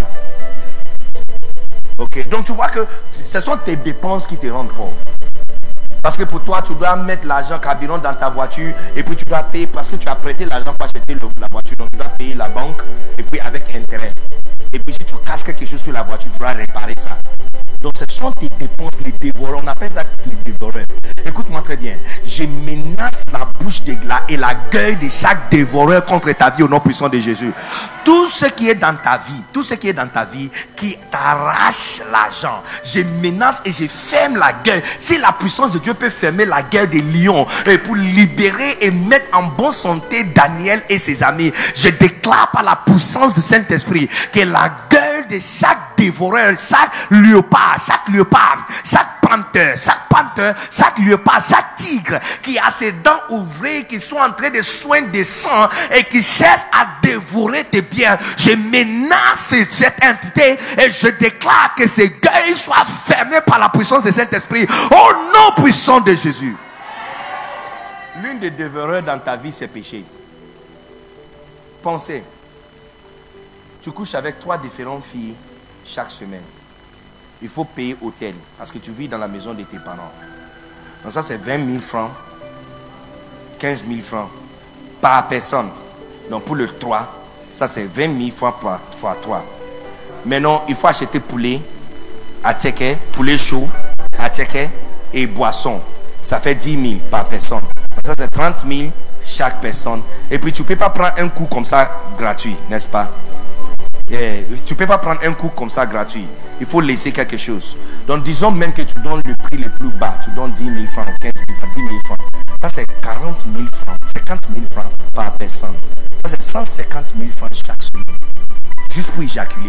Ok, donc tu vois que ce sont tes dépenses qui te rendent pauvre. Parce que pour toi, tu dois mettre l'argent carburant dans ta voiture et puis tu dois payer parce que tu as prêté l'argent pour acheter la voiture. Donc tu dois payer la banque et puis avec intérêt. Et puis si tu casses quelque chose sur la voiture, tu dois réparer ça. Donc ce sont tes dépenses, les dévoreurs. On appelle ça les dévoreurs. Écoute-moi très bien. Je menace la bouche et la gueule de chaque dévoreur contre ta vie au nom puissant de Jésus. Tout ce qui est dans ta vie, qui t'arrache l'argent, je menace et je ferme la gueule. Si la puissance de Dieu peut fermer la gueule des lions et pour libérer et mettre en bonne santé Daniel et ses amis, je déclare par la puissance du Saint-Esprit que la gueule de chaque dévoreur, chaque léopard, chaque panthère, chaque léopard, chaque tigre qui a ses dents ouvrées, qui sont en train de soigner des sangs et qui cherche à dévorer tes biens. Je menace cette entité et je déclare que ces gueules soient fermées par la puissance de Saint-Esprit au nom puissant de Jésus. L'une des dévoreurs dans ta vie, c'est péché. Pensez, tu couches avec 3 différentes filles chaque semaine. Il faut payer hôtel parce que tu vis dans la maison de tes parents. Donc ça c'est 20 000 francs, 15 000 francs par personne. Donc pour le 3, ça c'est 20 000 francs fois 3. Maintenant, il faut acheter poulet à Tchèque, poulet chaud à Tchèque et boisson. Ça fait 10 000 par personne. Donc ça c'est 30 000 chaque personne. Et puis tu ne peux pas prendre un coup comme ça gratuit, n'est-ce pas? Tu ne peux pas prendre un coup comme ça gratuit. Il faut laisser quelque chose. Donc disons même que tu donnes le prix le plus bas. Tu donnes 10 000 francs, 15 000 francs, 10 000 francs. Ça c'est 40 000 francs, 50 000 francs par personne. Ça c'est 150 000 francs chaque semaine. Juste pour éjaculer.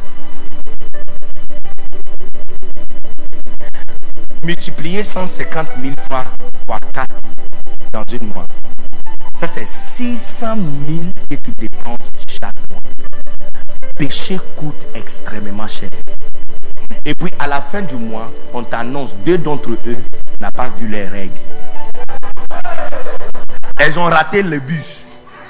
Multiplier 150 000 francs fois 4 dans une mois. Ça c'est 600 000 que tu dépenses chaque mois. Péché coûte extrêmement cher. Et puis à la fin du mois, on t'annonce 2 d'entre eux n'ont pas vu les règles. Elles ont raté le bus.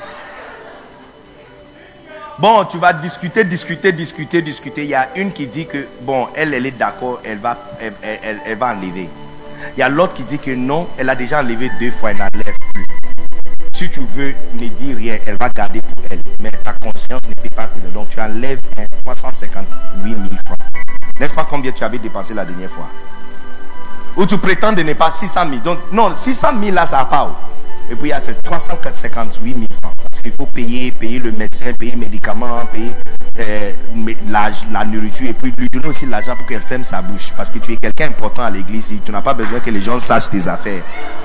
Bon, tu vas discuter. Il y a une qui dit que bon, elle est d'accord, elle va enlever. Il y a l'autre qui dit que non, elle a déjà enlevé 2 fois, elle n'enlève plus. Si tu veux ne dire rien, elle va garder pour elle. Mais ta conscience ne peut pas te le. Donc tu enlèves 358 000 francs. N'est-ce pas combien tu avais dépensé la dernière fois? Ou tu prétends de ne pas 600 000. Donc non, 600 000 là, ça part. Et puis il y a ces 358 000 francs. Parce qu'il faut payer le médecin, payer les médicaments, payer la nourriture. Et puis lui donner aussi l'argent pour qu'elle ferme sa bouche. Parce que tu es quelqu'un important à l'église. Tu n'as pas besoin que les gens sachent tes affaires.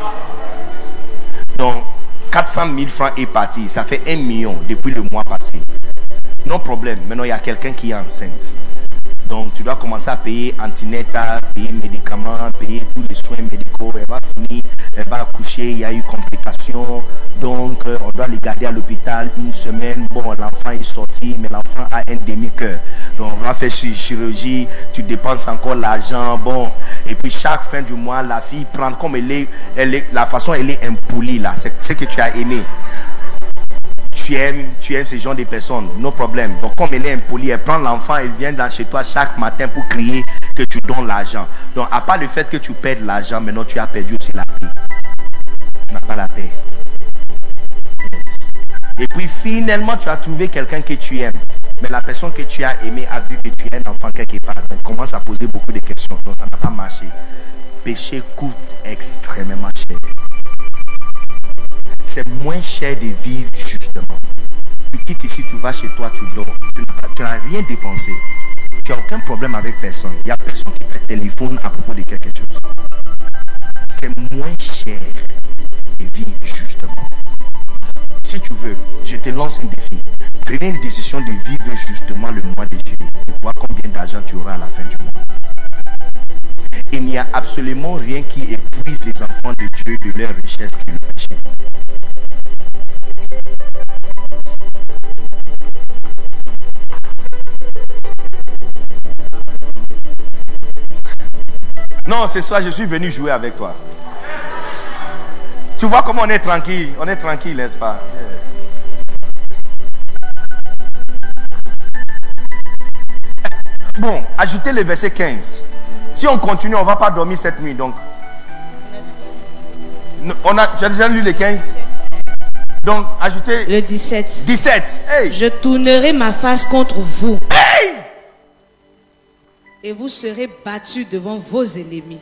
Donc 400 000 francs est parti. Ça fait 1 million depuis le mois passé. Non problème. Maintenant, il y a quelqu'un qui est enceinte. Donc, tu dois commencer à payer antenatal, payer médicaments, payer tous les soins médicaux. Elle va finir, elle va accoucher, il y a eu complications. Donc, on doit les garder à l'hôpital 1 semaine. Bon, l'enfant est sorti, mais l'enfant a un demi-cœur. Donc, on va faire chirurgie, tu dépenses encore l'argent. Bon, et puis chaque fin du mois, la fille prend comme la façon elle est impolie là. C'est ce que tu as aimé. Tu aimes ce genre de personnes, no problème. Donc comme elle est impolie, elle prend l'enfant, elle vient dans chez toi chaque matin pour crier que tu donnes l'argent. Donc à part le fait que tu perds l'argent, maintenant tu as perdu aussi la paix. Tu n'as pas la paix. Yes. Et puis finalement tu as trouvé quelqu'un que tu aimes. Mais la personne que tu as aimé a vu que tu es un enfant quelque part. Donc commence à poser beaucoup de questions. Donc ça n'a pas marché. Péché coûte extrêmement cher. C'est moins cher de vivre justement. Tu quittes ici, tu vas chez toi, tu dors. Tu n'as rien dépensé. Tu n'as aucun problème avec personne. Il n'y a personne qui te téléphone à propos de quelque chose. C'est moins cher de vivre justement. Si tu veux, je te lance un défi. Prenez une décision de vivre justement le mois de juillet. Et vois combien d'argent tu auras à la fin du mois. Il n'y a absolument rien qui épuise les enfants de Dieu de leur richesse que le péché. Non, ce soir, je suis venu jouer avec toi. Tu vois comment on est tranquille. On est tranquille, n'est-ce pas? Bon, ajoutez le verset 15. Si on continue, on ne va pas dormir cette nuit. Donc, tu as déjà lu le 15? Donc, ajoutez le 17. 17. Hey. Je tournerai ma face contre vous. Hey. Et vous serez battus devant vos ennemis.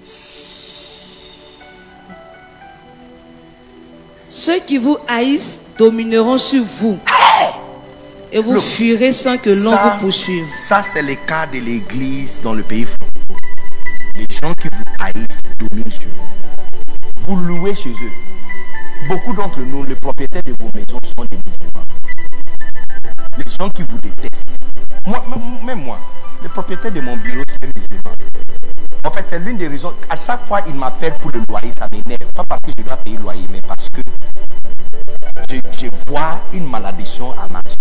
Ceux qui vous haïssent domineront sur vous. Hey. Et vous fuirez sans que l'on vous poursuive. Ça, c'est le cas de l'église dans le pays francophone. Les gens qui vous haïssent dominent sur vous. Vous louez chez eux. Beaucoup d'entre nous, les propriétaires de vos maisons sont des musulmans. Les gens qui vous détestent. Même moi, Le propriétaire de mon bureau, c'est un musulman. En fait, c'est l'une des raisons. À chaque fois, il m'appelle pour le loyer, ça m'énerve. Pas parce que je dois payer le loyer, mais parce que je vois une malédiction à marche.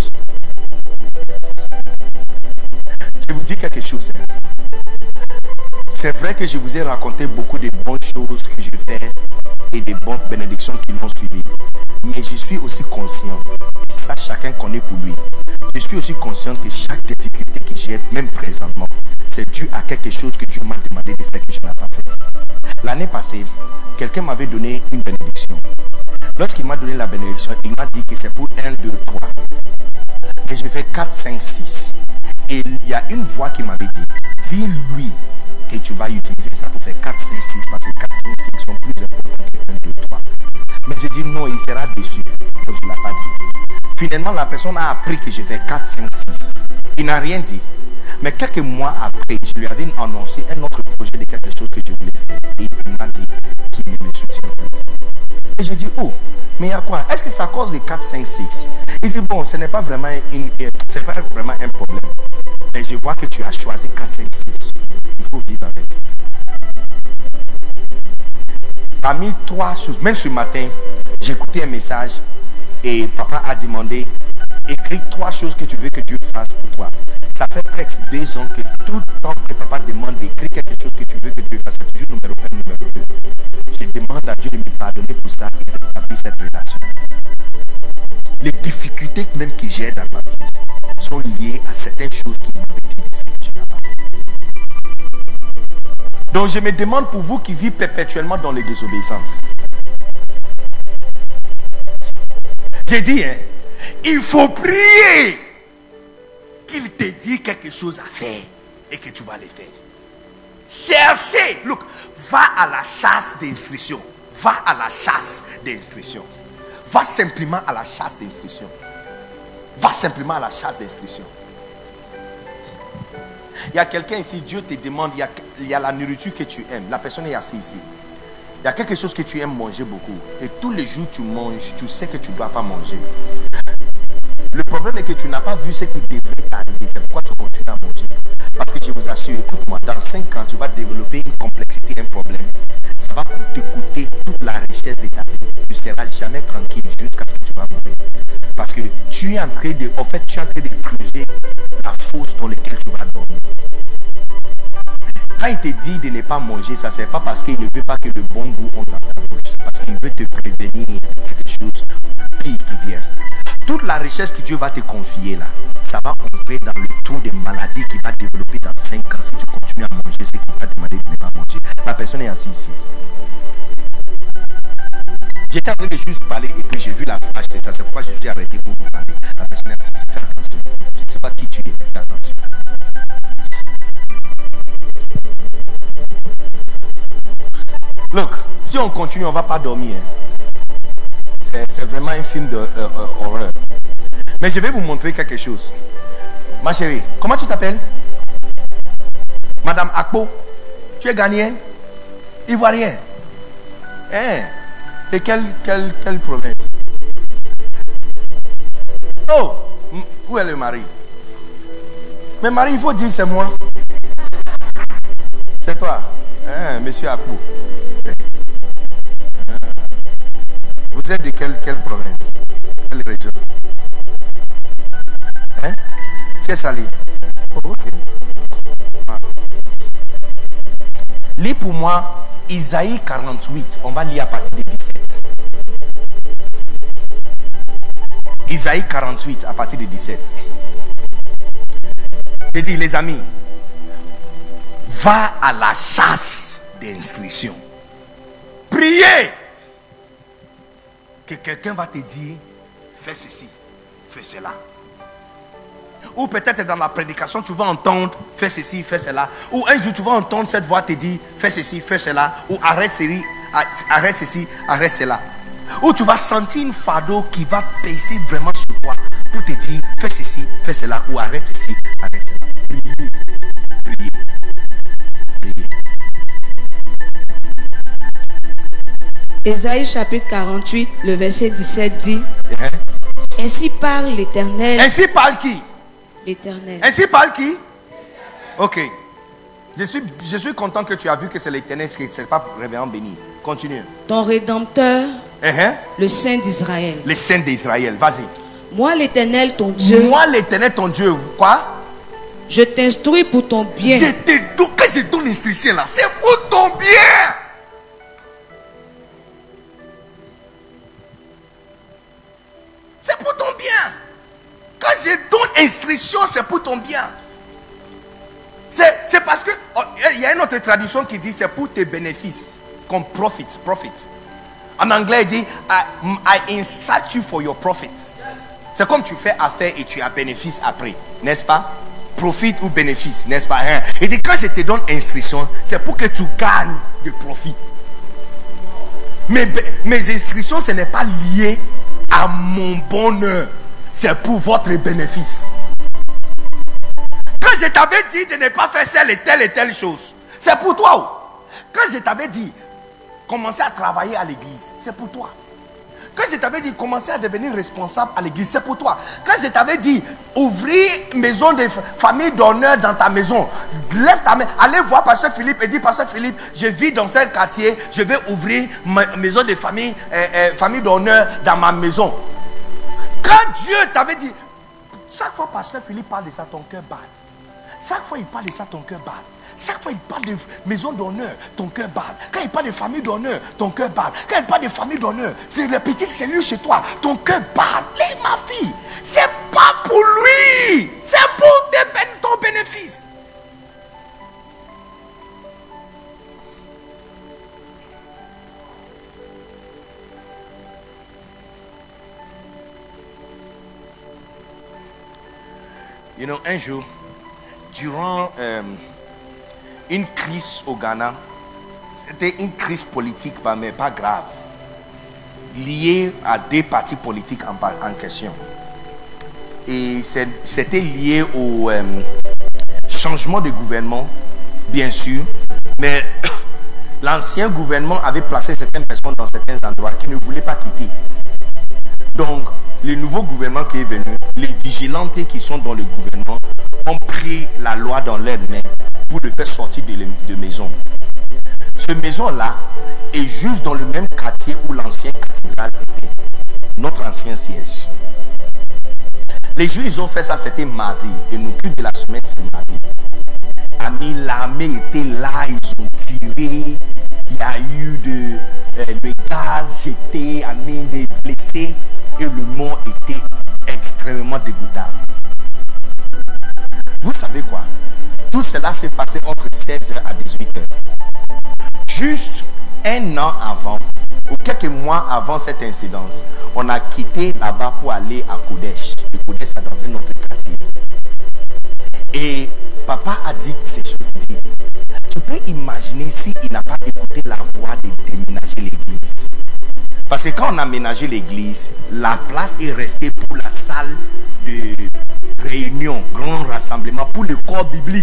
Je vous dis quelque chose. C'est vrai que je vous ai raconté beaucoup de bonnes choses que je fais et de bonnes bénédictions qui m'ont suivi. Mais je suis aussi conscient, et ça chacun connaît pour lui, je suis aussi conscient que chaque difficulté que j'ai, même présentement, c'est dû à quelque chose que Dieu m'a demandé de faire que je n'ai pas fait. L'année passée, quelqu'un m'avait donné une bénédiction. Lorsqu'il m'a donné la bénédiction, il m'a dit que c'est pour 1, 2, 3. Mais je fais 4, 5, 6. Et il y a une voix qui m'avait dit, dis-lui que tu vas utiliser ça pour faire 4, 5, 6, parce que 4, 5, 6 sont plus importants que 1, 2, 3. Mais j'ai dit non, il sera déçu. Donc je ne l'ai pas dit. Finalement, la personne a appris que je fais 4, 5, 6. Il n'a rien dit. Mais quelques mois après, je lui avais annoncé un autre projet de quelque chose que je voulais faire. Et il m'a dit qu'il ne me soutient plus. Et je dis, oh, mais il y a quoi? Est-ce que c'est à cause des 4, 5, 6? Il dit, bon, ce n'est pas vraiment un problème. Mais je vois que tu as choisi 4, 5, 6. Il faut vivre avec. Parmi 3 choses, même ce matin, j'ai écouté un message et papa a demandé, écris 3 choses que tu veux que Dieu fasse pour toi. Ça fait presque 2 ans que tout le temps que papa demande d'écrire quelque chose que tu veux que Dieu fasse, c'est toujours numéro 1, numéro 2. Je demande à Dieu de me pardonner pour ça et de rétablir cette relation. Les difficultés même que j'ai dans ma vie sont liées à certaines choses qui m'avaient dit de faire que je n'ai pas fait. Donc je me demande pour vous qui vivez perpétuellement dans les désobéissances. J'ai dit, il faut prier qu'il te dise quelque chose à faire et que tu vas le faire. Cherchez, look, va à la chasse d'instruction. Va à la chasse d'instruction. Va simplement à la chasse d'instruction. Va simplement à la chasse d'instruction. Il y a quelqu'un ici, Dieu te demande, il y a la nourriture que tu aimes. La personne est assise ici. Il y a quelque chose que tu aimes manger beaucoup. Et tous les jours tu manges, tu sais que tu ne dois pas manger. Le problème est que tu n'as pas vu ce qui devrait t'arriver. C'est pourquoi tu continues à manger. Parce que je vous assure, écoute-moi, dans 5 ans, tu vas développer une complexité, un problème. Ça va te coûter toute la richesse de ta vie. Tu ne seras jamais tranquille jusqu'à ce que tu vas mourir. Parce que tu es en train de creuser la fosse dans laquelle tu vas dormir. Quand il te dit de ne pas manger, ça c'est pas parce qu'il ne veut pas que le bon goût entre dans ta bouche. C'est parce qu'il veut te prévenir de quelque chose pire qui vient. Toute la richesse que Dieu va te confier là, ça va entrer dans le trou des maladies qui va développer dans 5 ans si tu continues à manger ce qu'il va demander de ne pas manger. La personne est assise ici. J'étais en train de juste parler et puis j'ai vu la flash de ça. C'est pourquoi je suis arrêté pour vous parler. La personne est assise. Fais attention. Je ne sais pas qui tu es, mais fais attention. Look, si on continue, on ne va pas dormir. C'est vraiment un film d'horreur. Mais je vais vous montrer quelque chose. Ma chérie, comment tu t'appelles? Madame Akpo. Tu es ghanéenne? Ivoirienne? De quelle province? Oh, où est le mari? Mais mari, il faut dire c'est moi. C'est toi, monsieur Akpo. Vous êtes de quelle province? Quelle région? C'est Sali. Oh, ok. Ah. Lis pour moi Isaïe 48. On va lire à partir de 17. Isaïe 48 à partir de 17. Je dis, les amis, va à la chasse d'instruction. Priez. Que quelqu'un va te dire, fais ceci, fais cela. Ou peut-être dans la prédication, tu vas entendre, fais ceci, fais cela. Ou un jour, tu vas entendre cette voix te dire, fais ceci, fais cela. Ou arrête ceci, arrête cela. Ou tu vas sentir une fardeau qui va peser vraiment sur toi pour te dire, fais ceci, fais cela. Ou arrête ceci, arrête cela. Priez, priez, priez. Ésaïe chapitre 48, le verset 17 dit, ainsi parle l'Éternel. Ainsi parle qui? L'Éternel. Ainsi parle qui? Ok. Je suis content que tu as vu que c'est l'Éternel, ce n'est pas révérend béni. Continue. Ton Rédempteur, le Saint d'Israël. Le Saint d'Israël, vas-y. Moi l'Éternel ton Dieu. Moi l'Éternel ton Dieu, quoi? Je t'instruis pour ton bien. Quand je donne l'instruction là, c'est pour ton bien. C'est pour ton bien. Quand je donne instruction, c'est pour ton bien. C'est parce que il y a une autre traduction qui dit c'est pour tes bénéfices. Comme profit. En anglais, il dit I instruct you for your profit. C'est comme tu fais affaire et tu as bénéfice après, n'est-ce pas? Profit ou bénéfice, n'est-ce pas? Il dit quand je te donne instruction, c'est pour que tu gagnes de profit. Mes instructions, ce n'est pas lié à mon bonheur, c'est pour votre bénéfice. Quand je t'avais dit de ne pas faire celle et telle chose, c'est pour toi. Quand je t'avais dit commencer à travailler à l'église, c'est pour toi. Quand je t'avais dit commencer à devenir responsable à l'église, c'est pour toi. Quand je t'avais dit ouvrir maison de famille d'honneur dans ta maison, lève ta main, allez voir Pasteur Philippe et dis Pasteur Philippe, je vis dans ce quartier, je vais ouvrir ma maison de famille, famille d'honneur dans ma maison. Quand Dieu t'avait dit, chaque fois Pasteur Philippe parle de ça, ton cœur bat. Chaque fois il parle de ça, ton cœur bat. Chaque fois il parle de maison d'honneur, ton cœur bat. Quand il parle de famille d'honneur, ton cœur bat. Quand il parle de famille d'honneur, c'est les petites cellules chez toi, ton cœur bat. Ma fille, c'est pas pour lui, c'est pour ton bénéfice. You know, un jour, durant une crise au Ghana, c'était une crise politique, mais pas grave, liée à deux partis politiques en question. Et c'était lié au changement de gouvernement, bien sûr, mais l'ancien gouvernement avait placé certaines personnes dans certains endroits qui ne voulaient pas quitter. Donc, le nouveau gouvernement qui est venu, les vigilantes qui sont dans le gouvernement ont pris la loi dans leurs mains pour le faire sortir de maison. Ce maison-là est juste dans le même quartier où l'ancienne cathédrale était, notre ancien siège. Les jours ils ont fait ça, c'était mardi, et nous plus de la semaine c'est mardi. Ami, l'armée était là, ils ont tiré, il y a eu le gaz jeté, ami, des blessés, et le monde était extrêmement dégoûtant. Vous savez quoi? Tout cela s'est passé entre 16h à 18h. Juste un an avant, ou quelques mois avant cette incidence, on a quitté là-bas pour aller à Kodesh. Le Kodesh, c'est dans un autre quartier. Et papa a dit ces choses. Il dit, tu peux imaginer s'il n'a pas écouté la voix de déménager l'église. Parce que quand on a aménagé l'église, la place est restée pour la salle de réunion, grand rassemblement, pour le corps biblique.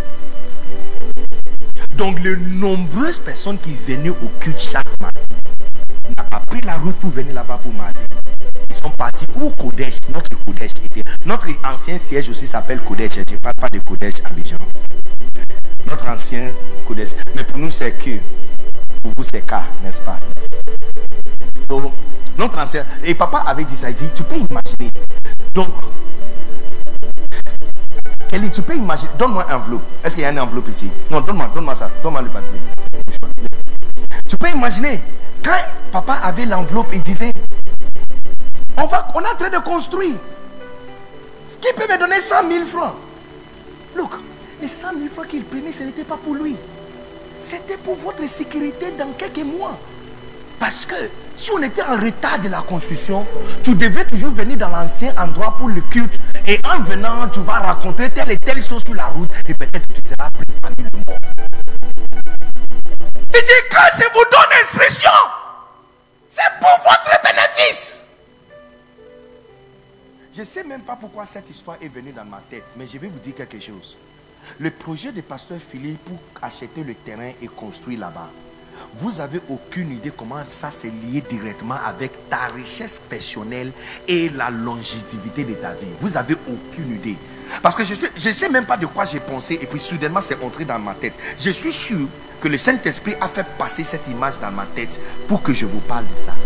Donc les nombreuses personnes qui venaient au culte chaque mardi n'ont pas pris la route pour venir là-bas pour mardi. Ils sont partis où Kodesh, notre Kodesh était. Notre ancien siège aussi s'appelle Kodesh. Je ne parle pas de Kodesh Abidjan. Notre ancien Kodesh. Mais pour nous c'est que, pour vous c'est K, n'est-ce pas? So, notre ancien, et papa avait dit ça, il dit, tu peux imaginer. Donc, Kelly, tu peux imaginer, donne-moi un enveloppe. Est-ce qu'il y a une enveloppe ici? Non, donne-moi ça, donne-moi le papier. Tu peux imaginer, quand papa avait l'enveloppe, il disait, on est en train de construire. Ce qui peut me donner 100 000 francs. Look, les 100 000 francs qu'il prenait, ce n'était pas pour lui. C'était pour votre sécurité dans quelques mois. Parce que si on était en retard de la construction, tu devais toujours venir dans l'ancien endroit pour le culte. Et en venant, tu vas rencontrer telle et telle chose sur la route. Et peut-être tu seras pris parmi le mort. Il dit, quand je vous donne instruction, c'est pour votre bénéfice. Je ne sais même pas pourquoi cette histoire est venue dans ma tête. Mais je vais vous dire quelque chose. Le projet de Pasteur Philippe pour acheter le terrain et construire là-bas, vous n'avez aucune idée comment ça s'est lié directement avec ta richesse personnelle et la longévité de ta vie. Vous n'avez aucune idée. Parce que je ne sais même pas de quoi j'ai pensé et puis soudainement c'est entré dans ma tête. Je suis sûr que le Saint-Esprit a fait passer cette image dans ma tête pour que je vous parle de ça.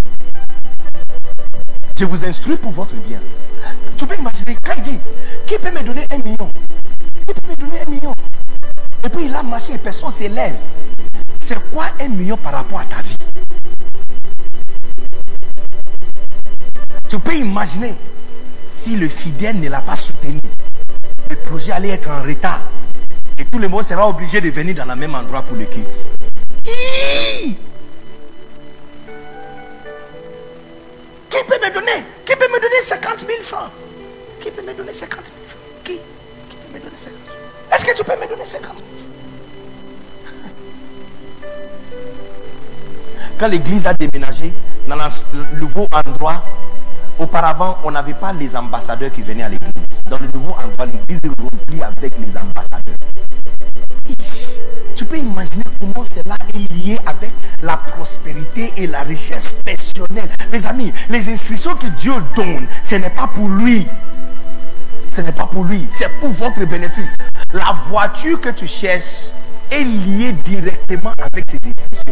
Je vous instruis pour votre bien. Tu peux imaginer, quand il dit, qui peut me donner 1 million? Qui peut me donner 1 million? Et puis il a marché et personne ne s'élève. C'est quoi 1 million par rapport à ta vie? Tu peux imaginer si le fidèle ne l'a pas soutenu, le projet allait être en retard et tout le monde sera obligé de venir dans le même endroit pour le culte. Qui peut me donner? Qui peut me donner 50 000 francs? Qui peut me donner 50 000 francs? Qui peut me donner 50 000? Est-ce que tu peux me donner 50 000 francs? Quand l'église a déménagé dans le nouveau endroit, auparavant, on n'avait pas les ambassadeurs qui venaient à l'église. Dans le nouveau endroit, l'église est remplie avec les ambassadeurs. Tu peux imaginer comment cela est lié avec la prospérité et la richesse personnelle. Les amis, les instructions que Dieu donne, ce n'est pas pour lui. Ce n'est pas pour lui, c'est pour votre bénéfice. La voiture que tu cherches est liée directement avec ces instructions.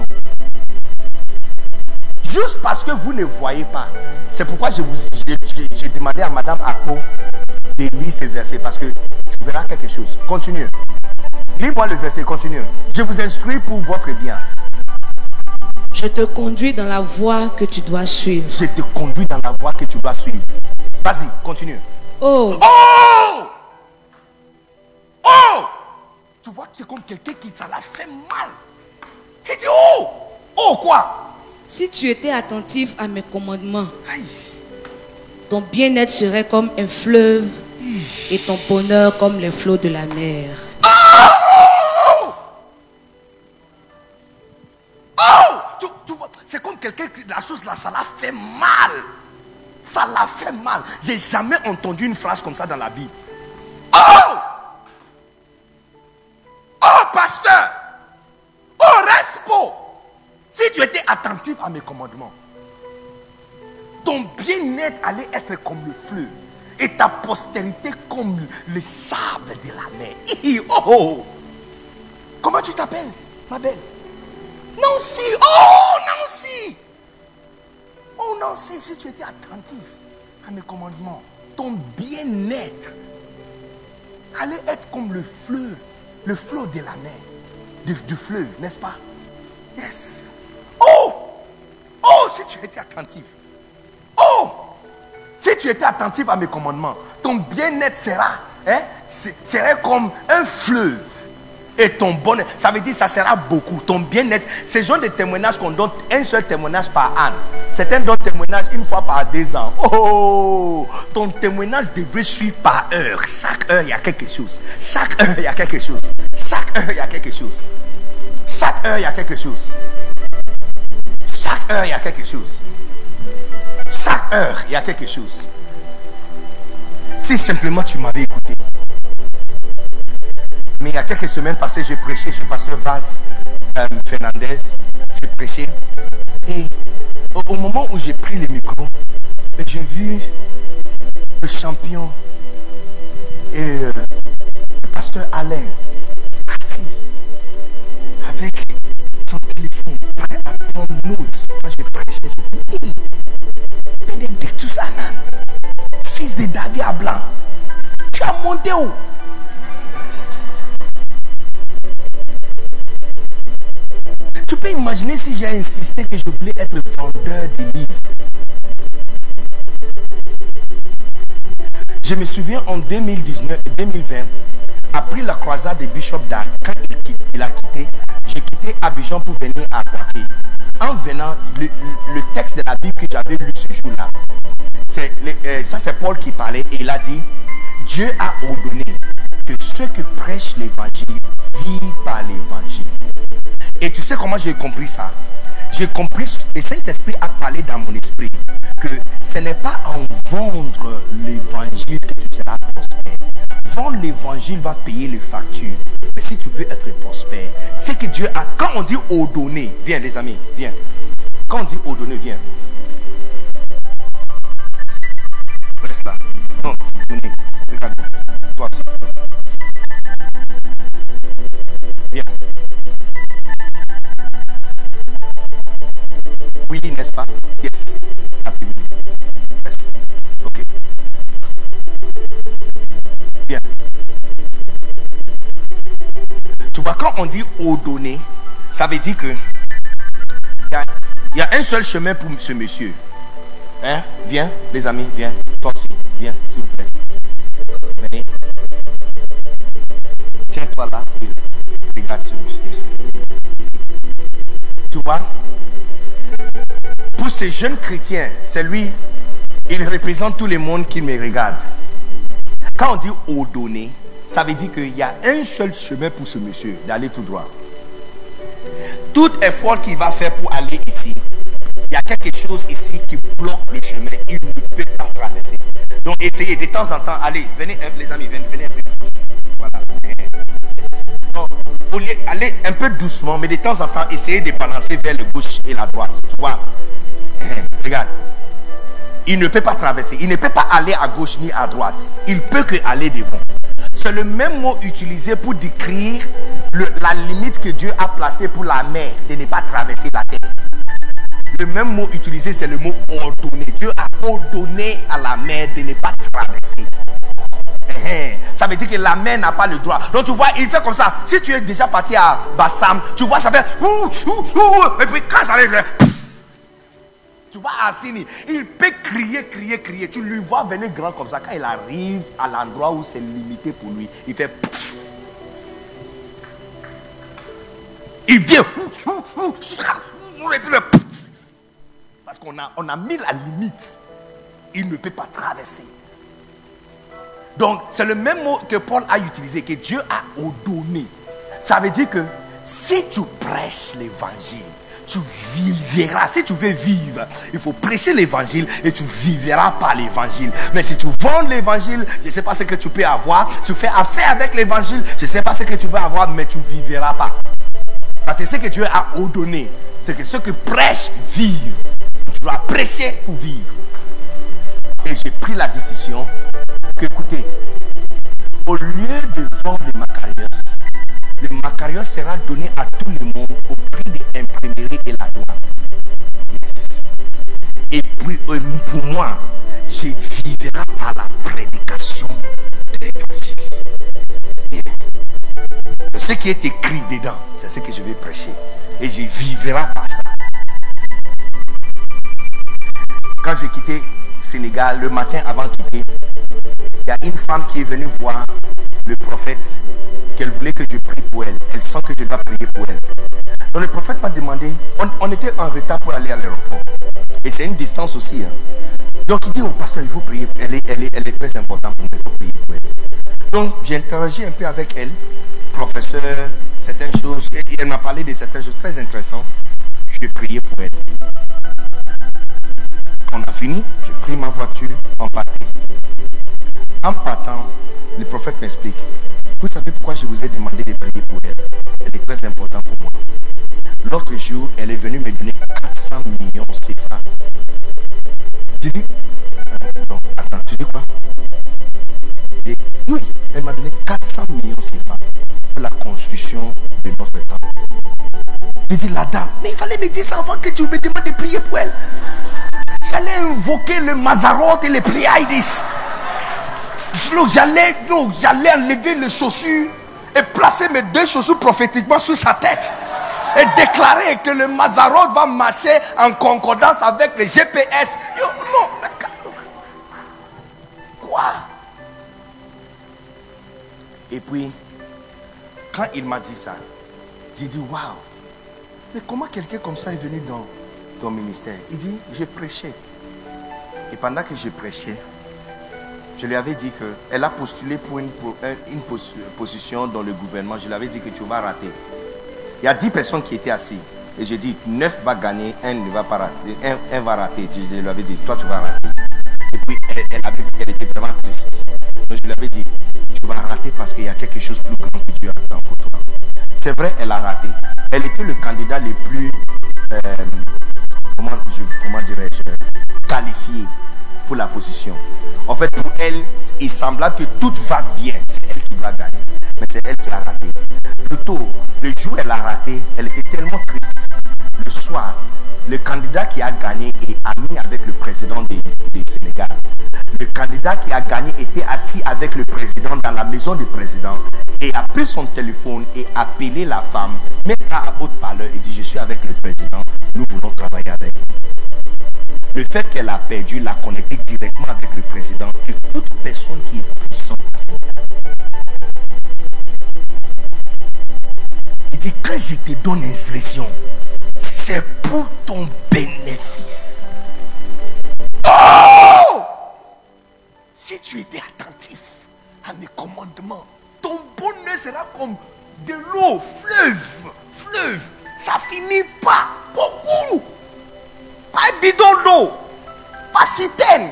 Juste parce que vous ne voyez pas. C'est pourquoi j'ai demandé à Madame Akpo de lire ce verset, parce que tu verras quelque chose. Continue. Lis-moi le verset, continue. Je vous instruis pour votre bien. Je te conduis dans la voie que tu dois suivre. Je te conduis dans la voie que tu dois suivre. Vas-y, continue. Oh! Oh! Oh! Tu vois, c'est comme quelqu'un qui ça l'a fait mal. Il dit oh! Oh quoi? Si tu étais attentif à mes commandements, Aïe. ton bien-être serait comme un fleuve et ton bonheur comme les flots de la mer. Oh! Oh! Tu vois, c'est comme quelqu'un qui la chose là, ça l'a fait mal. Ça l'a fait mal. J'ai jamais entendu une phrase comme ça dans la Bible. Oh! Oh, pasteur! Oh, respo! Si tu étais attentif à mes commandements, ton bien-être allait être comme le fleuve et ta postérité comme le sable de la mer. Oh! Comment tu t'appelles, ma belle? Nancy! Oh, Nancy! Oh, Nancy, si tu étais attentif à mes commandements, ton bien-être allait être comme le flot de la mer, du fleuve, n'est-ce pas? Yes. Oh! Oh, si tu étais attentif. Oh! Si tu étais attentif à mes commandements, ton bien-être serait comme un fleuve. Et ton bonheur, ça veut dire ça sera beaucoup. Ton bien-être, c'est le genre de témoignage qu'on donne un seul témoignage par an. Certains donnent témoignage une fois par 2 ans. Oh! Ton témoignage devrait suivre par heure. Chaque heure, il y a quelque chose. Chaque heure, il y a quelque chose. Chaque heure, il y a quelque chose. Chaque heure, il y a quelque chose. Chaque heure, il y a quelque chose. Chaque heure, il y a quelque chose. Si simplement tu m'avais écouté. Mais il y a quelques semaines passées, j'ai prêché chez Pasteur Vaz Fernandez. J'ai prêché. Et au moment où j'ai pris le micro, j'ai vu le champion et le pasteur Alain assis avec son téléphone prêt à prendre notes. Quand j'ai prêché, j'ai dit, Benedictus Anan, fils de David à blanc, tu as monté où? Tu peux imaginer si j'ai insisté que je voulais être vendeur de livres. Je me souviens en 2019, 2020, après la croisade de Bishop Dag, quand il a quitté, j'ai quitté Abidjan pour venir à Guaké. En venant, le texte de la Bible que j'avais lu ce jour-là, c'est Paul qui parlait et il a dit, Dieu a ordonné que ceux qui prêchent l'évangile vivent par l'évangile. Et tu sais comment j'ai compris ça? J'ai compris, le Saint-Esprit a parlé dans mon esprit que ce n'est pas en vendre l'évangile que tu seras prospère. Vendre l'évangile va payer les factures. Mais si tu veux être prospère, c'est que Dieu a... Quand on dit ordonner, viens les amis, viens. Quand on dit ordonner, viens. Reste là. Non, ordonner. Regarde-moi. Toi aussi. Viens. Oui, n'est-ce pas? Yes. Happy Willy. Reste. Ok. Bien. Tu vois, quand on dit ordonner, ça veut dire que il y a un seul chemin pour ce monsieur. Hein? Viens, les amis, viens. Toi aussi, viens, s'il vous plaît. Venez. Tiens-toi là et regarde ce monsieur. Tu vois? Pour ces jeunes chrétiens, c'est lui, il représente tout le monde qui me regarde. Quand on dit ordonner, ça veut dire qu'il y a un seul chemin pour ce monsieur, d'aller tout droit. Tout effort qu'il va faire pour aller ici, il y a quelque chose ici qui bloque le chemin. Il ne peut pas traverser. Donc essayez de temps en temps. Allez, venez les amis, venez un peu. Voilà. Donc, allez un peu doucement, mais de temps en temps, essayez de balancer vers le gauche et la droite. Tu vois? Regarde. Il ne peut pas traverser. Il ne peut pas aller à gauche ni à droite. Il peut que aller devant. C'est le même mot utilisé pour décrire la limite que Dieu a placée pour la mer de ne pas traverser la terre. Le même mot utilisé, c'est le mot ordonner. Dieu a ordonné à la mer de ne pas traverser. Ça veut dire que la mer n'a pas le droit. Donc tu vois, il fait comme ça. Si tu es déjà parti à Bassam, tu vois, ça fait et puis quand ça arrive, tu vois Assini, il peut crier. Tu lui vois venir grand comme ça. Quand il arrive à l'endroit où c'est limité pour lui, il fait il vient parce qu'on a mis la limite. Il ne peut pas traverser. Donc c'est le même mot que Paul a utilisé, que Dieu a ordonné. Ça veut dire que si tu prêches l'évangile, tu vivras. Si tu veux vivre, il faut prêcher l'évangile et tu vivras par l'évangile. Mais si tu vends l'évangile, je ne sais pas ce que tu peux avoir. Tu fais affaire avec l'évangile, je ne sais pas ce que tu vas avoir, mais tu ne vivras pas. Parce que ce que Dieu a ordonné, c'est que ceux qui prêchent vivent. Tu dois prêcher pour vivre. Et j'ai pris la décision que, écoutez, au lieu de vendre le Macarios sera donné à tout le monde au prix de l'imprimerie et la douane. Yes. Et puis, pour moi, je vivrai par la prédication de l'évangile. Yeah. Ce qui est écrit dedans, c'est ce que je vais prêcher. Et je vivrai par ça. Quand j'ai quitté Sénégal, le matin avant de quitter, il y a une femme qui est venue voir le prophète, qu'elle voulait que je prie pour elle. Elle sent que je dois prier pour elle. Donc le prophète m'a demandé, on était en retard pour aller à l'aéroport. Et c'est une distance aussi. Donc il dit au pasteur, il faut prier. Elle est très importante pour moi, il faut prier pour elle. Donc j'ai interagi un peu avec elle, professeur, certaines choses. Et elle m'a parlé de certaines choses très intéressantes. J'ai prié pour elle. On a fini, j'ai pris ma voiture, on partait. En partant, le prophète m'explique. Vous savez pourquoi je vous ai demandé de prier pour elle? Elle est très importante pour moi. L'autre jour, elle est venue me donner 400 millions CFA. J'ai dit, non, attends, tu dis quoi? Oui, elle m'a donné 400 millions CFA pour la construction de notre temple. J'ai dit, la dame, mais il fallait me dire ça avant que tu me demandes de prier pour elle. J'allais invoquer le Mazarot et les Pliaïdis. J'allais enlever les chaussures et placer mes 2 chaussures prophétiquement sur sa tête et déclarer que le Mazarot va marcher en concordance avec les GPS. Non, quoi? Et puis, quand il m'a dit ça, j'ai dit waouh, mais comment quelqu'un comme ça est venu dans ton ministère? Il dit, j'ai prêché. Et pendant que je prêchais, je lui avais dit qu'elle a postulé pour une position dans le gouvernement. Je lui avais dit que tu vas rater. Il y a 10 personnes qui étaient assises. Et j'ai dit, 9 va gagner, 1 ne va pas rater. 1 va rater. Je lui avais dit, toi tu vas rater. Et puis elle était vraiment triste. Donc je lui avais dit, tu vas rater parce qu'il y a quelque chose de plus grand que Dieu attend pour toi. C'est vrai, elle a raté. Elle était le candidat le plus, comment dirais-je, qualifié pour la position. En fait, pour elle, il semblait que tout va bien. C'est elle qui doit gagner. Mais c'est elle qui a raté. Plutôt, le jour où elle a raté, elle était tellement triste. Le soir, le candidat qui a gagné est ami avec le président du Sénégal. Le candidat qui a gagné était assis avec le président dans la maison du président et a pris son téléphone et appelé la femme, met ça à haute parleur et dit: je suis avec le président, nous voulons travailler avec vous. Le fait qu'elle a perdu l'a connecté directement avec le président et toute personne qui est puissante à Sénégal. Il dit: quand je te donne instruction, c'est pour ton bénéfice. Oh! Si tu étais attentif à mes commandements, ton bonheur sera comme de l'eau, fleuve. Ça finit pas. Beaucoup. Pas bidon d'eau. Pas citerne.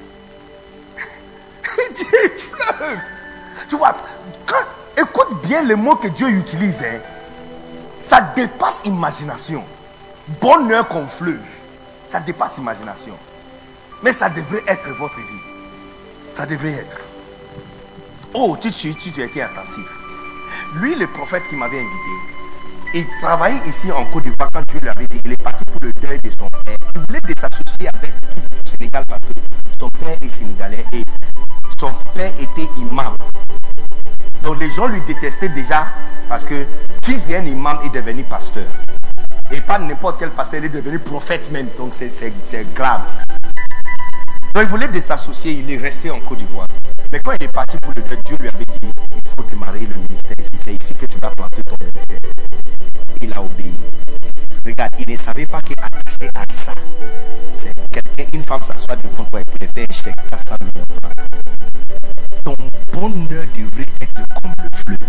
Il dit fleuve. Tu vois, écoute bien les mots que Dieu utilise. Ça dépasse imagination. Bonheur comme fleuve. Ça dépasse imagination. Mais ça devrait être votre vie. Ça devrait être. Oh, tu as été attentif. Lui, le prophète qui m'avait invité, il travaillait ici en Côte d'Ivoire quand Dieu lui avait dit, il est parti pour le deuil de son père. Il voulait s'associer avec tout le Sénégal parce que son père est sénégalais et son père était imam. Donc les gens lui détestaient déjà parce que fils d'un imam est devenu pasteur. Et pas n'importe quel pasteur, il est devenu prophète même. Donc c'est grave. Donc il voulait s'associer, il est resté en Côte d'Ivoire. Mais quand il est parti pour le deuil, Dieu lui avait dit, il faut démarrer le ministère ici. C'est ici que tu vas planter ton ministère. Il a obéi. Regarde, il ne savait pas qu'attaché à ça, c'est quelqu'un, une femme s'assoit devant toi et puis elle fait un chèque 400 millions de francs. Ton bonheur devrait être comme le fleuve.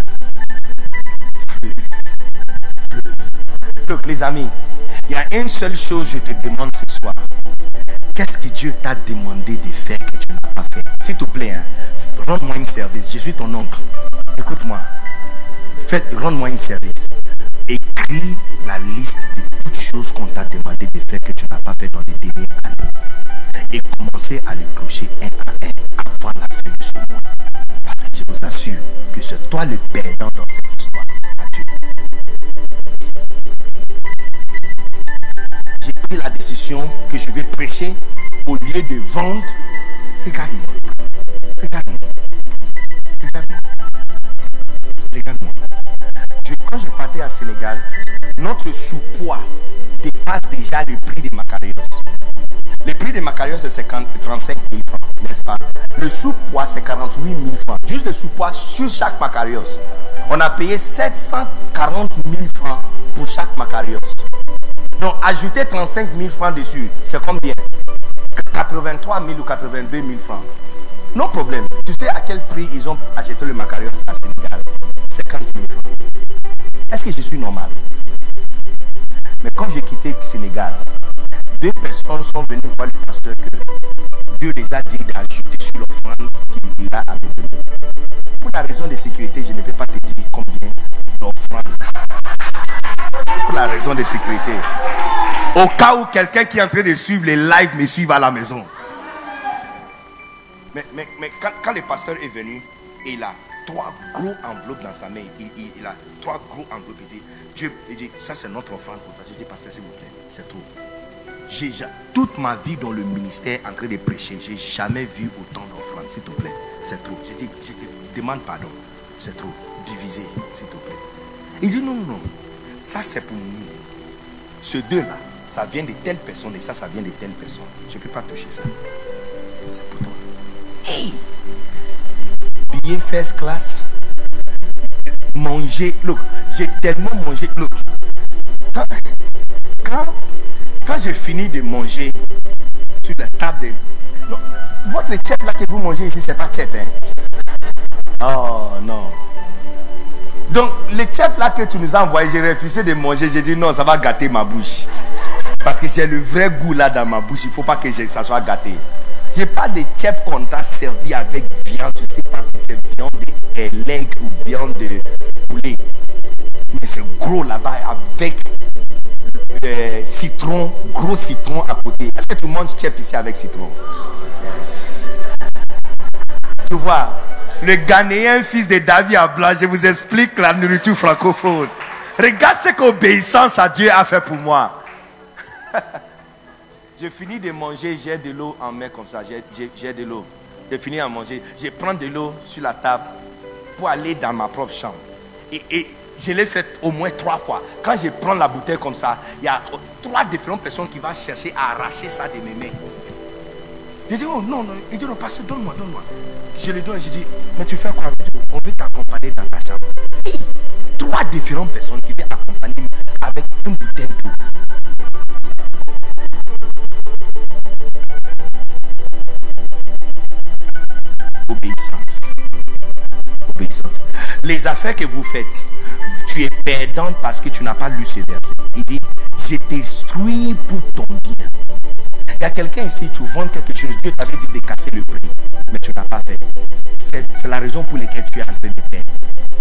Donc les amis, il y a une seule chose que je te demande ce soir. Qu'est-ce que Dieu t'a demandé de faire que tu n'as pas fait? S'il te plaît, rends-moi un service. Je suis ton oncle. Écoute-moi. Rends-moi un service. Écris la liste de toutes choses qu'on t'a demandé de faire que tu n'as pas fait dans les dernières années. Et commencez à les clocher un à un avant la fin de ce mois. Parce que je vous assure que c'est toi le perdant dans cette histoire. Adieu. J'ai pris la décision que je vais prêcher au lieu de vendre. Regarde-moi. Quand je partais à Sénégal, notre sous-poids dépasse déjà le prix des Macarios. Le prix des Macarios c'est 35 000 francs, n'est-ce pas? Le sous-poids c'est 48 000 francs. Juste le sous-poids sur chaque Macarios. On a payé 740 000 francs pour chaque Macarios. Donc ajouter 35 000 francs dessus, c'est combien? 83 000 ou 82 000 francs. Non problème. Tu sais à quel prix ils ont acheté le Macarios à Sénégal? 50 000 francs. Est-ce que je suis normal? Mais quand j'ai quitté le Sénégal, 2 personnes sont venues voir le pasteur que Dieu les a dit d'ajouter sur l'offrande qu'il a à me donner. Pour la raison de sécurité, je ne peux pas te dire combien d'offrande. Pour la raison de sécurité. Au cas où quelqu'un qui est en train de suivre les lives me suive à la maison. Mais quand le pasteur est venu, il a 3 gros enveloppes dans sa main. Il a 3 gros enveloppes. Il dit, ça c'est notre offrande pour toi. Je dis, pasteur, s'il vous plaît, c'est trop. Toute ma vie dans le ministère en train de prêcher, j'ai jamais vu autant d'offrandes. S'il te plaît, c'est trop. Je te demande pardon. C'est trop. Divisé, s'il te plaît. Il dit, non. Ça c'est pour nous. Ce 2-là, ça vient de telle personne et ça vient de telle personne. Je ne peux pas toucher ça. C'est pour toi. Hey! Billet first class. Manger. Look, j'ai tellement mangé. Look. Quand j'ai fini de manger sur la table de... Non, votre chef là que vous mangez ici, c'est pas chef, hein? Oh non. Donc, le chef là que tu nous as envoyé, j'ai refusé de manger. J'ai dit non, ça va gâter ma bouche. Parce que j'ai le vrai goût là dans ma bouche. Il ne faut pas que ça soit gâté. J'ai pas de chef qu'on t'a servi avec viande. Je ne sais pas si c'est viande de lait ou viande de poulet. Mais c'est gros là-bas avec citron, gros citron à côté. Est-ce que tu manges chip ici avec citron? Yes. Tu vois, le Ghanéen, fils de David Abla, je vous explique la nourriture francophone. Regarde ce qu'obéissance à Dieu a fait pour moi. Je finis de manger, j'ai de l'eau en main comme ça. J'ai de l'eau. Je finis à manger. Je prends de l'eau sur la table pour aller dans ma propre chambre. Et je l'ai fait au moins 3 fois. Quand je prends la bouteille comme ça, il y a 3 différentes personnes qui vont chercher à arracher ça de mes mains. Je dis, oh non, non. Il dit, non, pasteur, donne-moi, donne-moi. Je lui donne et je dis, mais tu fais quoi? On veut t'accompagner dans ta chambre. 3 différentes personnes qui viennent accompagner avec une bouteille d'eau. Obéissance. Obéissance. Les affaires que vous faites, tu es perdante parce que tu n'as pas lu ce verset. Il dit, je t'instruis pour ton bien. Il y a quelqu'un ici, tu vends quelque chose, Dieu t'avait dit de casser le prix, mais tu n'as pas fait. C'est la raison pour laquelle tu es en train de perdre.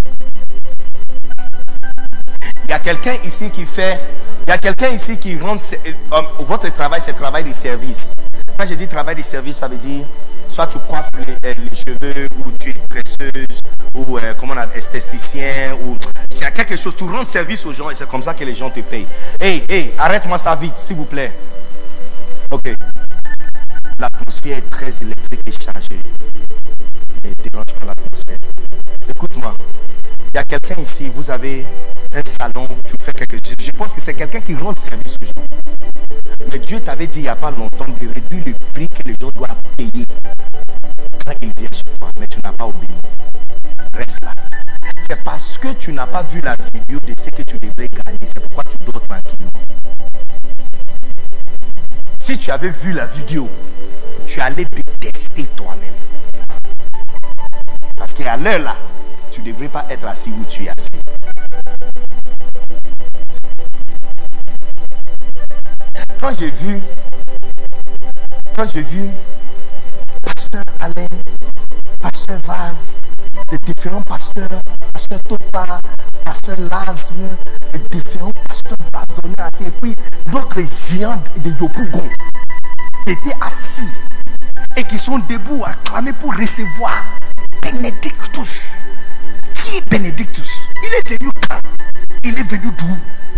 Il y a quelqu'un ici qui fait, il y a quelqu'un ici qui rend votre travail, c'est travail de service. Quand je dis travail de service, ça veut dire soit tu coiffes les cheveux, ou tu es tresseuse, ou comment on appelle, esthéticien, ou il y a quelque chose, tu rends service aux gens et c'est comme ça que les gens te payent. Hey, arrête-moi ça vite, s'il vous plaît. Ok. L'atmosphère est très électrique et chargée. Ne dérange pas l'atmosphère. Écoute-moi. Il y a quelqu'un ici, vous avez un salon, tu fais quelque chose. Je pense que c'est quelqu'un qui rend service aux gens. Mais Dieu t'avait dit il n'y a pas longtemps de réduire le prix que les gens doivent payer quand ils viennent chez toi. Mais tu n'as pas obéi. Reste là. C'est parce que tu n'as pas vu la vidéo de ce que tu devrais gagner. C'est pourquoi tu dors tranquillement. Si tu avais vu la vidéo, tu allais te tester toi-même. Parce qu'à l'heure là, tu ne devrais pas être assis où tu es assis. Quand j'ai vu Pasteur Alain, Pasteur Vaz, les différents pasteurs, Pasteur Topa, Pasteur Lazme, les différents pasteurs Vaz dormir assis, et puis d'autres géants de Yopougon qui étaient assis et qui sont debout à clamer pour recevoir Benedictus. Qui est Benedictus? Il est venu quand? Il est venu d'où?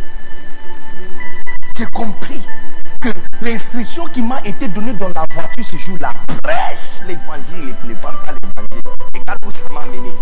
J'ai compris que l'instruction qui m'a été donnée dans la voiture ce jour-là, prêche l'évangile et ne vend pas l'évangile. Regarde où ça m'a amené.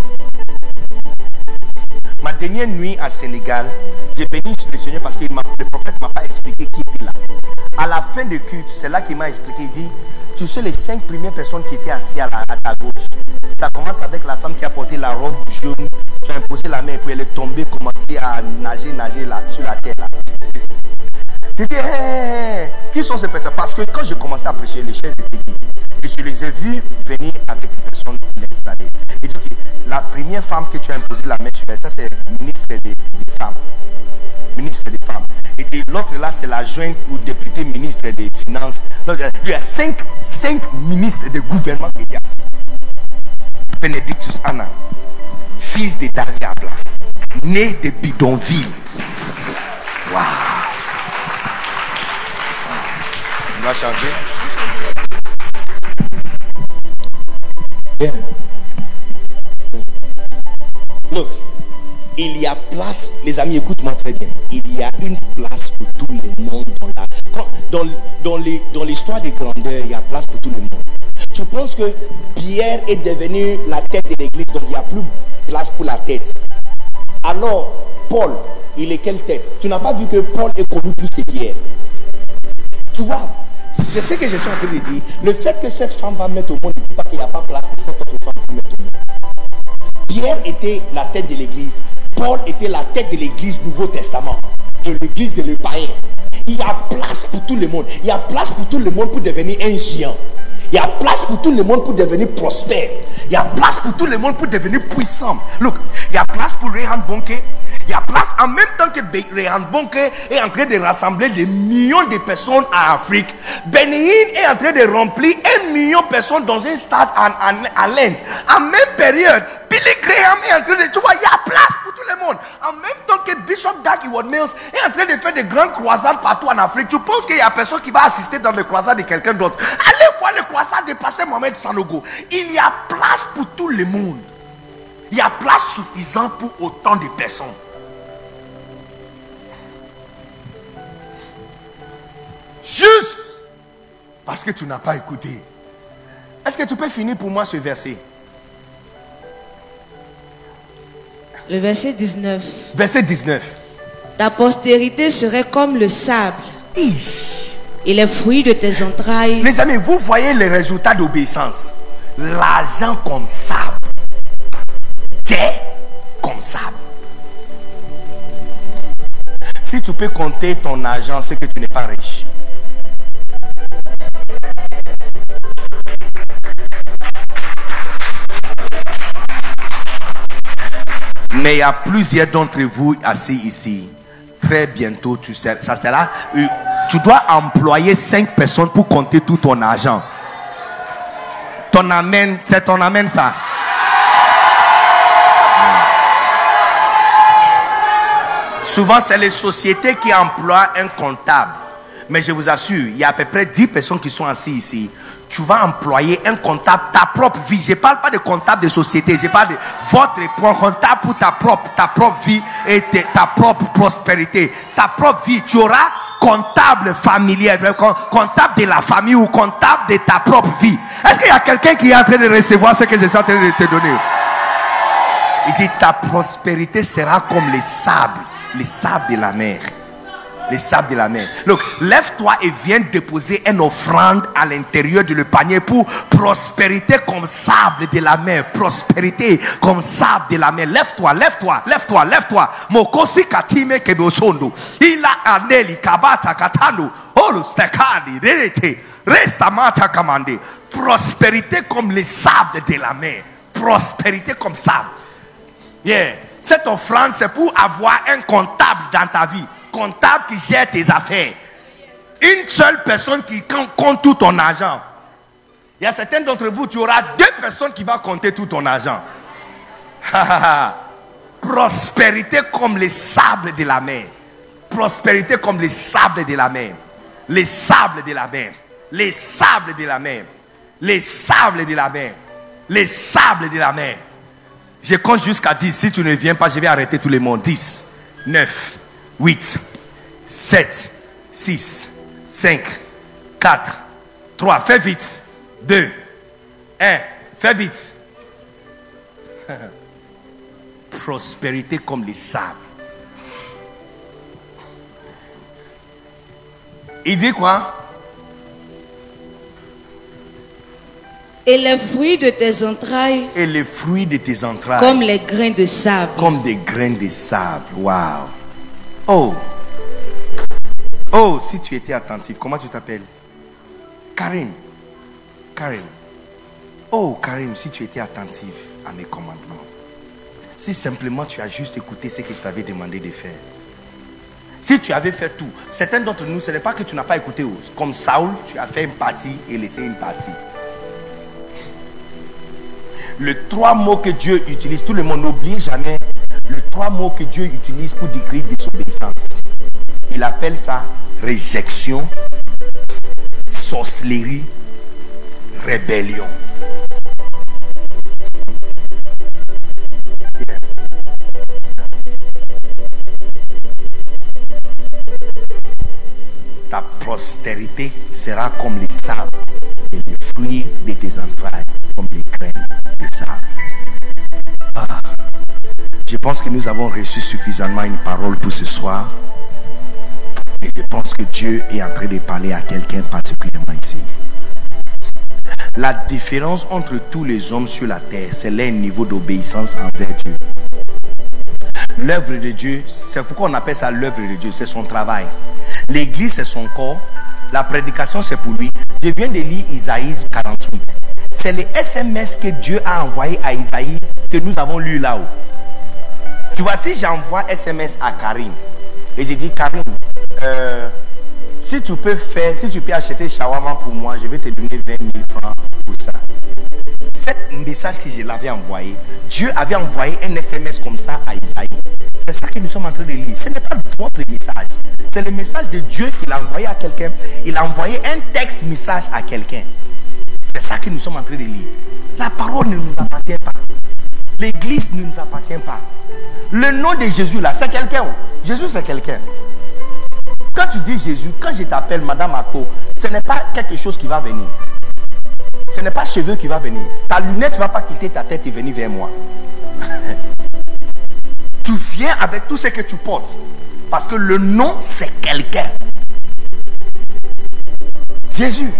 Ma dernière nuit à Sénégal, j'ai béni le Seigneur parce que le prophète ne m'a pas expliqué qui était là. À la fin du culte, c'est là qu'il m'a expliqué. Il dit, tu sais les 5 premières personnes qui étaient assises à ta gauche. Ça commence avec la femme qui a porté la robe jaune. Tu as imposé la main et puis elle est tombée, commencé à nager là, sur la terre là. J'ai dit, qui sont ces personnes? Parce que quand j'ai commencé à prêcher, les chaises étaient vides. Et je les ai vus venir avec une personne l'installer. Il dit, okay, la première femme que tu as imposé la main sur elle, ça c'est ministre des femmes. Ministre des femmes. Et dit, l'autre là, c'est l'adjointe ou député ministre des finances. Donc, il y a 5 ministres de gouvernement qui étaient assis. Benedictus Anna, fils de David Abla, né de bidonville. Waouh! On va changer. Bien. Look, il y a place, les amis, écoute-moi très bien. Il y a une place pour tout le monde dans l'histoire des grandeurs, il y a place pour tout le monde. Tu penses que Pierre est devenu la tête de l'église, donc il n'y a plus place pour la tête. Alors, Paul, il est quelle tête? Tu n'as pas vu que Paul est connu plus que Pierre. Tu vois, c'est ce que je suis en train de dire. Le fait que cette femme va mettre au monde ne dit pas qu'il n'y a pas place pour cette autre femme pour mettre au monde. Pierre était la tête de l'église. Paul était la tête de l'église Nouveau Testament. De l'église de l'Epaïen. Il y a place pour tout le monde. Il y a place pour tout le monde pour devenir un géant. Il y a place pour tout le monde pour devenir prospère. Il y a place pour tout le monde pour devenir puissant. Look, il y a place pour Reinhard Bonnke. Il y a place en même temps que Reinhard Bonnke est en train de rassembler des millions de personnes en Afrique. Benny Hinn est en train de remplir 1 million de personnes dans un stade à l'Inde. En même période, Billy Graham est en train de... Tu vois, il y a place pour tout le monde. En même temps que que Bishop Dag Heward-Mills est en train de faire des grandes croisades partout en Afrique, tu penses qu'il y a personne qui va assister dans les croisades de quelqu'un d'autre? Allez voir les croisades de Pasteur Mohamed Sanogo. Il y a place pour tout le monde. Il y a place suffisante pour autant de personnes. Juste parce que tu n'as pas écouté. Est-ce que tu peux finir pour moi ce verset? Le verset 19. Verset 19. Ta postérité serait comme le sable. Ish. Et les fruits de tes entrailles. Les amis, vous voyez les résultats d'obéissance. L'argent comme sable. C'est comme sable. Si tu peux compter ton argent, c'est que tu n'es pas riche. Mais il y a plusieurs d'entre vous assis ici. Très bientôt, ça sera. Tu dois employer 5 personnes pour compter tout ton argent. Ton amen, c'est ton amen ça. Souvent, c'est les sociétés qui emploient un comptable. Mais je vous assure, il y a à peu près 10 personnes qui sont assises ici. Tu vas employer un comptable, ta propre vie. Je ne parle pas de comptable de société. Je parle de votre comptable pour ta propre vie et ta propre prospérité. Ta propre vie. Tu auras comptable familier, comptable de la famille ou comptable de ta propre vie. Est-ce qu'il y a quelqu'un qui est en train de recevoir ce que je suis en train de te donner? Il dit ta prospérité sera comme les sables de la mer. Les sables de la mer. Donc, lève-toi et viens déposer une offrande à l'intérieur de le panier pour prospérité comme sable de la mer. Prospérité comme sable de la mer. Lève-toi, lève-toi, lève-toi, lève-toi. Mokosi katime keboshondo. Ila aneli kabata katano. Olu stekani rete. Resta mata kamande. Prospérité comme les sables de la mer. Prospérité comme sable. Yeah. Cette offrande, c'est pour avoir un comptable dans ta vie. Comptable qui gère tes affaires. Une seule personne qui compte tout ton argent. Il y a certains d'entre vous, tu auras 2 personnes qui vont compter tout ton argent. Prospérité comme les sables de la mer. Prospérité comme les sables de la mer. Les sables de la mer. Les sables de la mer. Les sables de la mer. Les sables de la mer. Je compte jusqu'à 10. Si tu ne viens pas, je vais arrêter tout le monde. 10, 9, 8, 7, 6, 5, 4, 3. Fais vite. 2, 1. Fais vite. Prospérité comme les sables. Il dit quoi? Et les fruits de tes entrailles. Et les fruits de tes entrailles. Comme les grains de sable. Comme des grains de sable. Wow. Oh. Oh, si tu étais attentif, comment tu t'appelles? Karim. Karim. Oh, Karim, si tu étais attentif à mes commandements. Si simplement tu as juste écouté ce que je t'avais demandé de faire. Si tu avais fait tout. Certains d'entre nous, ce n'est pas que tu n'as pas écouté. Comme Saoul, tu as fait une partie et laissé une partie. Les 3 mots que Dieu utilise, tout le monde n'oublie jamais les 3 mots que Dieu utilise pour décrire désobéissance. Il appelle ça réjection, sorcellerie, rébellion. Yeah. Ta postérité sera comme les sables et les fruits de tes entrailles comme les graines de sable. Je pense que nous avons reçu suffisamment une parole pour ce soir. Et je pense que Dieu est en train de parler à quelqu'un particulièrement ici. La différence entre tous les hommes sur la terre, c'est leur niveau d'obéissance envers Dieu. L'œuvre de Dieu, c'est pourquoi on appelle ça l'œuvre de Dieu, c'est son travail. L'église, c'est son corps. La prédication, c'est pour lui. Je viens de lire Isaïe 48. C'est les SMS que Dieu a envoyé à Isaïe que nous avons lu là-haut. Tu vois, si j'envoie SMS à Karim et j'ai dit Karim, si tu peux acheter shawarma pour moi, je vais te donner 20 000 francs pour ça. Cet message que je l'avais envoyé, Dieu avait envoyé un SMS comme ça à Isaïe. C'est ça que nous sommes en train de lire. Ce n'est pas votre message. C'est le message de Dieu qu'il a envoyé à quelqu'un. Il a envoyé un texte message à quelqu'un. C'est ça que nous sommes en train de lire. La parole ne nous appartient pas. L'église ne nous appartient pas. Le nom de Jésus là, c'est quelqu'un. Jésus c'est quelqu'un. Quand tu dis Jésus, quand je t'appelle Madame Ako, ce n'est pas quelque chose qui va venir. Ce n'est pas cheveux qui va venir. Ta lunette ne va pas quitter ta tête et venir vers moi. Tu viens avec tout ce que tu portes. Parce que le nom, c'est quelqu'un. Jésus.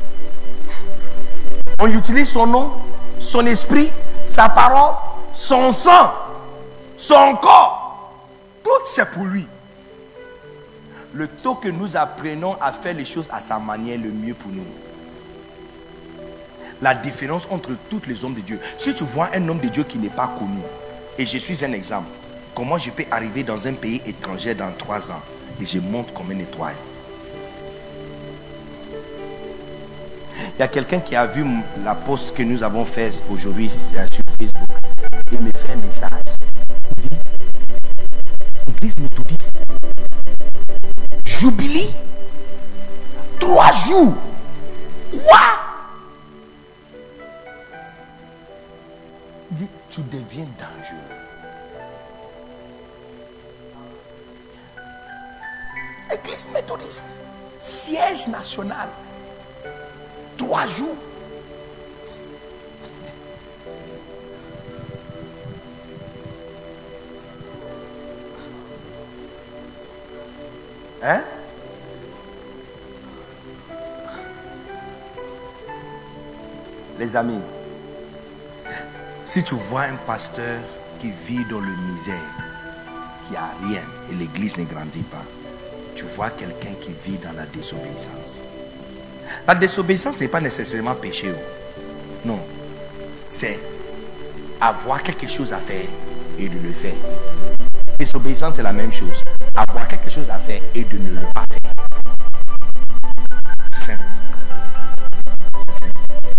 On utilise son nom, son esprit, sa parole, son sang, son corps. Tout c'est pour lui. Le temps que nous apprenons à faire les choses à sa manière, le mieux pour nous. La différence entre tous les hommes de Dieu. Si tu vois un homme de Dieu qui n'est pas connu, et je suis un exemple, comment je peux arriver dans un pays étranger dans 3 ans et je monte comme une étoile. Il y a quelqu'un qui a vu la post que nous avons fait aujourd'hui sur Facebook. Il me fait un message. Il dit, Église méthodiste, Jubilee, 3 jours. Quoi? Il dit, tu deviens dangereux. Église méthodiste, siège national, 3 jours. Hein? Les amis, si tu vois un pasteur qui vit dans le misère, qui n'a rien et l'église ne grandit pas, tu vois quelqu'un qui vit dans la désobéissance. La désobéissance n'est pas nécessairement péché. Non. C'est avoir quelque chose à faire et de le faire. Désobéissance, c'est la même chose. Avoir quelque chose à faire et de ne le pas faire. C'est simple. C'est simple.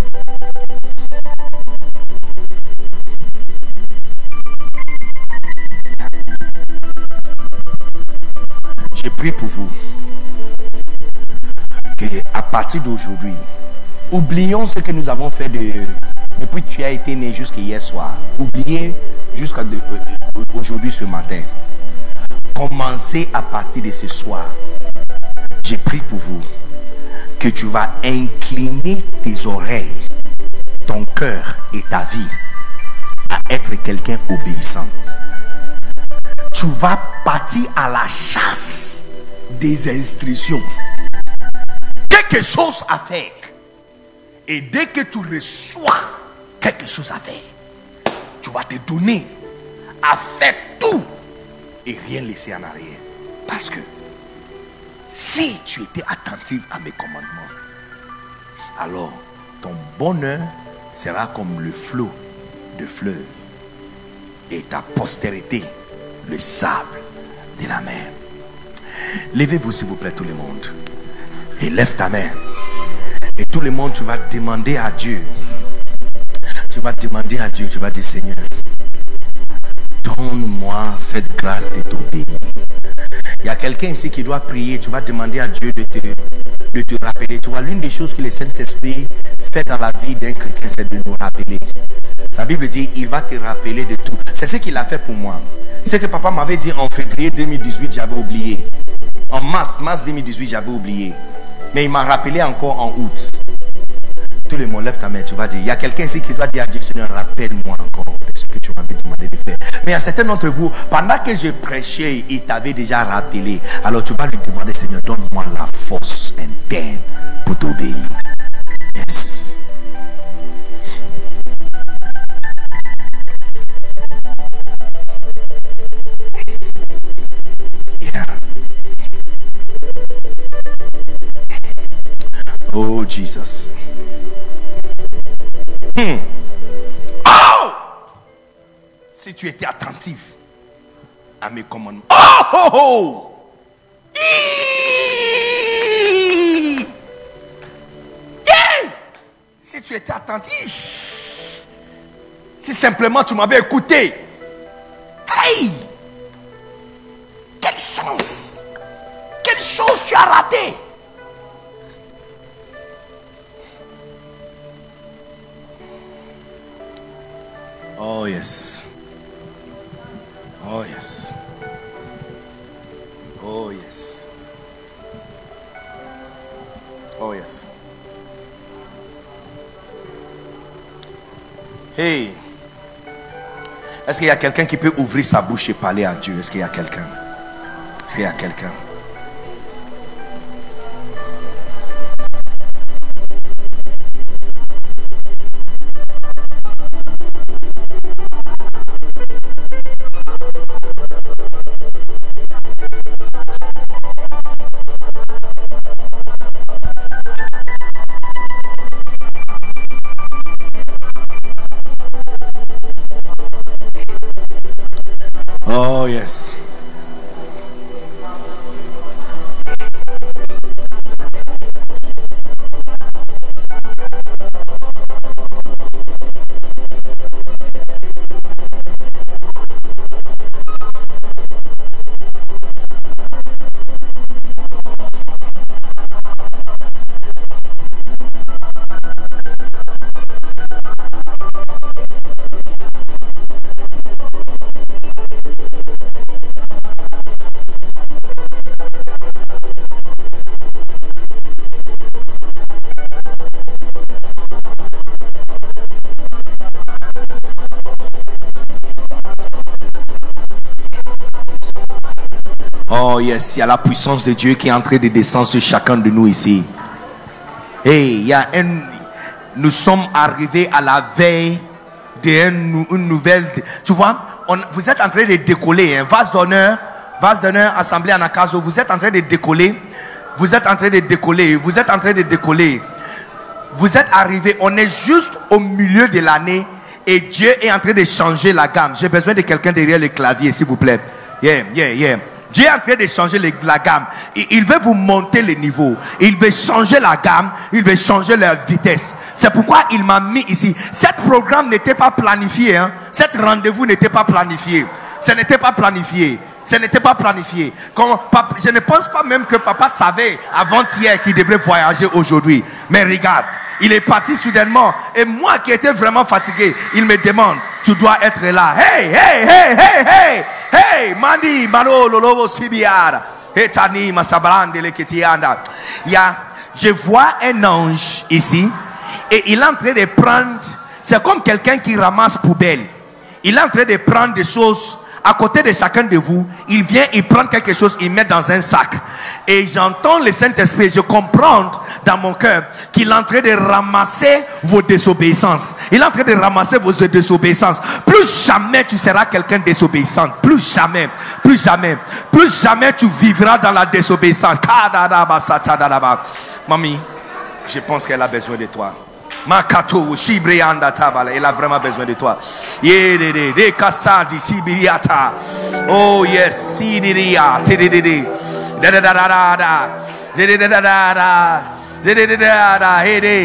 Je prie pour vous que à partir d'aujourd'hui, oublions ce que nous avons fait depuis que tu as été né jusqu'à hier soir. Oubliez jusqu'à aujourd'hui, ce matin. Commencez à partir de ce soir. Je prie pour vous que tu vas incliner tes oreilles, ton cœur et ta vie à être quelqu'un obéissant. Tu vas partir à la chasse des instructions. Quelque chose à faire. Et dès que tu reçois quelque chose à faire, tu vas te donner à faire tout et rien laisser en arrière. Parce que si tu étais attentif à mes commandements, alors ton bonheur sera comme le flot de fleuve et ta postérité le sable de la mer. Levez-vous s'il vous plaît tout le monde et lève ta main. Et tout le monde, tu vas demander à Dieu. Tu vas demander à Dieu, tu vas dire Seigneur, donne-moi cette grâce de t'obéir. Il y a quelqu'un ici qui doit prier. Tu vas demander à Dieu de te rappeler. Tu vois, l'une des choses que le Saint-Esprit fait dans la vie d'un chrétien, c'est de nous rappeler. La Bible dit, il va te rappeler de tout. C'est ce qu'il a fait pour moi. Ce que papa m'avait dit en février 2018, j'avais oublié. En mars 2018, j'avais oublié. Mais il m'a rappelé encore en août. Tout le monde, lève ta main, tu vas dire. Il y a quelqu'un ici qui doit dire à Dieu, Seigneur, rappelle-moi encore de ce que tu m'avais demandé de faire. Mais il y a certains d'entre vous, pendant que je prêchais, il t'avait déjà rappelé. Alors tu vas lui demander, Seigneur, donne-moi la force interne pour t'obéir. Yes. Yeah. Oh, Jesus. Oh! Si tu étais attentif à mes commandements. Oh! Oh! Yeah! Si tu étais attentif. Si simplement tu m'avais écouté. Hey! Oh yes. Oh yes. Oh yes. Oh yes. Hey. Est-ce qu'il y a quelqu'un qui peut ouvrir sa bouche et parler à Dieu? Est-ce qu'il y a quelqu'un? Est-ce qu'il y a quelqu'un? Oh yes. Oh yes, il y a la puissance de Dieu qui est en train de descendre sur chacun de nous ici. Et nous sommes arrivés à la veille d'une nouvelle. Tu vois, vous êtes en train de décoller. Vase d'honneur, assemblée en Akazo. Vous êtes en train de décoller. Vous êtes en train de décoller. Vous êtes en train de décoller. Vous êtes arrivés. On est juste au milieu de l'année et Dieu est en train de changer la gamme. J'ai besoin de quelqu'un derrière le clavier, s'il vous plaît. Yeah. Dieu est en train de changer la gamme. Il veut vous monter les niveaux. Il veut changer la gamme. Il veut changer la vitesse. C'est pourquoi il m'a mis ici. Cet programme n'était pas planifié. Cet rendez-vous n'était pas planifié. Ce n'était pas planifié. Je ne pense pas même que papa savait avant-hier qu'il devrait voyager aujourd'hui. Mais regarde, il est parti soudainement. Et moi qui étais vraiment fatigué, il me demande, tu dois être là. Hey, Mandi, Mano, Lolobo, Sibiara. Etani, Masabrande, Leketianda. Je vois un ange ici. Et il est en train de prendre. C'est comme quelqu'un qui ramasse poubelle. Il est en train de prendre des choses. À côté de chacun de vous, il vient, il prend quelque chose, il met dans un sac. Et j'entends le Saint-Esprit, je comprends dans mon cœur qu'il est en train de ramasser vos désobéissances. Il est en train de ramasser vos désobéissances. Plus jamais tu seras quelqu'un désobéissant. Plus jamais tu vivras dans la désobéissance. Mamie, je pense qu'elle a besoin de toi. Makato, Shibrianda Tabala, il a vraiment besoin de toi. Yedede, Kasadi, Sibiriata. Oh yes, Sidiria, Tedede, Dadadada, Dededada, Dededada,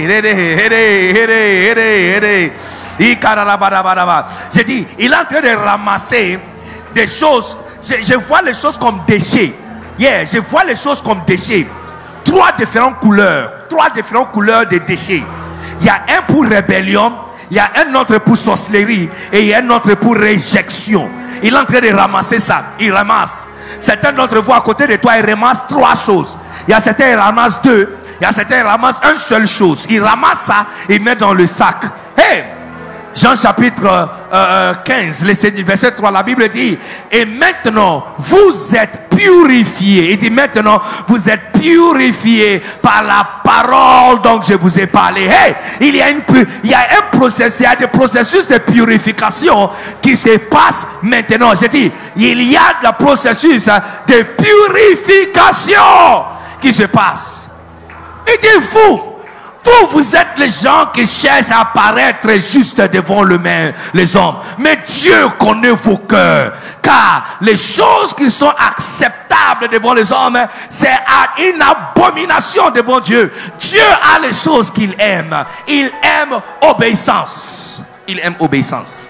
Hede, Ikarabadabadaba. J'ai dit, il est en train de ramasser des choses. Je vois les choses comme déchets. Je vois les choses comme déchets. Trois différentes couleurs de déchets. Il y a un pour rébellion, il y a un autre pour sorcellerie et il y a un autre pour réjection. Il est en train de ramasser ça. Il ramasse. Certains d'entre vous à côté de toi, ils ramassent trois choses. Il y a certains qui ramassent deux. Il y a certains qui ramassent une seule chose. Il ramasse ça et met dans le sac. Hey! Jean chapitre 15, verset 3, la Bible dit, et maintenant vous êtes purifiés. Il dit maintenant vous êtes purifiés par la parole dont je vous ai parlé. Hey, il y a un processus, il y a des processus de purification qui se passent maintenant. Je dis, il y a le processus de purification qui se passe. Il dit vous êtes les gens qui cherchent à paraître justes devant les hommes. Mais Dieu connaît vos cœurs. Car les choses qui sont acceptables devant les hommes, c'est une abomination devant Dieu. Dieu a les choses qu'il aime. Il aime obéissance. Il aime obéissance.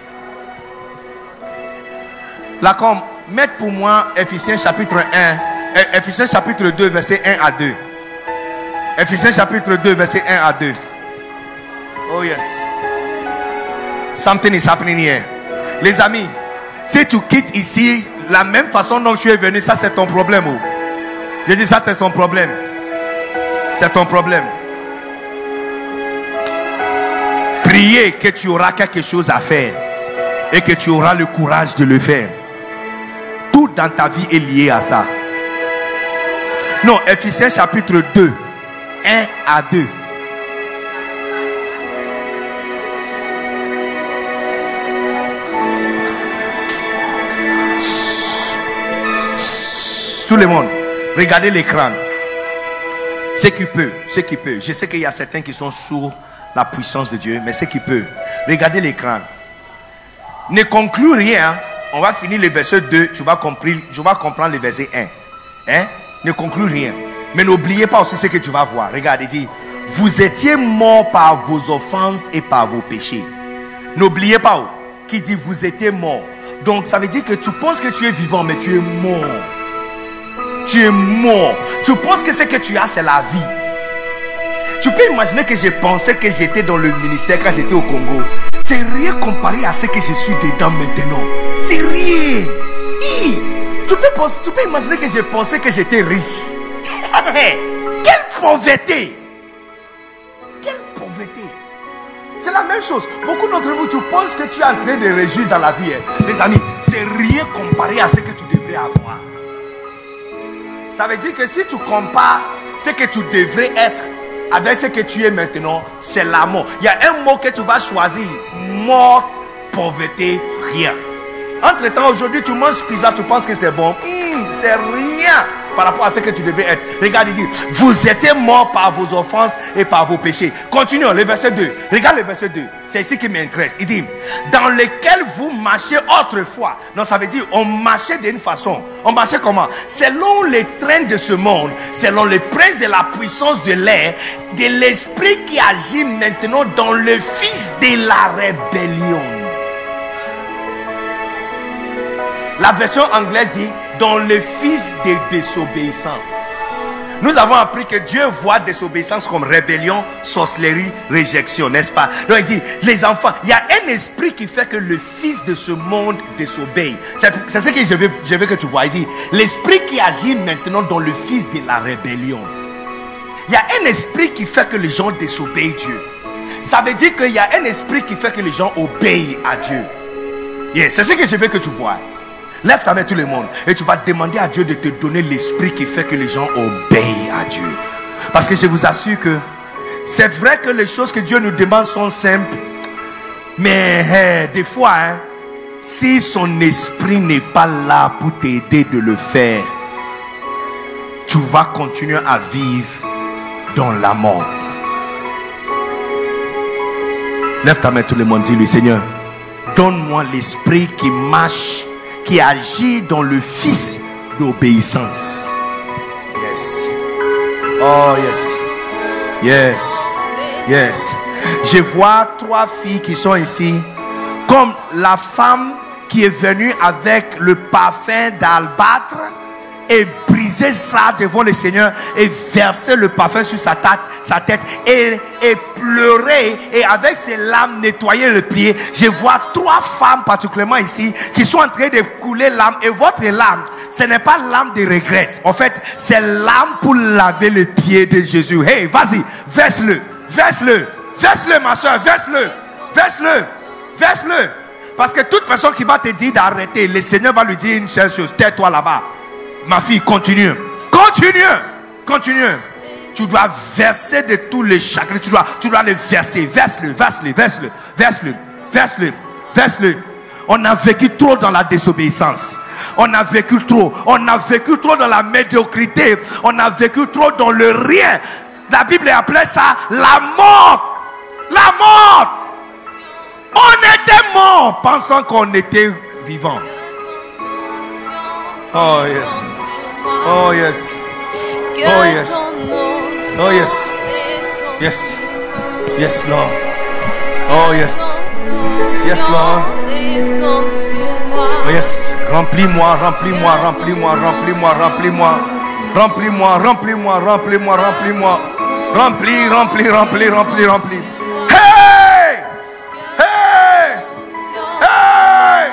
Là, comme, mettez pour moi Ephésiens chapitre 2, verset 1 à 2. Ephésiens chapitre 2, verset 1 à 2. Oh yes. Something is happening here. Les amis, si tu quittes ici la même façon dont tu es venu, ça c'est ton problème. Oh. Je dis ça, c'est ton problème. C'est ton problème. Priez que tu auras quelque chose à faire et que tu auras le courage de le faire. Tout dans ta vie est lié à ça. Non, Ephésiens chapitre 2, 1 à 2. Tout le monde, regardez l'écran. Ce qui peut. Je sais qu'il y a certains qui sont sous la puissance de Dieu, mais ce qui peut. Regardez l'écran. Ne conclue rien. On va finir le verset 2. Tu vas comprendre le verset 1. Hein? Ne conclue rien. Mais n'oubliez pas aussi ce que tu vas voir. Regarde, il dit: vous étiez morts par vos offenses et par vos péchés. N'oubliez pas qui dit vous étiez morts. Donc ça veut dire que tu penses que tu es vivant, mais tu es mort. Tu es mort. Tu penses que ce que tu as, c'est la vie. Tu peux imaginer que je pensais que j'étais dans le ministère quand j'étais au Congo. C'est rien comparé à ce que je suis dedans maintenant. C'est rien. Tu peux imaginer que je pensais que j'étais riche. Quelle pauvreté. Quelle pauvreté. C'est la même chose. Beaucoup d'entre vous, tu penses que tu es en train de réjouir dans la vie. Les amis, c'est rien comparé à ce que tu devrais avoir. Ça veut dire que si tu compares ce que tu devrais être avec ce que tu es maintenant, c'est la mort. Il y a un mot que tu vas choisir: mort, pauvreté, rien. Entre temps, aujourd'hui, tu manges pizza, tu penses que c'est bon. C'est rien par rapport à ce que tu devrais être. Regarde, il dit: vous étiez morts par vos offenses et par vos péchés. Continuons, le verset 2. Regarde le verset 2. C'est ici qui m'intéresse. Il dit: dans lequel vous marchez autrefois. Non, ça veut dire on marchait d'une façon. On marchait comment? Selon les trains de ce monde, selon les princes de la puissance de l'air, de l'esprit qui agit maintenant dans le fils de la rébellion. La version anglaise dit: dans le fils de désobéissance. Nous avons appris que Dieu voit désobéissance comme rébellion, sorcellerie, réjection, n'est-ce pas? Donc il dit: les enfants, il y a un esprit qui fait que le fils de ce monde désobéit. C'est ce que je veux que tu vois. Il dit: l'esprit qui agit maintenant dans le fils de la rébellion. Il y a un esprit qui fait que les gens désobéissent Dieu. Ça veut dire qu'il y a un esprit qui fait que les gens obéissent à Dieu. Yes, c'est ce que je veux que tu vois. Lève ta main tout le monde et tu vas demander à Dieu de te donner l'esprit qui fait que les gens obéissent à Dieu. Parce que je vous assure que c'est vrai que les choses que Dieu nous demande sont simples. Mais des fois, si son esprit n'est pas là pour t'aider de le faire, tu vas continuer à vivre dans la mort. Lève ta main tout le monde, dis-lui: Seigneur, donne-moi l'esprit qui marche, qui agit dans le fils d'obéissance. Yes. Oh yes. Yes. Yes. Je vois 3 filles qui sont ici, comme la femme qui est venue avec le parfum d'albâtre et briser ça devant le Seigneur et verser le parfum sur sa tête et pleurer et avec ses larmes nettoyer le pied. Je vois 3 femmes particulièrement ici qui sont en train de couler l'âme, et votre larme, ce n'est pas l'âme de regret. En fait, c'est l'âme pour laver le pied de Jésus. Hey, vas-y, verse-le, verse-le, verse-le ma soeur, verse-le, verse-le, verse-le. Parce que toute personne qui va te dire d'arrêter, le Seigneur va lui dire une seule chose: tais-toi là-bas. Ma fille, continue. Continue. Continue. Tu dois verser de tous les chagrins. Tu dois le verser. Verse-le, verse-le, verse-le, verse-le, verse-le, verse-le. On a vécu trop dans la désobéissance. On a vécu trop. On a vécu trop dans la médiocrité. On a vécu trop dans le rien. La Bible appelait ça la mort. La mort. On était mort pensant qu'on était vivant. Oh yes. Oh yes. Oh yes. Oh yes. Yes. Yes, Lord. Oh yes. Yes, Lord. Oh yes. Remplis-moi, remplis-moi, remplis-moi, remplis-moi, remplis-moi. Remplis-moi, remplis-moi, remplis-moi, remplis-moi. Remplis, remplis, remplis, remplis, remplis. Hey! Hey! Hey!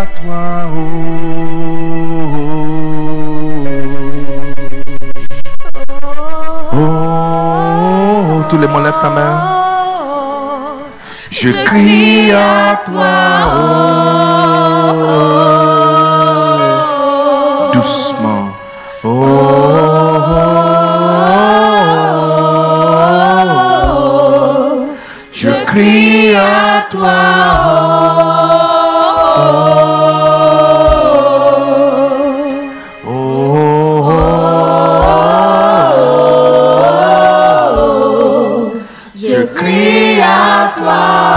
à toi, oh, tout le monde lève ta main. Je crie à toi, oh, doucement, je crie à toi, je crie à toi.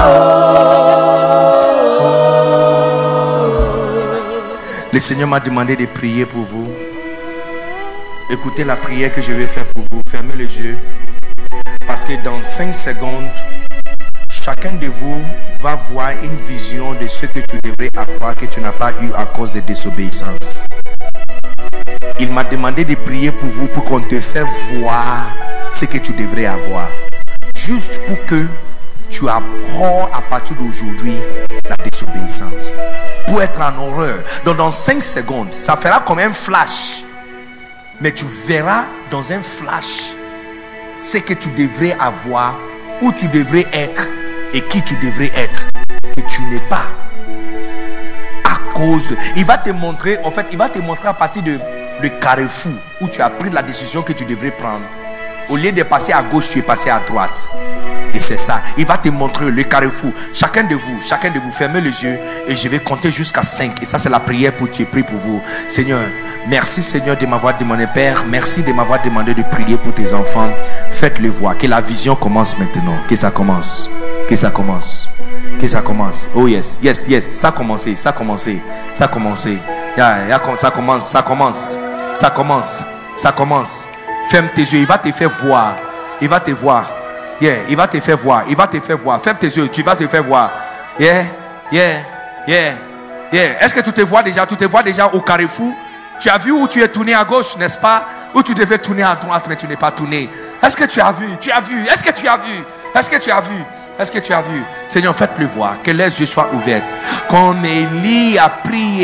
Le Seigneur m'a demandé de prier pour vous. Écoutez la prière que je vais faire pour vous. Fermez les yeux. Parce que dans 5 secondes, chacun de vous va voir une vision de ce que tu devrais avoir que tu n'as pas eu à cause de désobéissance. Il m'a demandé de prier pour vous pour qu'on te fasse voir ce que tu devrais avoir. Juste pour que tu abhorres à partir d'aujourd'hui la désobéissance. Pour être en horreur. Donc dans 5 secondes, ça fera comme un flash. Mais tu verras dans un flash ce que tu devrais avoir, où tu devrais être et qui tu devrais être. Et tu n'es pas. À cause de... Il va te montrer, en fait, il va te montrer à partir de carrefour où tu as pris la décision que tu devrais prendre. Au lieu de passer à gauche, tu es passé à droite. Et c'est ça. Il va te montrer le carrefour. Chacun de vous, fermez les yeux et je vais compter jusqu'à 5. Et ça, c'est la prière qui est prise pour vous. Seigneur, merci Seigneur de m'avoir demandé, Père, merci de m'avoir demandé de prier pour tes enfants. Faites-le voir. Que la vision commence maintenant. Que ça commence. Que ça commence. Que ça commence. Oh yes, yes, yes. Ça a commencé. Ça a commencé. Ça a commencé. Ça commence. Ça commence. Ça commence. Ça commence. Ferme tes yeux. Il va te faire voir. Il va te voir. Yeah, il va te faire voir. Il va te faire voir. Ferme tes yeux. Tu vas te faire voir. Yeah, yeah, yeah, yeah. Est-ce que tu te vois déjà? Tu te vois déjà au carrefour? Tu as vu où tu es tourné à gauche, n'est-ce pas? Où tu devais tourner à droite, mais tu n'es pas tourné. Est-ce que tu as vu? Tu as vu? Est-ce que tu as vu? Est-ce que tu as vu? Est-ce que tu as vu? Seigneur, faites-le voir. Que les yeux soient ouverts. Comme Élisée a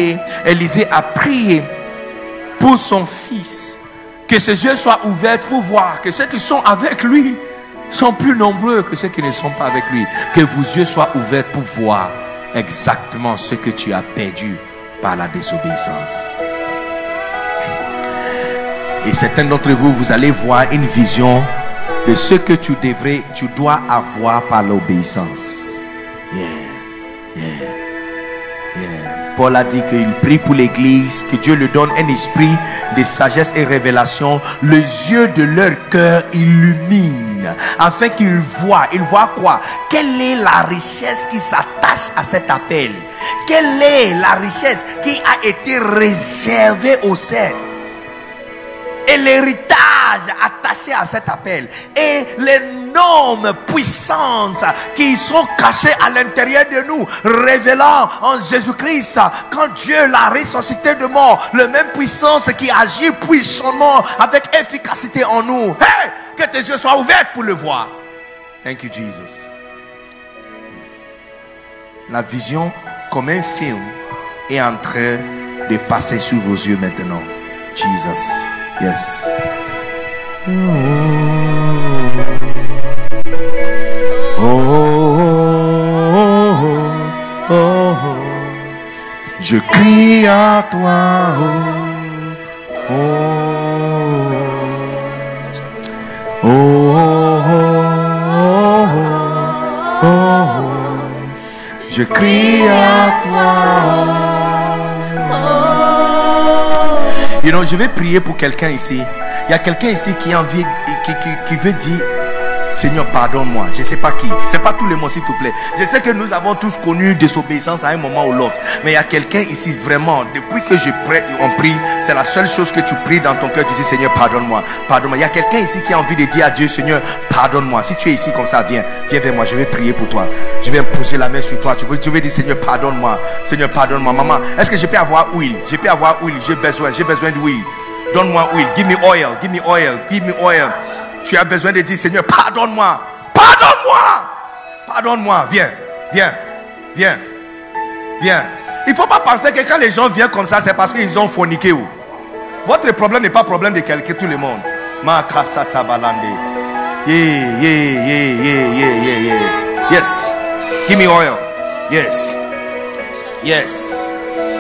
prié pour son fils. Que ses yeux soient ouverts pour voir que ceux qui sont avec lui sont plus nombreux que ceux qui ne sont pas avec lui. Que vos yeux soient ouverts pour voir exactement ce que tu as perdu par la désobéissance. Et certains d'entre vous, vous allez voir une vision de ce que tu dois avoir par l'obéissance. Yeah, yeah, yeah. Paul a dit qu'il prie pour l'église, que Dieu lui donne un esprit de sagesse et révélation, les yeux de leur cœur illumine, afin qu'ils voient. Ils voient quoi? Quelle est la richesse qui s'attache à cet appel? Quelle est la richesse qui a été réservée aux saints? Et l'héritage attaché à cet appel et l'énorme puissance qui sont cachées à l'intérieur de nous, révélant en Jésus-Christ, quand Dieu l'a ressuscité de mort, la même puissance qui agit puissamment avec efficacité en nous. Hey, que tes yeux soient ouverts pour le voir. Thank you, Jesus. La vision comme un film est en train de passer sous vos yeux maintenant. Jesus. Yes. Oh, oh, oh, oh. Je crie à toi. Oh, oh, oh, oh, oh. Je crie à toi. You know, je vais prier pour quelqu'un ici. Il y a quelqu'un ici qui a envie, qui veut dire, Seigneur, pardonne-moi. Je ne sais pas qui. Ce n'est pas tout le monde, s'il te plaît. Je sais que nous avons tous connu désobéissance à un moment ou l'autre. Mais il y a quelqu'un ici, vraiment, depuis que on prie, c'est la seule chose que tu pries dans ton cœur. Tu dis, Seigneur, pardonne-moi. Pardonne-moi. Il y a quelqu'un ici qui a envie de dire à Dieu, Seigneur, pardonne-moi. Si tu es ici comme ça, viens vers moi. Je vais prier pour toi. Je vais poser la main sur toi. Tu veux dire, Seigneur, pardonne-moi. Seigneur, pardonne-moi. Maman, est-ce que je peux avoir huile? Je peux avoir huile. J'ai besoin d'huile. Donne-moi huile. Give me oil. Give me oil. Give me oil. Tu as besoin de dire, Seigneur, pardonne-moi. Pardonne-moi. Pardonne-moi. Viens. Viens. Viens. Viens. Il ne faut pas penser que quand les gens viennent comme ça, c'est parce qu'ils ont forniqué. Votre problème n'est pas le problème de quelqu'un, tout le monde. Makasata balande. Yeah. Yes. Give me oil. Yes. Yes.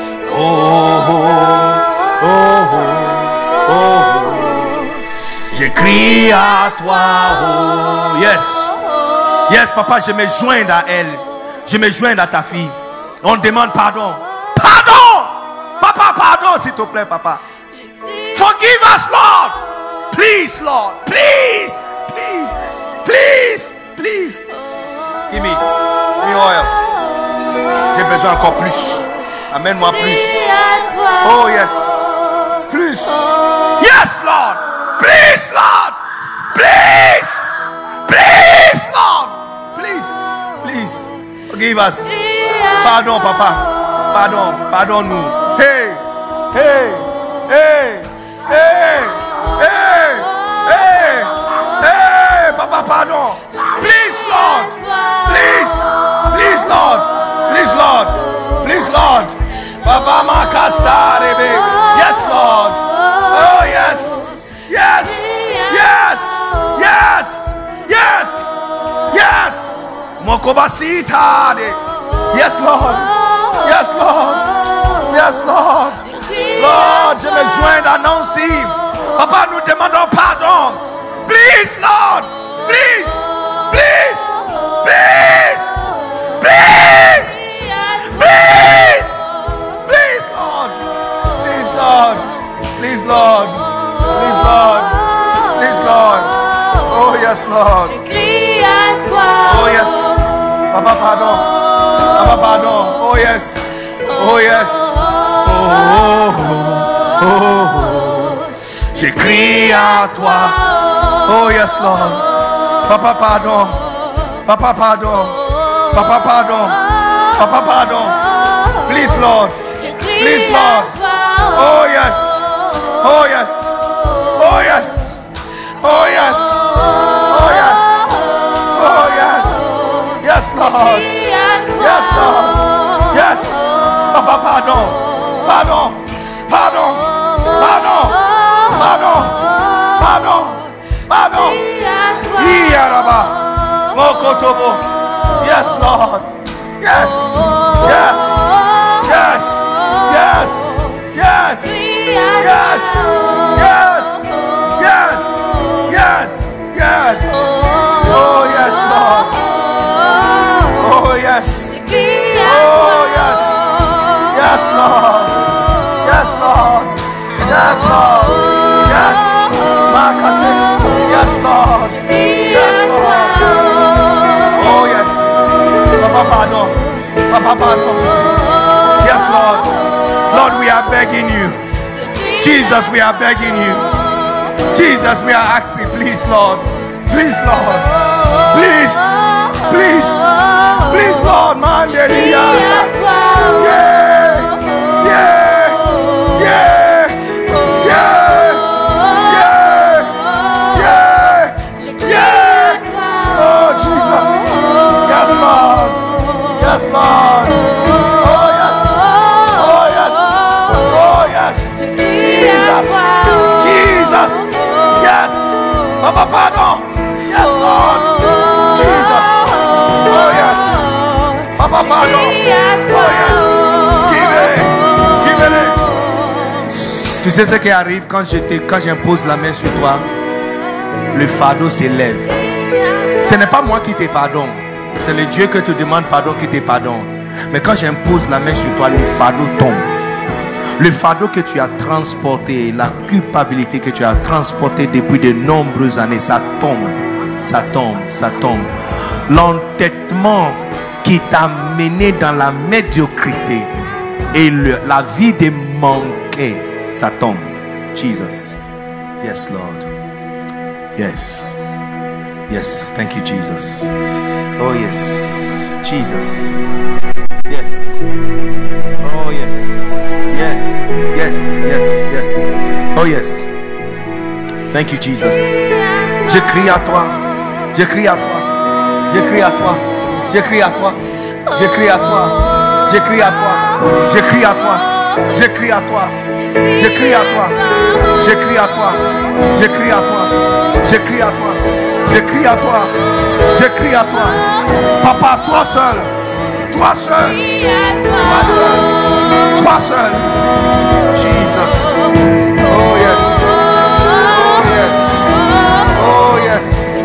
Je crie à toi. Yes. Yes, papa, je me joins à elle. Je me joins à ta fille. On demande pardon. Pardon. Papa, pardon, s'il te plaît, papa. Forgive us, Lord. Please, Lord. Please. Please. Please. Please. Give me oil. J'ai besoin encore plus. Amène-moi plus. Oh, yes. Plus. Yes, Lord. Please, Lord. Please. Please, Lord. Please. Please. Forgive us. Pardon, papa. Pardon. Pardonne-nous. Hey. Hey. Hey. Hey. Hey. Hey. Hey. Papa, pardon. Please, Lord. Please. Please, Lord. Please, Lord. Please, Lord. Papa, Makasta, Rebe. Yes, Lord. Oh, yes. Yes. Yes. Yes. Yes. Yes. Mokobasita. Yes, Lord. Yes, Lord. Yes, Lord. Lord, je me joins à Nancy. Papa, nous demandons pardon. Please, Lord. Please. Please. Please. Please. Please. Please, Lord. Please, Lord. Please, Lord. Please, Lord. Please, Lord. Oh, yes, Lord. Oh, yes. Papa, pardon. Papa, pardon. Oh, yes. Oh, yes. Oh. Je crie à toi. Oh, yes, Lord. Papa, pardon. Papa, pardon. Papa, pardon. Papa, pardon. Please, Lord. Please, Lord. Oh, yes. Oh, yes. Oh, yes. Oh, yes. Oh, yes. Oh, yes. Yes, Lord. Yes, Lord. Yes. Papa, pardon. Pardon. Pardon. Pardon. Pardon. Pardon. Pardon. Iyaraba. Mokotobo. Yes, Lord. Yes. Yes. Yes. Yes. Yes. Yes. Yes. Yes. Yes. Yes. Oh, yes, Lord. Oh, yes. Oh, yes. Yes, Lord. Yes, Lord. Yes, Lord. Yes. Makate. Yes, Lord. Yes, Lord. Oh, yes. Papa, pardon. Papa, pardon. Yes, Lord. Lord, we are begging you. Jesus, we are begging you. Jesus, we are asking, please, Lord. Please, Lord. Please. Please. Please, Lord. Man, yeah. Oh, Jesus. Yes, Lord. Yes, Lord. Oh, yes. Oh, yes. Oh, yes. Jesus. Jesus. Yes. Papa, pardon. Yes, Lord. Jesus. Oh, yes. Papa, pardon. Oh, yes. Give it. Tu sais ce qui arrive quand j'impose la main sur toi? Le fardeau s'élève. Ce n'est pas moi qui te pardonne. C'est le Dieu que te demande pardon qui te pardonne. Mais quand j'impose la main sur toi, le fardeau tombe. Le fardeau que tu as transporté, la culpabilité que tu as transporté depuis de nombreuses années, ça tombe. Ça tombe, ça tombe. L'entêtement qui t'a mené dans la médiocrité et la vie de manquer, ça tombe. Jesus. Yes, Lord. Yes. Yes. Thank you, Jesus. Oh, yes. Jesus. Yes. Oh, yes. Yes. Yes. Yes. Yes. Oh, yes. Thank you, Jesus. Je crie à toi. Je crie à toi. Je crie à toi. Je crie à toi. Je crie à toi. Je crie à toi. Je crie à toi. Je crie à toi. Je crie à toi. Je crie à toi. Je crie à toi. Je crie à toi. Je crie à toi. Je crie à toi. Papa, toi seul. Toi seul. Toi seul. Toi seul. Jesus. Oh yes. Oh yes. Oh yes.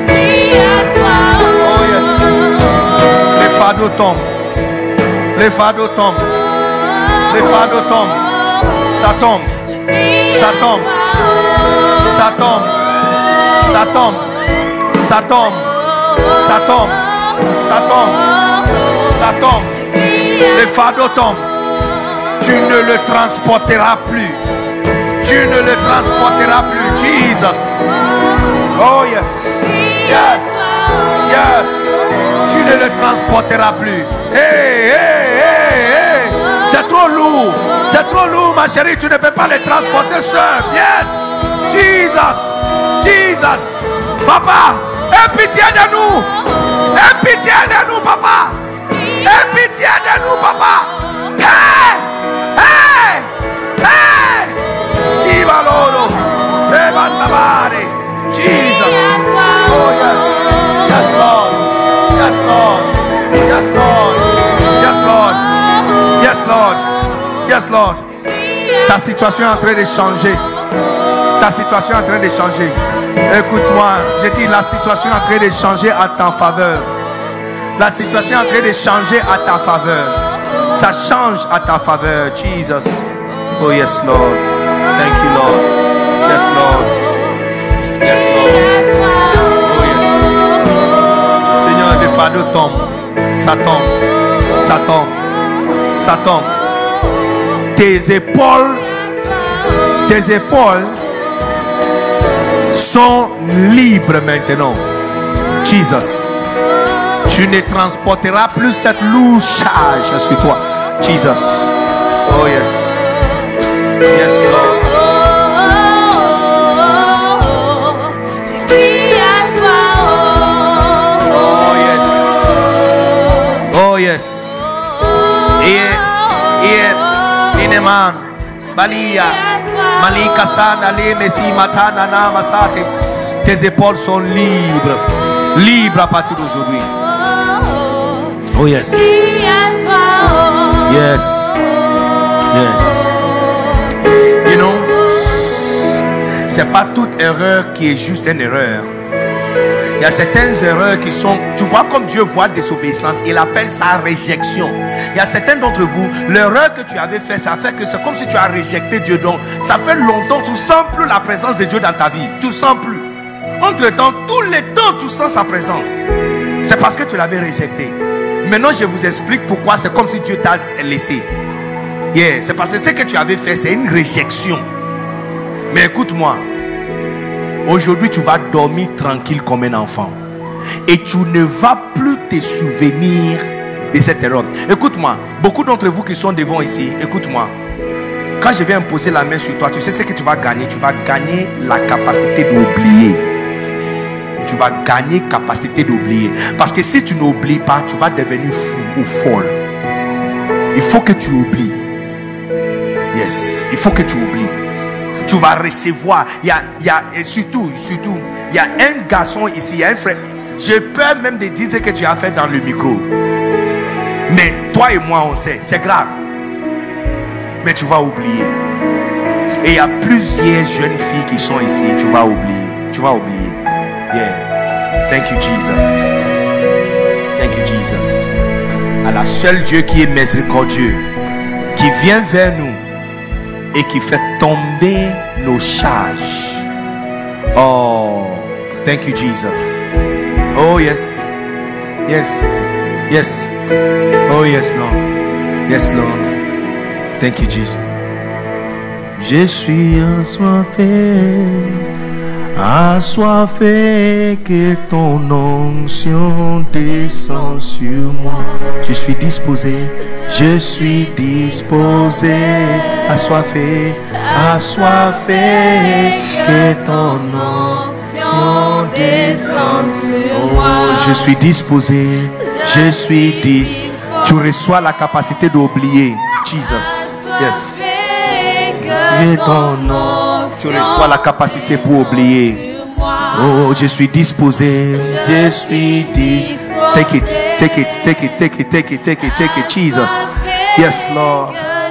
Oh yes. Les fardeaux tombent. Les fardeaux tombent. Les fardeaux tombent. Ça tombe. Ça tombe. Ça tombe. Ça tombe. Ça tombe. Ça tombe. Ça tombe. Ça tombe. Les fardeaux tombent. Tu ne le transporteras plus. Tu ne le transporteras plus. Jesus. Oh yes. Yes. Yes. Tu ne le transporteras plus. Hey, hey, hey, hey. C'est trop lourd. C'est trop lourd, ma chérie. Tu ne peux pas le transporter seul. Yes. Jesus. Jesus. Papa, aie pitié de nous. Aie pitié de nous, papa. Aie pitié de nous, papa. Hey. Hey. Hey. Tibalolo. Rebastabare. Jesus. Oh yes. Yes, Lord. Yes, Lord. Yes, Lord. Yes, Lord. Yes, Lord. Yes, Lord. Ta situation est en train de changer. Ta situation est en train de changer. Écoute-moi. Je dis la situation est en train de changer à ta faveur. La situation est en train de changer à ta faveur. Ça change à ta faveur. Jesus. Oh yes, Lord. Thank you, Lord. Yes, Lord. Yes, Lord. Oh yes. Seigneur, les fardeaux tombent. Ça tombe. Ça tombe. Ça tombe. Tes épaules sont libres maintenant. Jesus. Tu ne transporteras plus cette lourde charge sur toi. Jesus. Oh yes. Yes, Lord. Oh yes. Ineman Balia Malika Sana Lemesi Matana Namasate. Tes épaules sont libres. Libres à partir d'aujourd'hui. Oh yes. Yes. Yes. You know, c'est pas toute erreur qui est juste une erreur. Il y a certaines erreurs qui sont, tu vois, comme Dieu voit désobéissance, il appelle ça réjection. Il y a certains d'entre vous, l'erreur que tu avais fait, ça fait que c'est comme si tu as réjecté Dieu. Donc, ça fait longtemps, tu ne sens plus la présence de Dieu dans ta vie. Tu ne sens plus. Entre-temps, tous les temps, tu sens sa présence. C'est parce que tu l'avais réjecté. Maintenant, je vous explique pourquoi c'est comme si Dieu t'a laissé. Yeah, c'est parce que ce que tu avais fait, c'est une réjection. Mais écoute-moi. Aujourd'hui, tu vas dormir tranquille comme un enfant. Et tu ne vas plus te souvenir de cette erreur. Écoute-moi, beaucoup d'entre vous qui sont devant ici, écoute-moi. Quand je vais imposer la main sur toi, tu sais ce que tu vas gagner. Tu vas gagner la capacité d'oublier. Tu vas gagner capacité d'oublier. Parce que si tu n'oublies pas, tu vas devenir fou ou folle. Il faut que tu oublies. Yes, il faut que tu oublies. Tu vas recevoir. Il y a et surtout, il y a un garçon ici, il y a un frère. J'ai peur même de dire ce que tu as fait dans le micro. Mais toi et moi, on sait, c'est grave. Mais tu vas oublier. Et il y a plusieurs jeunes filles qui sont ici. Tu vas oublier. Tu vas oublier. Yeah. Thank you, Jesus. Thank you, Jesus. À la seule Dieu qui est miséricordieux, qui vient vers nous et qui fait tomber nos charges. Oh, thank you, Jesus. Oh, yes. Yes. Yes. Oh, yes, Lord. Yes, Lord. Thank you, Jesus. Je suis assoiffé, que ton onction descend sur moi. Je suis disposé, assoiffé, que ton onction descend sur moi. Je suis disposé, Tu reçois la capacité d'oublier. Jesus. Yes. Et ton nom. Tu reçois la capacité pour oublier. Oh, je suis disposé. Je suis disposé. Take it, take it, take it, take it, take it, take it, take it, Jesus. Yes, Lord.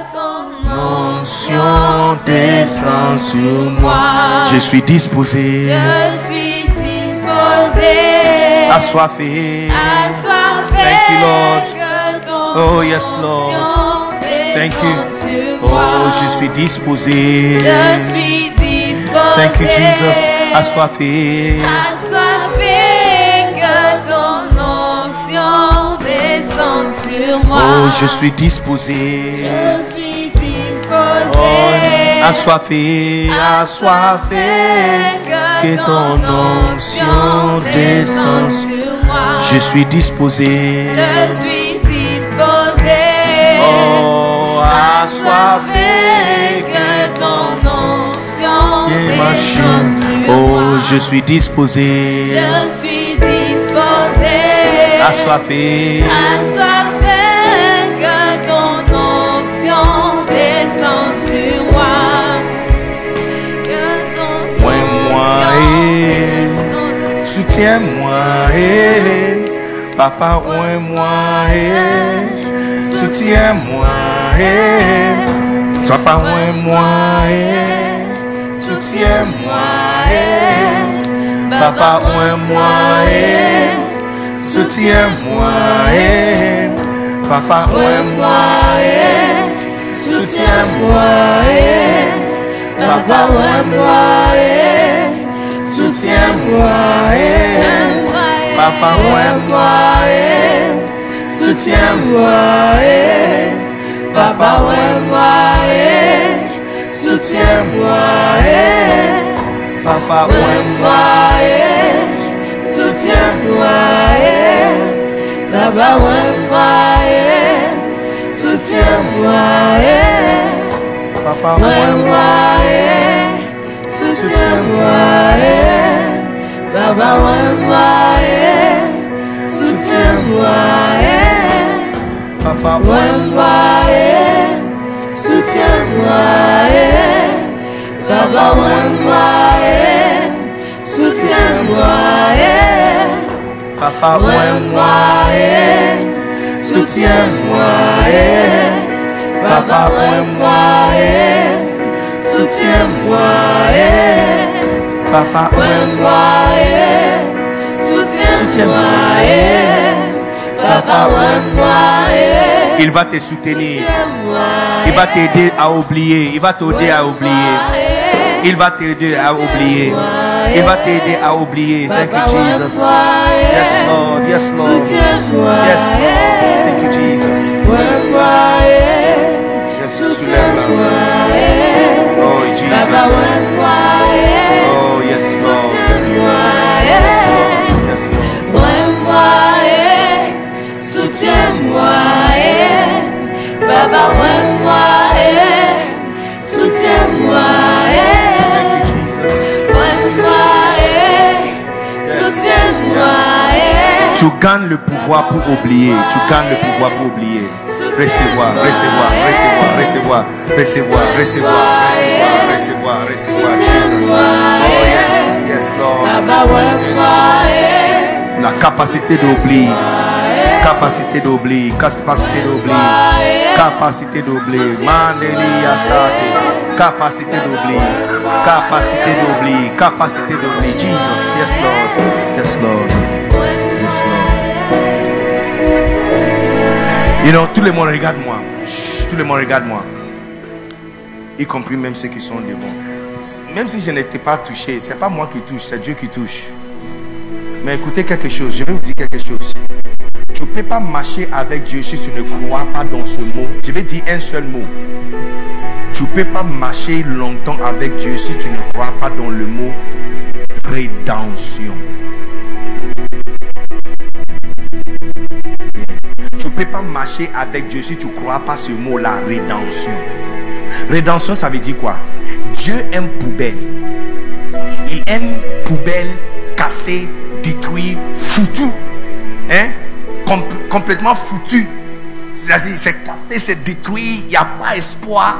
Onction descend sur moi. Je suis disposé. Je suis disposé. Assoiffé. Assoiffé. Thank you, Lord. Oh, yes, Lord. Thank you. Oh, je suis disposé. Je suis disposé. Thank you, Jesus. Assoiffé. Assoiffé, que ton onction descende sur moi. Oh, je suis disposé. Je suis disposé. Oh, assoiffé, assoiffé. Que ton onction descende sur moi. Je suis disposé. Je suis disposé. Oh, assoiffé. Que ton onction Et ma descende chine. sur Oh, moi. je suis disposé. Je suis disposé. Assoiffé. Assoiffé, que ton onction descende sur moi. Que ton Moi, soutiens-moi, papa, moi, soutiens-moi, papa, moi, soutiens-moi, papa, moi, soutiens-moi, papa, moi, soutiens-moi, papa, moi, soutiens-moi, papa, moi, soutiens-moi, papa, moi, soutiens-moi, papa, moi, soutiens-moi, papa, moi, soutiens-moi, papa, moi, soutiens-moi, papa, moi, soutiens-moi, papa, moi, soutiens-moi, papa, moi, soutiens-moi, papa, moi, soutiens-moi, papa, moi, soutiens-moi, papa, moi, soutiens-moi, papa, moi. Il va te soutenir. Il va t'aider à oublier. Il va t'aider à oublier. Il va t'aider à oublier. Il va t'aider à oublier. Thank you, Jesus. Yes, Lord. Yes, Lord. Yes, Lord. Thank you, Jesus. Yes, soulève la main. Oh, Jesus. Oh, yes, Lord. Yes, Lord. Yes, Lord. Soutiens-moi, Baba, soutiens-moi, Thank you, Jesus. soutiens-moi. Tu gagnes le pouvoir pour oublier. Tu gagnes le pouvoir pour oublier. Recevoir, recevoir, recevoir, recevoir, recevoir, recevoir, recevoir, recevoir, recevoir, Jesus. Oh yes, yes, Lord. Yes. La capacité d'oublier. Capacité d'oublier. Capacité d'oublier. Capacité d'oublier. Mandeli Asate. Capacité d'oublier. Capacité d'oublier. Capacité d'oublier. Jesus. Yes, Lord. Yes, Lord. Yes, Lord. You know, tout le monde regarde moi. Chut, tout le monde regarde moi. Y compris même ceux qui sont devant. Même si je n'étais pas touché, c'est pas moi qui touche, c'est Dieu qui touche. Mais écoutez quelque chose, je vais vous dire quelque chose. Tu ne peux pas marcher avec Dieu si tu ne crois pas dans ce mot. Je vais dire un seul mot. Tu ne peux pas marcher longtemps avec Dieu si tu ne crois pas dans le mot rédemption. Tu ne peux pas marcher avec Dieu si tu ne crois pas ce mot-là, rédemption. Rédemption, ça veut dire quoi? Dieu aime poubelle. Il aime poubelle cassée, détruite, foutue. Hein? Complètement foutu. C'est-à-dire, c'est cassé, c'est détruit, il n'y a pas espoir.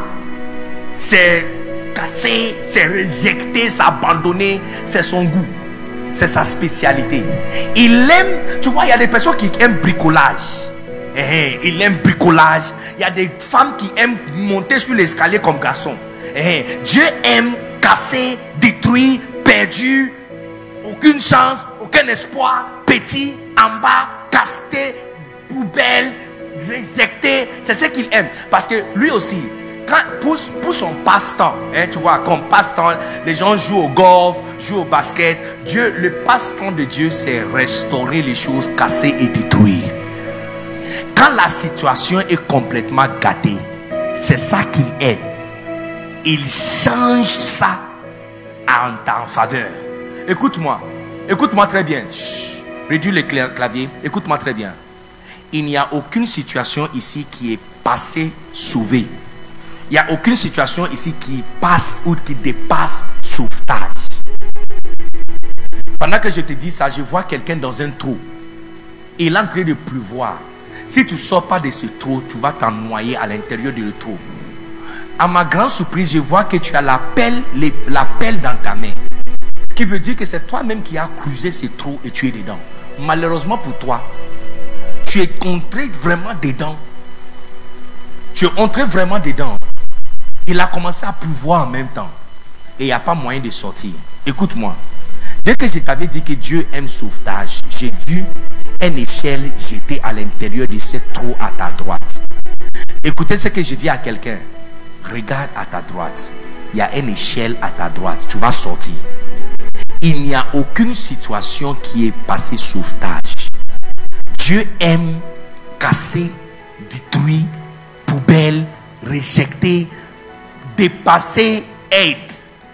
C'est cassé, c'est rejeté, c'est abandonné. C'est son goût. C'est sa spécialité. Il aime, tu vois, il y a des personnes qui aiment bricolage. Il aime bricolage. Il y a des femmes qui aiment monter sur l'escalier comme garçon. Dieu aime casser, détruire, perdu, aucune chance, aucun espoir, petit, en bas, casté, poubelle, rejeté. C'est ce qu'il aime. Parce que lui aussi, pour son passe-temps, tu vois, comme passe-temps, les gens jouent au golf, jouent au basket. Dieu, le passe-temps de Dieu, c'est restaurer les choses, casser et détruire. Quand la situation est complètement gâtée, c'est ça qu'il aime. Il change ça en ta faveur. Écoute-moi très bien. Chut, réduis le clavier. Écoute-moi très bien. Il n'y a aucune situation ici qui est passée sauvée. Il n'y a aucune situation ici qui passe ou qui dépasse sauvetage. Pendant que je te dis ça, je vois quelqu'un dans un trou. Il est en train de pleuvoir. Si tu ne sors pas de ce trou, tu vas t'en noyer à l'intérieur du trou. À ma grande surprise, je vois que tu as la pelle dans ta main. Ce qui veut dire que c'est toi-même qui as creusé ce trou et tu es dedans. Malheureusement pour toi, tu es entré vraiment dedans. Tu es entré vraiment dedans. Il a commencé à pleuvoir en même temps. Et il n'y a pas moyen de sortir. Écoute-moi. Dès que je t'avais dit que Dieu aime sauvetage, j'ai vu une échelle jetée à l'intérieur de ce trou à ta droite. Écoutez ce que je dis à quelqu'un. Regarde à ta droite. Il y a une échelle à ta droite. Tu vas sortir. Il n'y a aucune situation qui est passée sauvetage. Dieu aime casser, détruire, poubelle, rejeter, dépasser, aide.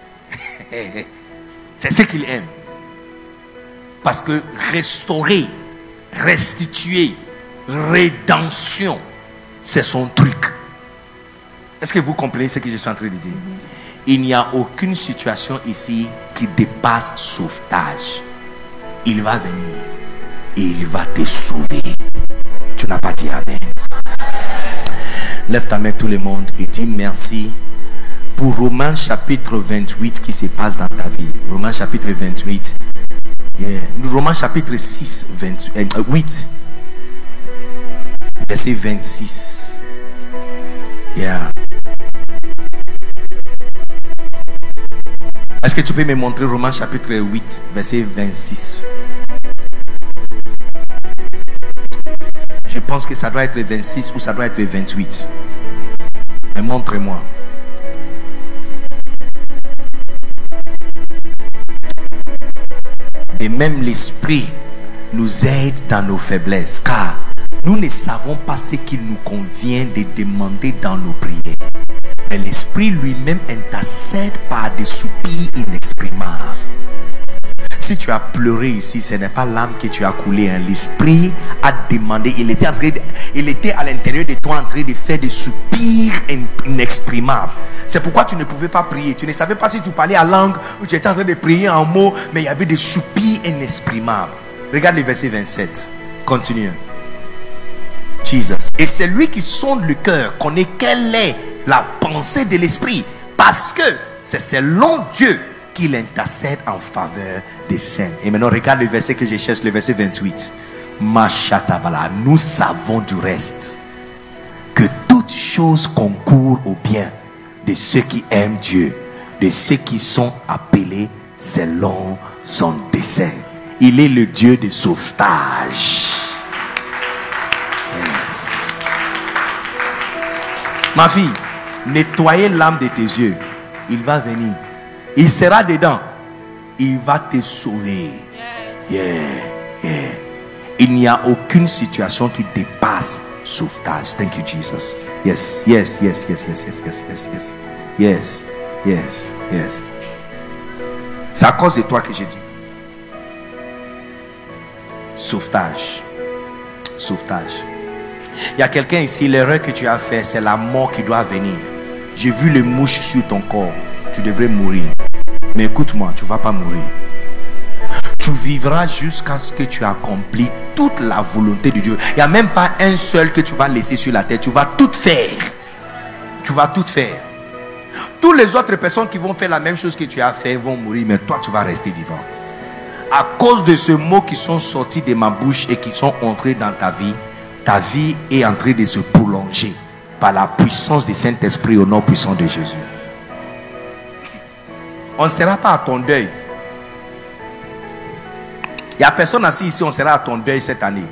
C'est ce qu'il aime. Parce que restaurer, restituer, rédemption, c'est son truc. Est-ce que vous comprenez ce que je suis en train de dire? Il n'y a aucune situation ici qui dépasse sauvetage. Il va venir et il va te sauver. Tu n'as pas dit amen. Lève ta main tout le monde et dis merci pour Romains chapitre 28 qui se passe dans ta vie. Romains chapitre 28. Romains chapitre 8. Verset 26. Est-ce que tu peux me montrer Romains chapitre 8, verset 26? Je pense que ça doit être 26 ou ça doit être 28. Mais montre-moi. Et même l'Esprit nous aide dans nos faiblesses, car nous ne savons pas ce qu'il nous convient de demander dans nos prières. Mais l'Esprit lui-même intercède par des soupirs inexprimables. Si tu as pleuré ici, ce n'est pas l'âme que tu as coulé. L'Esprit a demandé. Il était à l'intérieur de toi en train de faire des soupirs inexprimables. C'est pourquoi tu ne pouvais pas prier. Tu ne savais pas si tu parlais en langue ou tu étais en train de prier en mots, mais il y avait des soupirs inexprimables. Regarde le verset 27. Continue. Jesus. Et c'est lui qui sonde le cœur, connaît quelle est la pensée de l'Esprit, parce que c'est selon Dieu qu'il intercède en faveur des saints. Et maintenant regarde le verset que je cherche, le verset 28. Machatabala. Nous savons du reste que toutes choses concourent au bien de ceux qui aiment Dieu, de ceux qui sont appelés selon son dessein. Il est le Dieu de sauvetage. Yes. Ma fille, nettoyer l'âme de tes yeux. Il va venir. Il sera dedans. Il va te sauver. Il n'y a aucune situation qui dépasse sauvetage. Thank you, Jesus. Yes. C'est à cause de toi que j'ai dit. Sauvetage. Il y a quelqu'un ici, l'erreur que tu as fait, c'est la mort qui doit venir. J'ai vu les mouches sur ton corps. Tu devrais mourir. Mais écoute-moi, tu ne vas pas mourir. Tu vivras jusqu'à ce que tu accomplis toute la volonté de Dieu. Il n'y a même pas un seul que tu vas laisser sur la terre. Tu vas tout faire. Tu vas tout faire. Toutes les autres personnes qui vont faire la même chose que tu as fait vont mourir, mais toi tu vas rester vivant. À cause de ces mots qui sont sortis de ma bouche et qui sont entrés dans ta vie est en train de se prolonger par la puissance du Saint-Esprit au nom puissant de Jésus. On ne sera pas à ton deuil. Il n'y a personne assis ici, on sera à ton deuil cette année.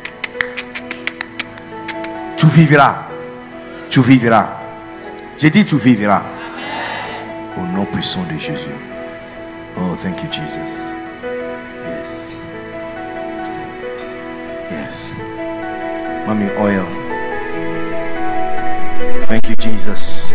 Tu vivras. Tu vivras. J'ai dit tu vivras. Au nom puissant de Jésus. Oh, thank you, Jesus. Yes. Yes. Mommy oil. Thank you, Jesus.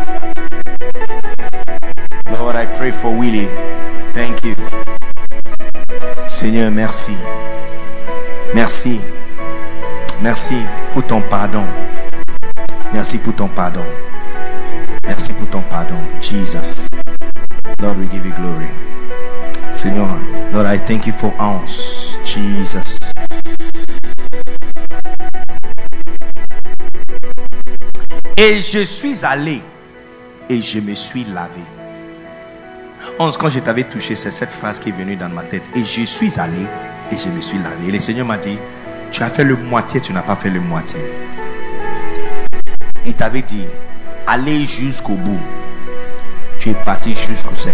Lord, I pray for Willie. Thank you. Seigneur, merci. Merci. Merci pour ton pardon. Merci pour ton pardon. Merci pour ton pardon. Jesus. Lord, we give you glory. Seigneur, Lord, I thank you for us. Jesus. Et je suis allé et je me suis lavé. Quand je t'avais touché, c'est cette phrase qui est venue dans ma tête. Et je suis allé et je me suis lavé. Et le Seigneur m'a dit, tu as fait le moitié, tu n'as pas fait le moitié. Il t'avait dit, allez jusqu'au bout. Tu es parti jusqu'au 50%.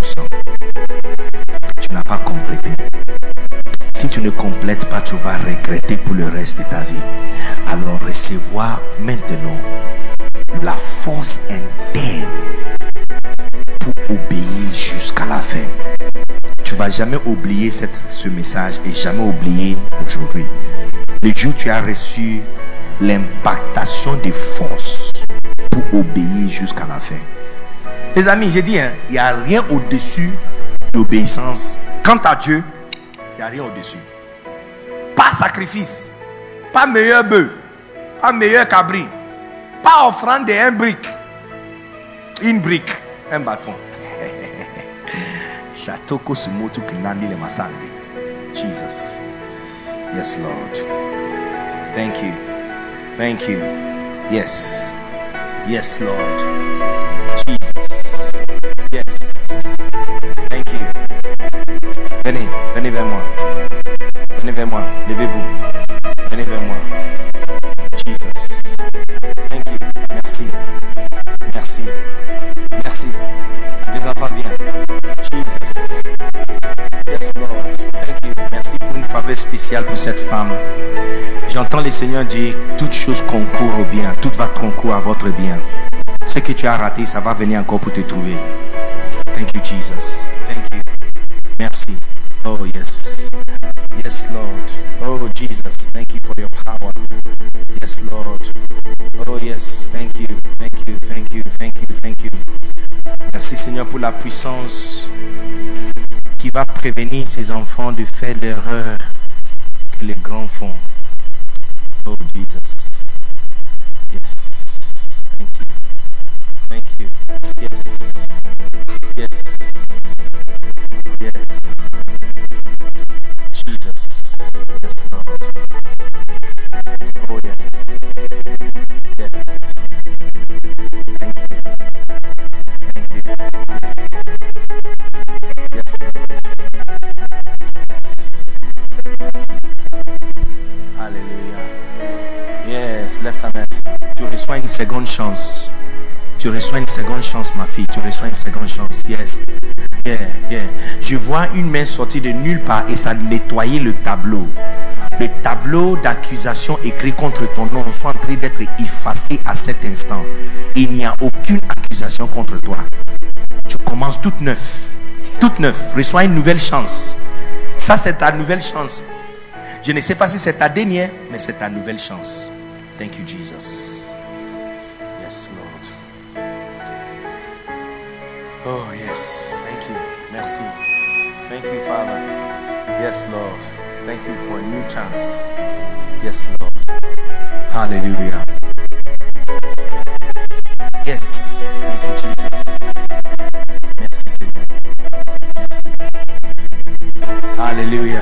Tu n'as pas complété. Si tu ne complètes pas, tu vas regretter pour le reste de ta vie. Alors recevoir maintenant la force interne pour obéir jusqu'à la fin. Tu ne vas jamais oublier ce message et jamais oublier aujourd'hui. Le jour où tu as reçu l'impactation des forces pour obéir jusqu'à la fin. Les amis, j'ai dit, il n'y a rien au-dessus d'obéissance. Quant à Dieu, il n'y a rien au-dessus. Pas sacrifice, pas meilleur bœuf, pas meilleur cabri, pas offrande d'un brick, une brique, un bâton. Jesus. Yes, Lord. Thank you. Thank you. Yes. Yes, Lord. Jesus. Yes. Thank you. Venez, venez vers moi. Venez vers moi. Levez-vous. Venez vers moi. Jesus. Thank you. Merci. Merci. Merci. Les enfants viennent. Jesus. Yes, Lord. Thank you. Merci pour une faveur spéciale pour cette femme. J'entends le Seigneur dire, toutes choses concourent au bien. Tout va concourir à votre bien. Ce que tu as raté, ça va venir encore pour te trouver. Thank you, Jesus. Thank you. Merci. Oh, yes. Yes, Lord. Oh, Jesus. Thank you for your power. Yes, Lord. Oh, yes. Thank you. Thank you. Thank you. Thank you. Thank you. Merci, Seigneur, pour la puissance qui va prévenir ses enfants de faire l'erreur que les grands font. Oh, Jesus. Yes. Thank you. Thank you. Yes. Yes. Yes. Jesus. Yes, Lord. Oh, yes. Yes. Thank you. Thank you. Yes. Yes, Lord. Yes. Alléluia. Yes, lève ta main. Tu reçois une seconde chance. Tu reçois une seconde chance, ma fille. Tu reçois une seconde chance. Yes. Yeah, yeah. Je vois une main sortir de nulle part et ça nettoyait le tableau. Le tableau d'accusation écrit contre ton nom soit en train d'être effacé à cet instant. Il n'y a aucune accusation contre toi. Tu commences toute neuve. Toute neuve. Reçois une nouvelle chance. Ça, c'est ta nouvelle chance. Je ne sais pas si c'est ta dernière, mais c'est ta nouvelle chance. Thank you, Jesus. Yes, Lord. Oh, yes. Thank you. Merci. Thank you, Father. Yes, Lord. Thank you for a new chance. Yes, Lord. Hallelujah. Yes. Thank you, Jesus. Merci, Seigneur. Merci. Hallelujah.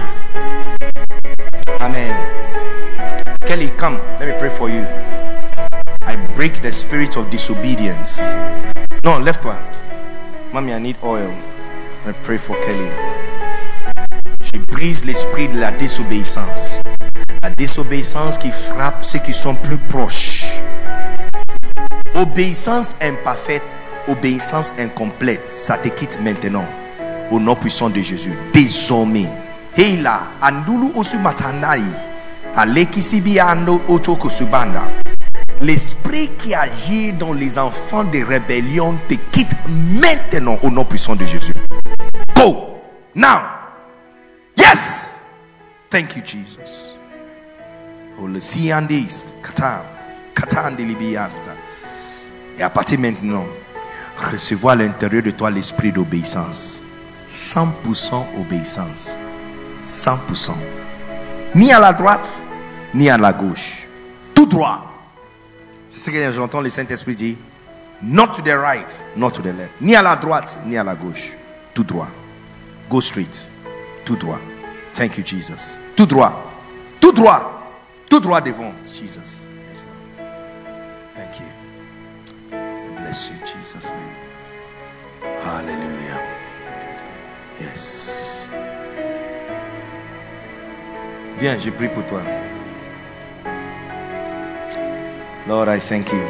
Amen. Kelly, come. Let me pray for you. I break the spirit of disobedience. No, left-toi. Mommy, I need oil. I pray for Kelly. Je brise l'esprit de la désobéissance. La désobéissance qui frappe ceux qui sont plus proches. Obéissance imparfaite, obéissance incomplète, ça te quitte maintenant. Au nom puissant de Jésus. Désormais. Heila, andulu osu matanai. Alekisibi ando otoko subanda. L'esprit qui agit dans les enfants de rébellion te quitte maintenant au nom puissant de Jésus. Go now. Yes. Thank you, Jesus. Oh, le siandiste, katan de libiasta. Et à partir de maintenant, recevoir à l'intérieur de toi l'esprit d'obéissance. 100% obéissance. 100%. Ni à la droite, ni à la gauche. Tout droit. C'est ce que j'entends le Saint-Esprit dire. Not to the right, not to the left. Ni à la droite, ni à la gauche. Tout droit. Go straight. Tout droit. Thank you, Jesus. Tout droit. Tout droit. Tout droit devant. Jesus. Yes, Lord. Thank you. Bless you, Jesus' name. Hallelujah. Yes. Viens, je prie pour toi. Lord, I thank you.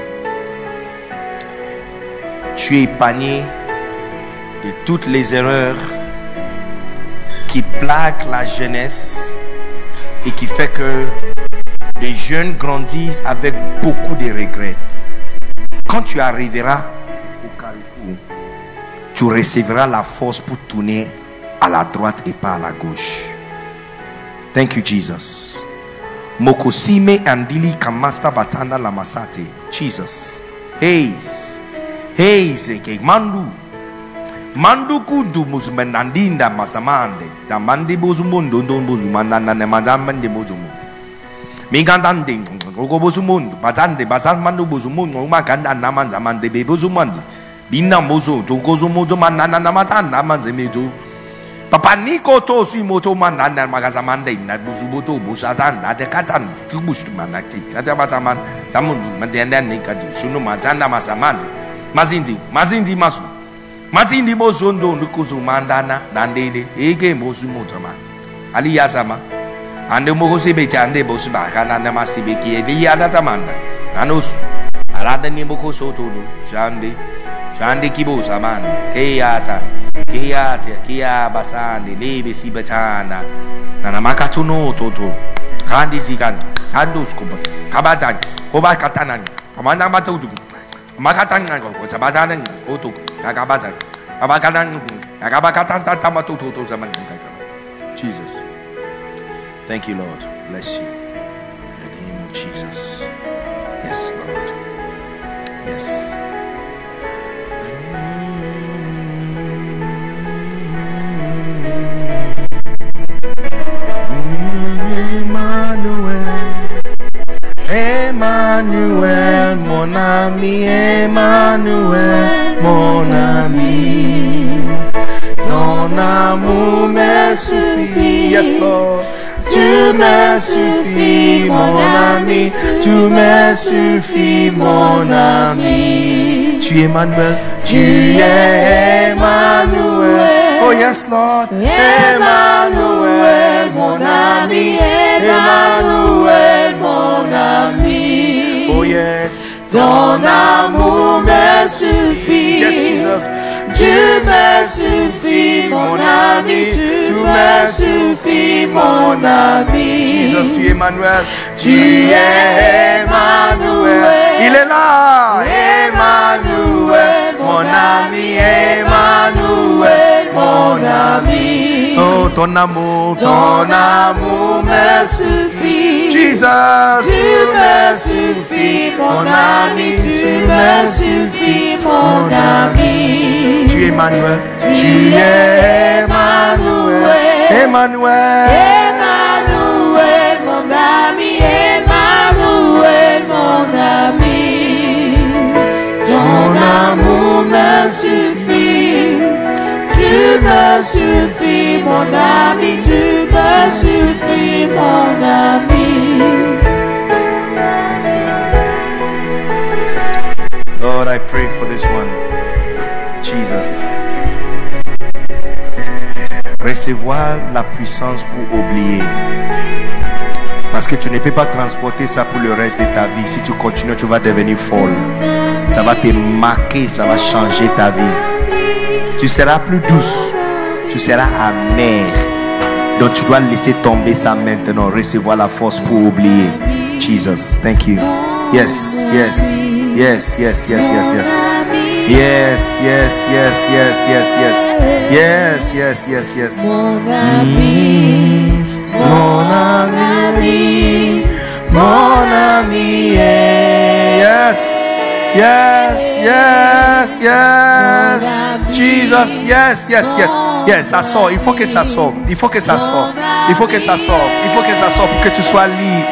Tu es épargné de toutes les erreurs qui plaquent la jeunesse et qui fait que les jeunes grandissent avec beaucoup de regrets. Quand tu arriveras au carrefour, tu recevras la force pour tourner à la droite et pas à la gauche. Thank you, Jesus. Mokosime andili kamasta batanda la masate. Jesus. Heis ke mandu kundu musmenandinda masamande. Tamandi bozumundo don bozumanda ne madamande bozumu. Migandande gogo bozumundu batande basamando bozumundo maganda namanza mande bebozumandi. Bina mozo togozo mozo manana namatanda manze mejo. Papa niko to si moto manana magazamande na buzuboto busatanda de katan tubush manakti katabasaman tamundu mandenda nikadi sunu matanda masamandi mazindi masu mazindi bozondo nukuzu mandana nandede ege mosu motama ali yasama ande mogose be chande bosu ba kana na masibe ki ebi ada tamanda nanos arada ni boko soto no shande kibo samani kiyata kia basani lebe sibatana nana makatuno toto kandi sikan handus kuba kabatan koba katanan amana matudu makatan ko sabadanan oto kakabasan abakanan kakabakatan tamatu toto zaman. Jesus, thank you, Lord. Bless you in the name of Jesus. Yes, Lord. Yes. Emmanuel, mon ami, Emmanuel, mon ami, ton amour me suffit. Yes, Lord. Tu me suffis, mon ami, tu me suffis, mon ami. Tu es Emmanuel, tu es Emmanuel. Oh yes, Lord. Emmanuel, mon ami, Emmanuel, mon ami. Oh yes. Ton amour me suffit. Yes, Jesus. Tu me suffis, mon ami. Tu me suffis, mon ami. Jesus, tu es Emmanuel. Tu es Emmanuel. Il est là. Emmanuel, mon ami. Emmanuel, mon ami. Oh, ton amour me suffit. Jesus, tu me suffis, mon ami. Tu me suffis, mon ami. Tu es Emmanuel. Tu es Emmanuel. Emmanuel. Emmanuel, mon ami. Emmanuel, mon ami. Ton amour me suffit. Tu me suffis, mon ami. Tu me suffit, mon ami. Lord, I pray for this one. Jesus. Recevoir la puissance pour oublier. Parce que tu ne peux pas transporter ça pour le reste de ta vie. Si tu continues, tu vas devenir folle. Ça va te marquer, ça va changer ta vie. Tu seras plus douce. Tu seras amère. Donc tu dois laisser tomber ça maintenant. Recevoir la force pour oublier. Jesus, thank you. Yes, yes, yes, yes, yes, yes, yes. Yes, yes, yes, yes, yes, yes. Yes, yes, yes, yes. Mon ami, Mon ami, mon ami. Yes, yes, yes, yes. Jesus, yes, yes, yes. Yes, ça sort. Il faut que ça sorte. Il faut que ça sorte. Il faut que ça sorte. Il faut que ça sorte pour que tu sois libre.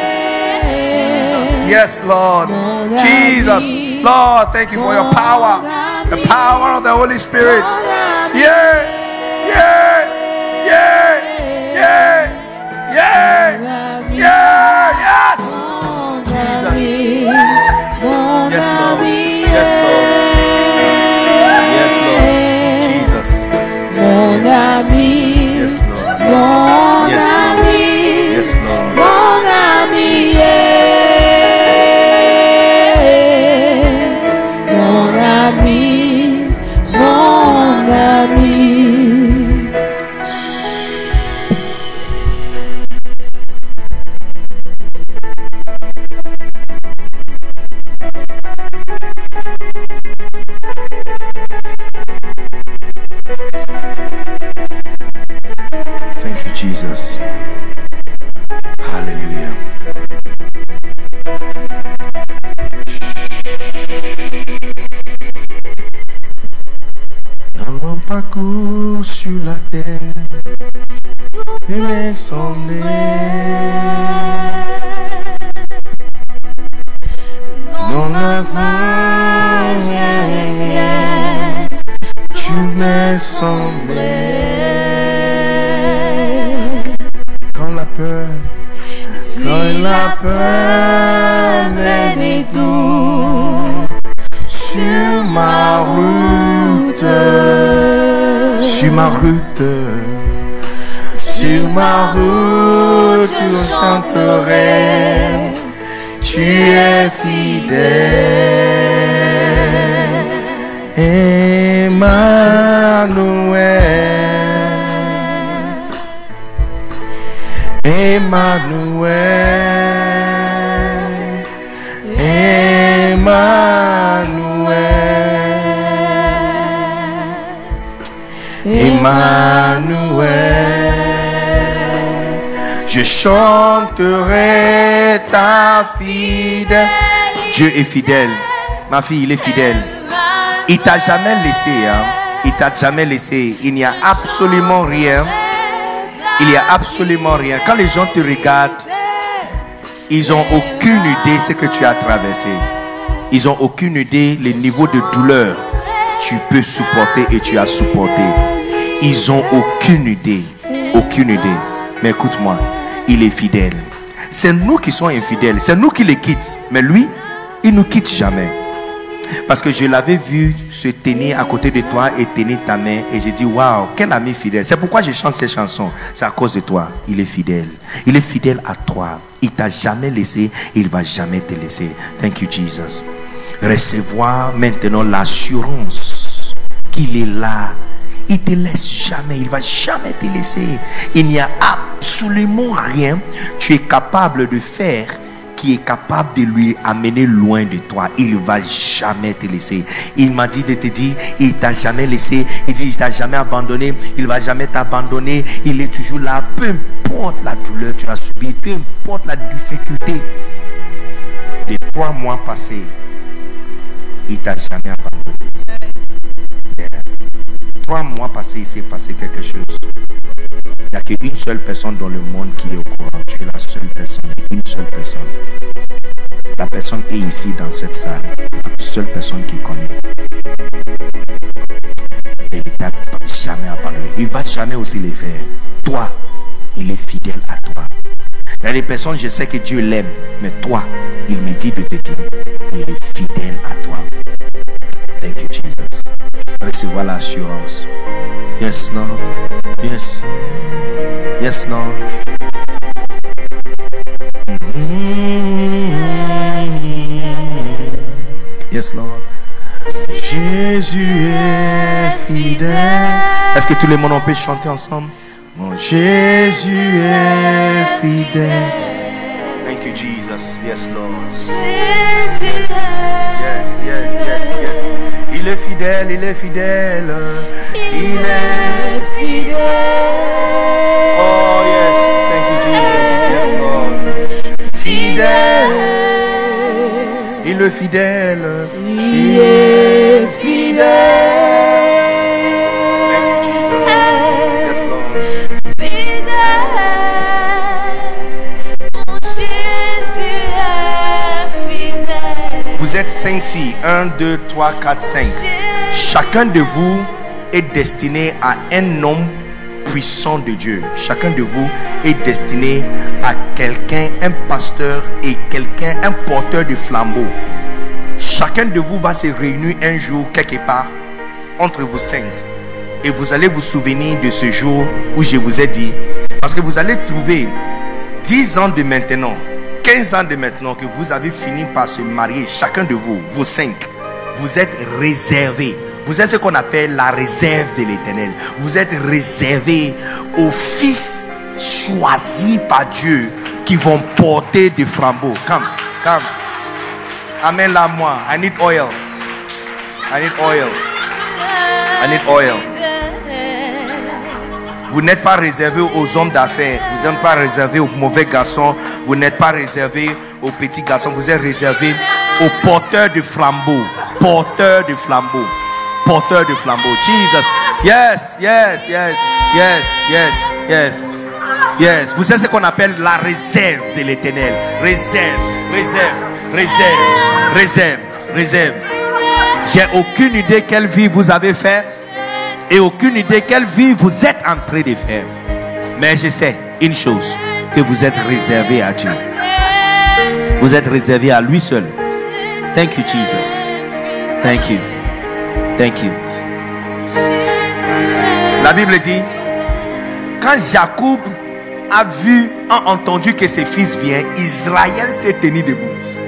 Yes, Lord. Jesus. Lord, thank you for your power. The power of the Holy Spirit. Yeah, yeah, yeah, yeah, yeah, yeah, yes. Jesus. Yes, Lord. Yes, Lord. Yes, Lord. Jesus. mon ami, Yes, Lord. mon Yes, Lord. ami, Yes, Lord. mon ami, mon ami, mon ami. Thank you, Jesus. Hallelujah. Dans mon parcours sur la terre, il m'est semblé dans la gloire du ciel, tu m'es semblé. Quand la peur me détourne sur ma route, sur ma route, sur ma route, je chanterai, tu es fidèle, Emmanuel. Emmanuel, Emmanuel, Emmanuel. Je chanterai ta fidèle. Dieu est fidèle. Ma fille, il est fidèle. Il t'a jamais laissé, hein? Il t'a jamais laissé. Il n'y a absolument rien. Il n'y a absolument rien. Quand les gens te regardent, ils n'ont aucune idée de ce que tu as traversé. Ils n'ont aucune idée le niveau de douleur que tu peux supporter et tu as supporté. Ils n'ont aucune idée. Aucune idée. Mais écoute-moi, il est fidèle. C'est nous qui sommes infidèles. C'est nous qui les quittons. Mais lui, il ne nous quitte jamais. Parce que je l'avais vu se tenir à côté de toi et tenir ta main. Et j'ai dit, waouh, quel ami fidèle. C'est pourquoi je chante ces chansons. C'est à cause de toi. Il est fidèle. Il est fidèle à toi. Il t'a jamais laissé. Il ne va jamais te laisser. Thank you, Jesus. Recevoir maintenant l'assurance qu'il est là. Il ne te laisse jamais. Il ne va jamais te laisser. Il n'y a absolument rien que tu es capable de faire qui est capable de lui amener loin de toi. Il ne va jamais te laisser. Il m'a dit de te dire, il ne t'a jamais laissé. Il dit, il ne t'a jamais abandonné. Il ne va jamais t'abandonner. Il est toujours là. Peu importe la douleur que tu as subie, peu importe la difficulté. Les 3 mois passés, il ne t'a jamais abandonné. Yeah. 3 mois passés, il s'est passé quelque chose. Il n'y a qu'une seule personne dans le monde qui est au courant. Tu es la seule personne. Une seule personne. La personne est ici dans cette salle. La seule personne qui connaît. Et il ne t'a jamais abandonné. Il ne va jamais aussi les faire. Toi, il est fidèle à toi. Il y a des personnes, je sais que Dieu l'aime, mais toi, il me dit de te dire, il est fidèle à toi. Thank you, Jesus. Recevoir l'assurance. Yes, Lord. Yes. Yes, Lord. Yes, Lord. Jésus est fidèle. Est-ce que tous les monde on peut chanter ensemble? Mon Jésus est fidèle. Thank you, Jesus. Yes, Lord. Yes, yes, yes, yes. Il est fidèle, il est fidèle. Il est fidèle. Oh, yes. Thank you, Jesus. Yes, Lord. Fidèle. Il est fidèle. Il est fidèle. Thank you, Jesus. Yes, Lord. Vous êtes 5 filles. 1, 2, 3, 4, 5. Chacun de vous est destiné à un homme puissant de Dieu. Chacun de vous est destiné à quelqu'un, un pasteur et quelqu'un, un porteur de flambeau. Chacun de vous va se réunir un jour quelque part entre vous 5. Et vous allez vous souvenir de ce jour où je vous ai dit. Parce que vous allez trouver 10 ans de maintenant, 15 ans de maintenant que vous avez fini par se marier. Chacun de vous, vos 5, vous êtes réservés. Vous êtes ce qu'on appelle la réserve de l'Éternel. Vous êtes réservés aux fils choisis par Dieu qui vont porter des flambeaux. Come. Amène-la moi. I need oil. I need oil. I need oil. Vous n'êtes pas réservé aux hommes d'affaires. Vous n'êtes pas réservé aux mauvais garçons. Vous n'êtes pas réservé aux petits garçons. Vous êtes réservé aux porteurs de flambeaux. Porteurs de flambeaux. Porteurs de flambeaux. Jesus. Yes, yes, yes, yes, yes, yes. Yes. Vous savez ce qu'on appelle la réserve de l'Éternel. Réserve, réserve, réserve, réserve, réserve. J'ai aucune idée quelle vie vous avez fait et aucune idée quelle vie vous êtes en train de faire. Mais je sais une chose, que vous êtes réservé à Dieu. Vous êtes réservé à lui seul. Thank you, Jesus. Thank you. Thank you. La Bible dit, quand Jacob a entendu que ses fils viennent, Israël s'est tenu debout.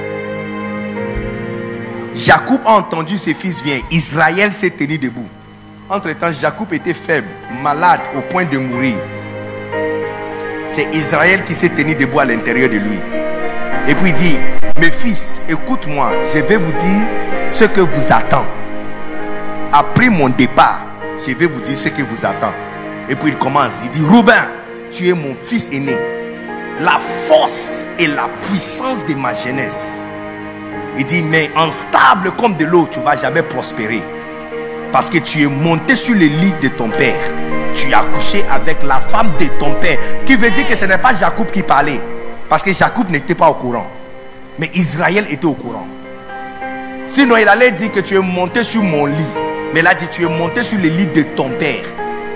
Jacob a entendu ses fils viennent, Israël s'est tenu debout. Entre-temps, Jacob était faible, malade au point de mourir. C'est Israël qui s'est tenu debout à l'intérieur de lui. Et puis il dit, mes fils, écoute-moi, je vais vous dire ce que vous attend. Après mon départ, je vais vous dire ce que vous attend. Et puis il commence, il dit, Rouben, tu es mon fils aîné, la force et la puissance de ma jeunesse. Il dit, mais instable comme de l'eau, tu ne vas jamais prospérer. Parce que tu es monté sur le lit de ton père. Tu as couché avec la femme de ton père. Qui veut dire que ce n'est pas Jacob qui parlait. Parce que Jacob n'était pas au courant. Mais Israël était au courant. Sinon il allait dire que tu es monté sur mon lit. Mais il a dit, tu es monté sur le lit de ton père.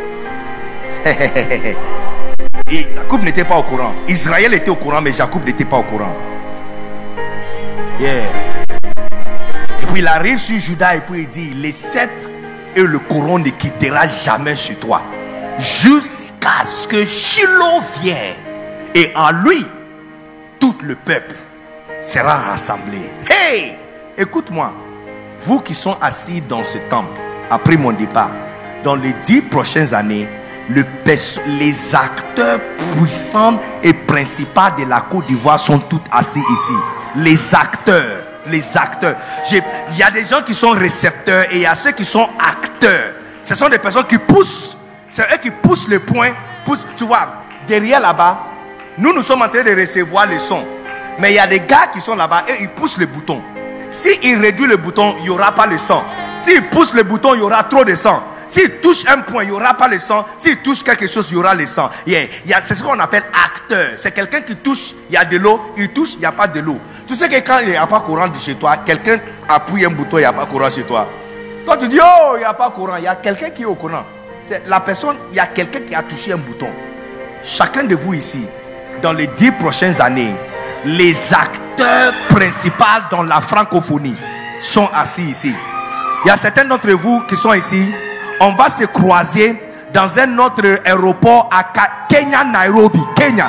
Et Jacob n'était pas au courant. Israël était au courant, mais Jacob n'était pas au courant. Yeah. Et puis il arrive sur Judas et puis il dit, les sceptres et le couronne ne quittera jamais sur toi jusqu'à ce que Shiloh vienne et en lui tout le peuple sera rassemblé. Hey, écoute-moi, vous qui sont assis dans ce temple après mon départ, dans les 10 prochaines années, les acteurs puissants et principaux de la Côte d'Ivoire sont tous assis ici. Les acteurs. Il y a des gens qui sont récepteurs et il y a ceux qui sont acteurs. Ce sont des personnes qui poussent. C'est eux qui poussent le point. Tu vois, derrière là-bas, nous sommes en train de recevoir le son. Mais il y a des gars qui sont là-bas et ils poussent le bouton. S'ils réduisent le bouton, il n'y aura pas le sang. S'ils poussent le bouton, il y aura trop de sang. S'il touche un point, il n'y aura pas le sang. S'il touche quelque chose, il y aura le sang. C'est ce qu'on appelle acteur. C'est quelqu'un qui touche, il y a de l'eau. Il touche, il n'y a pas de l'eau. Tu sais que quand il n'y a pas courant de chez toi, quelqu'un appuie un bouton, il n'y a pas courant chez toi. Toi, tu dis, oh, il n'y a pas courant. Il y a quelqu'un qui est au courant. C'est la personne, il y a quelqu'un qui a touché un bouton. chacun de vous ici, dans les 10 prochaines années, les acteurs principaux dans la francophonie sont assis ici. Il y a certains d'entre vous qui sont ici. On va se croiser dans un autre aéroport à Kenya, Nairobi.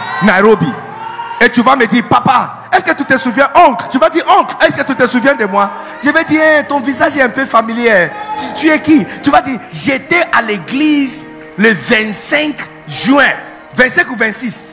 Et tu vas me dire, papa, est-ce que tu te souviens, oncle? Tu vas dire, oncle, est-ce que tu te souviens de moi? Je vais dire, ton visage est un peu familier. Tu es qui? Tu vas dire, j'étais à l'église le 25 juin. 25 ou 26?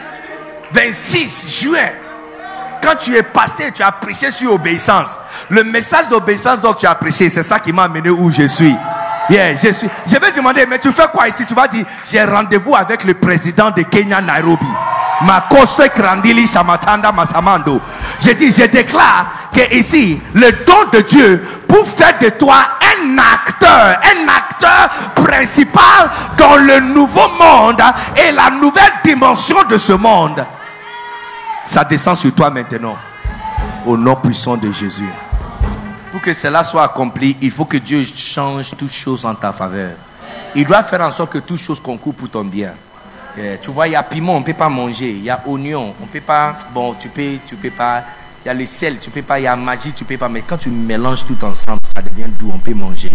26 juin. Quand tu es passé, tu as prêché sur obéissance. Le message d'obéissance dont tu as prêché, c'est ça qui m'a amené où je suis. Je vais demander, mais tu fais quoi ici? Tu vas dire, j'ai rendez-vous avec le président de Kenya, Nairobi. Makosto Krandili Shamatanda Masamando. Je dis, je déclare que ici, le don de Dieu pour faire de toi un acteur principal dans le nouveau monde et la nouvelle dimension de ce monde. Ça descend sur toi maintenant, au nom puissant de Jésus. Pour que cela soit accompli, il faut que Dieu change toutes choses en ta faveur. Il doit faire en sorte que toutes choses concourent pour ton bien. Tu vois, il y a piment, on ne peut pas manger. Il y a oignon, on ne peut pas. Bon, tu peux pas. Il y a le sel, tu ne peux pas. Il y a magie, tu ne peux pas. Mais quand tu mélanges tout ensemble, ça devient doux, on peut manger.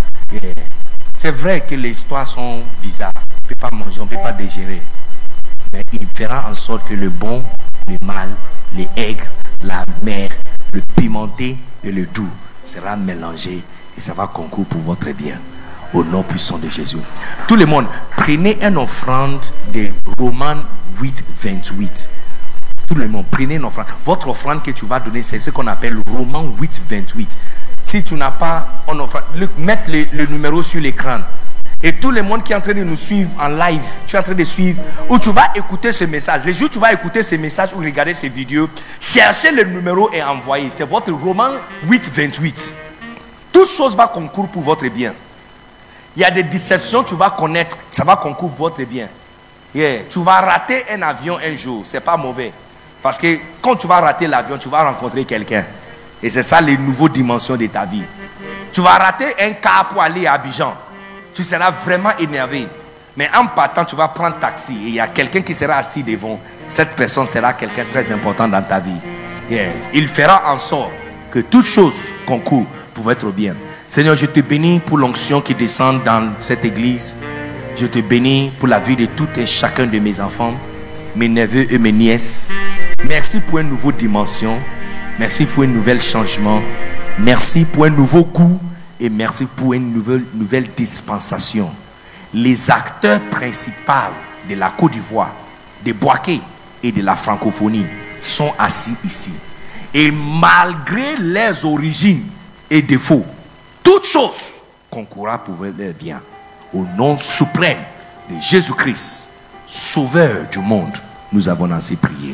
C'est vrai que les histoires sont bizarres. On ne peut pas manger, on ne peut pas digérer. Mais il fera en sorte que le bon, le mal, les aigres, la mer, le pimenté et le doux sera mélangé et ça va concourir pour votre bien. Au nom puissant de Jésus. Tout le monde, prenez une offrande de Romains 8, 28. Tout le monde, prenez une offrande. Votre offrande que tu vas donner, c'est ce qu'on appelle Romains 8, 28. Si tu n'as pas une offrande, mettre le numéro sur l'écran. Et tout le monde qui est en train de nous suivre en live, tu es en train de suivre, ou tu vas écouter ce message. Les jours où tu vas écouter ce message ou regarder ces vidéos, cherchez le numéro et envoyez. C'est votre Romains 8, 28. Toute chose va concourir pour votre bien. Il y a des déceptions, tu vas connaître, ça va concourir pour votre bien. Tu vas rater un avion un jour, c'est pas mauvais. Parce que quand tu vas rater l'avion, tu vas rencontrer quelqu'un. Et c'est ça les nouvelles dimensions de ta vie. Tu vas rater un car pour aller à Abidjan. Tu seras vraiment énervé. Mais en partant, tu vas prendre taxi. Et il y a quelqu'un qui sera assis devant. Cette personne sera quelqu'un de très important dans ta vie. Il fera en sorte que toute chose concourt pour votre bien. Seigneur, je te bénis pour l'onction qui descend dans cette église. Je te bénis pour la vie de tout et chacun de mes enfants, mes neveux et mes nièces. Merci pour une nouvelle dimension. Merci pour un nouvel changement. Merci pour un nouveau goût. Et merci pour une nouvelle dispensation. Les acteurs principaux de la Côte d'Ivoire, de Boaké et de la francophonie sont assis ici. Et malgré leurs origines et défauts, toute chose concourra pour leur bien. Au nom suprême de Jésus-Christ, Sauveur du monde, nous avons ainsi prié.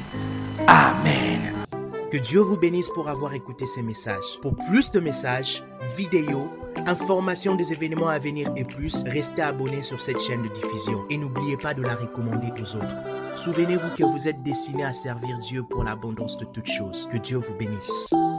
Amen. Que Dieu vous bénisse pour avoir écouté ces messages. Pour plus de messages, vidéos, informations des événements à venir et plus, restez abonnés sur cette chaîne de diffusion. Et n'oubliez pas de la recommander aux autres. Souvenez-vous que vous êtes destinés à servir Dieu pour l'abondance de toutes choses. Que Dieu vous bénisse.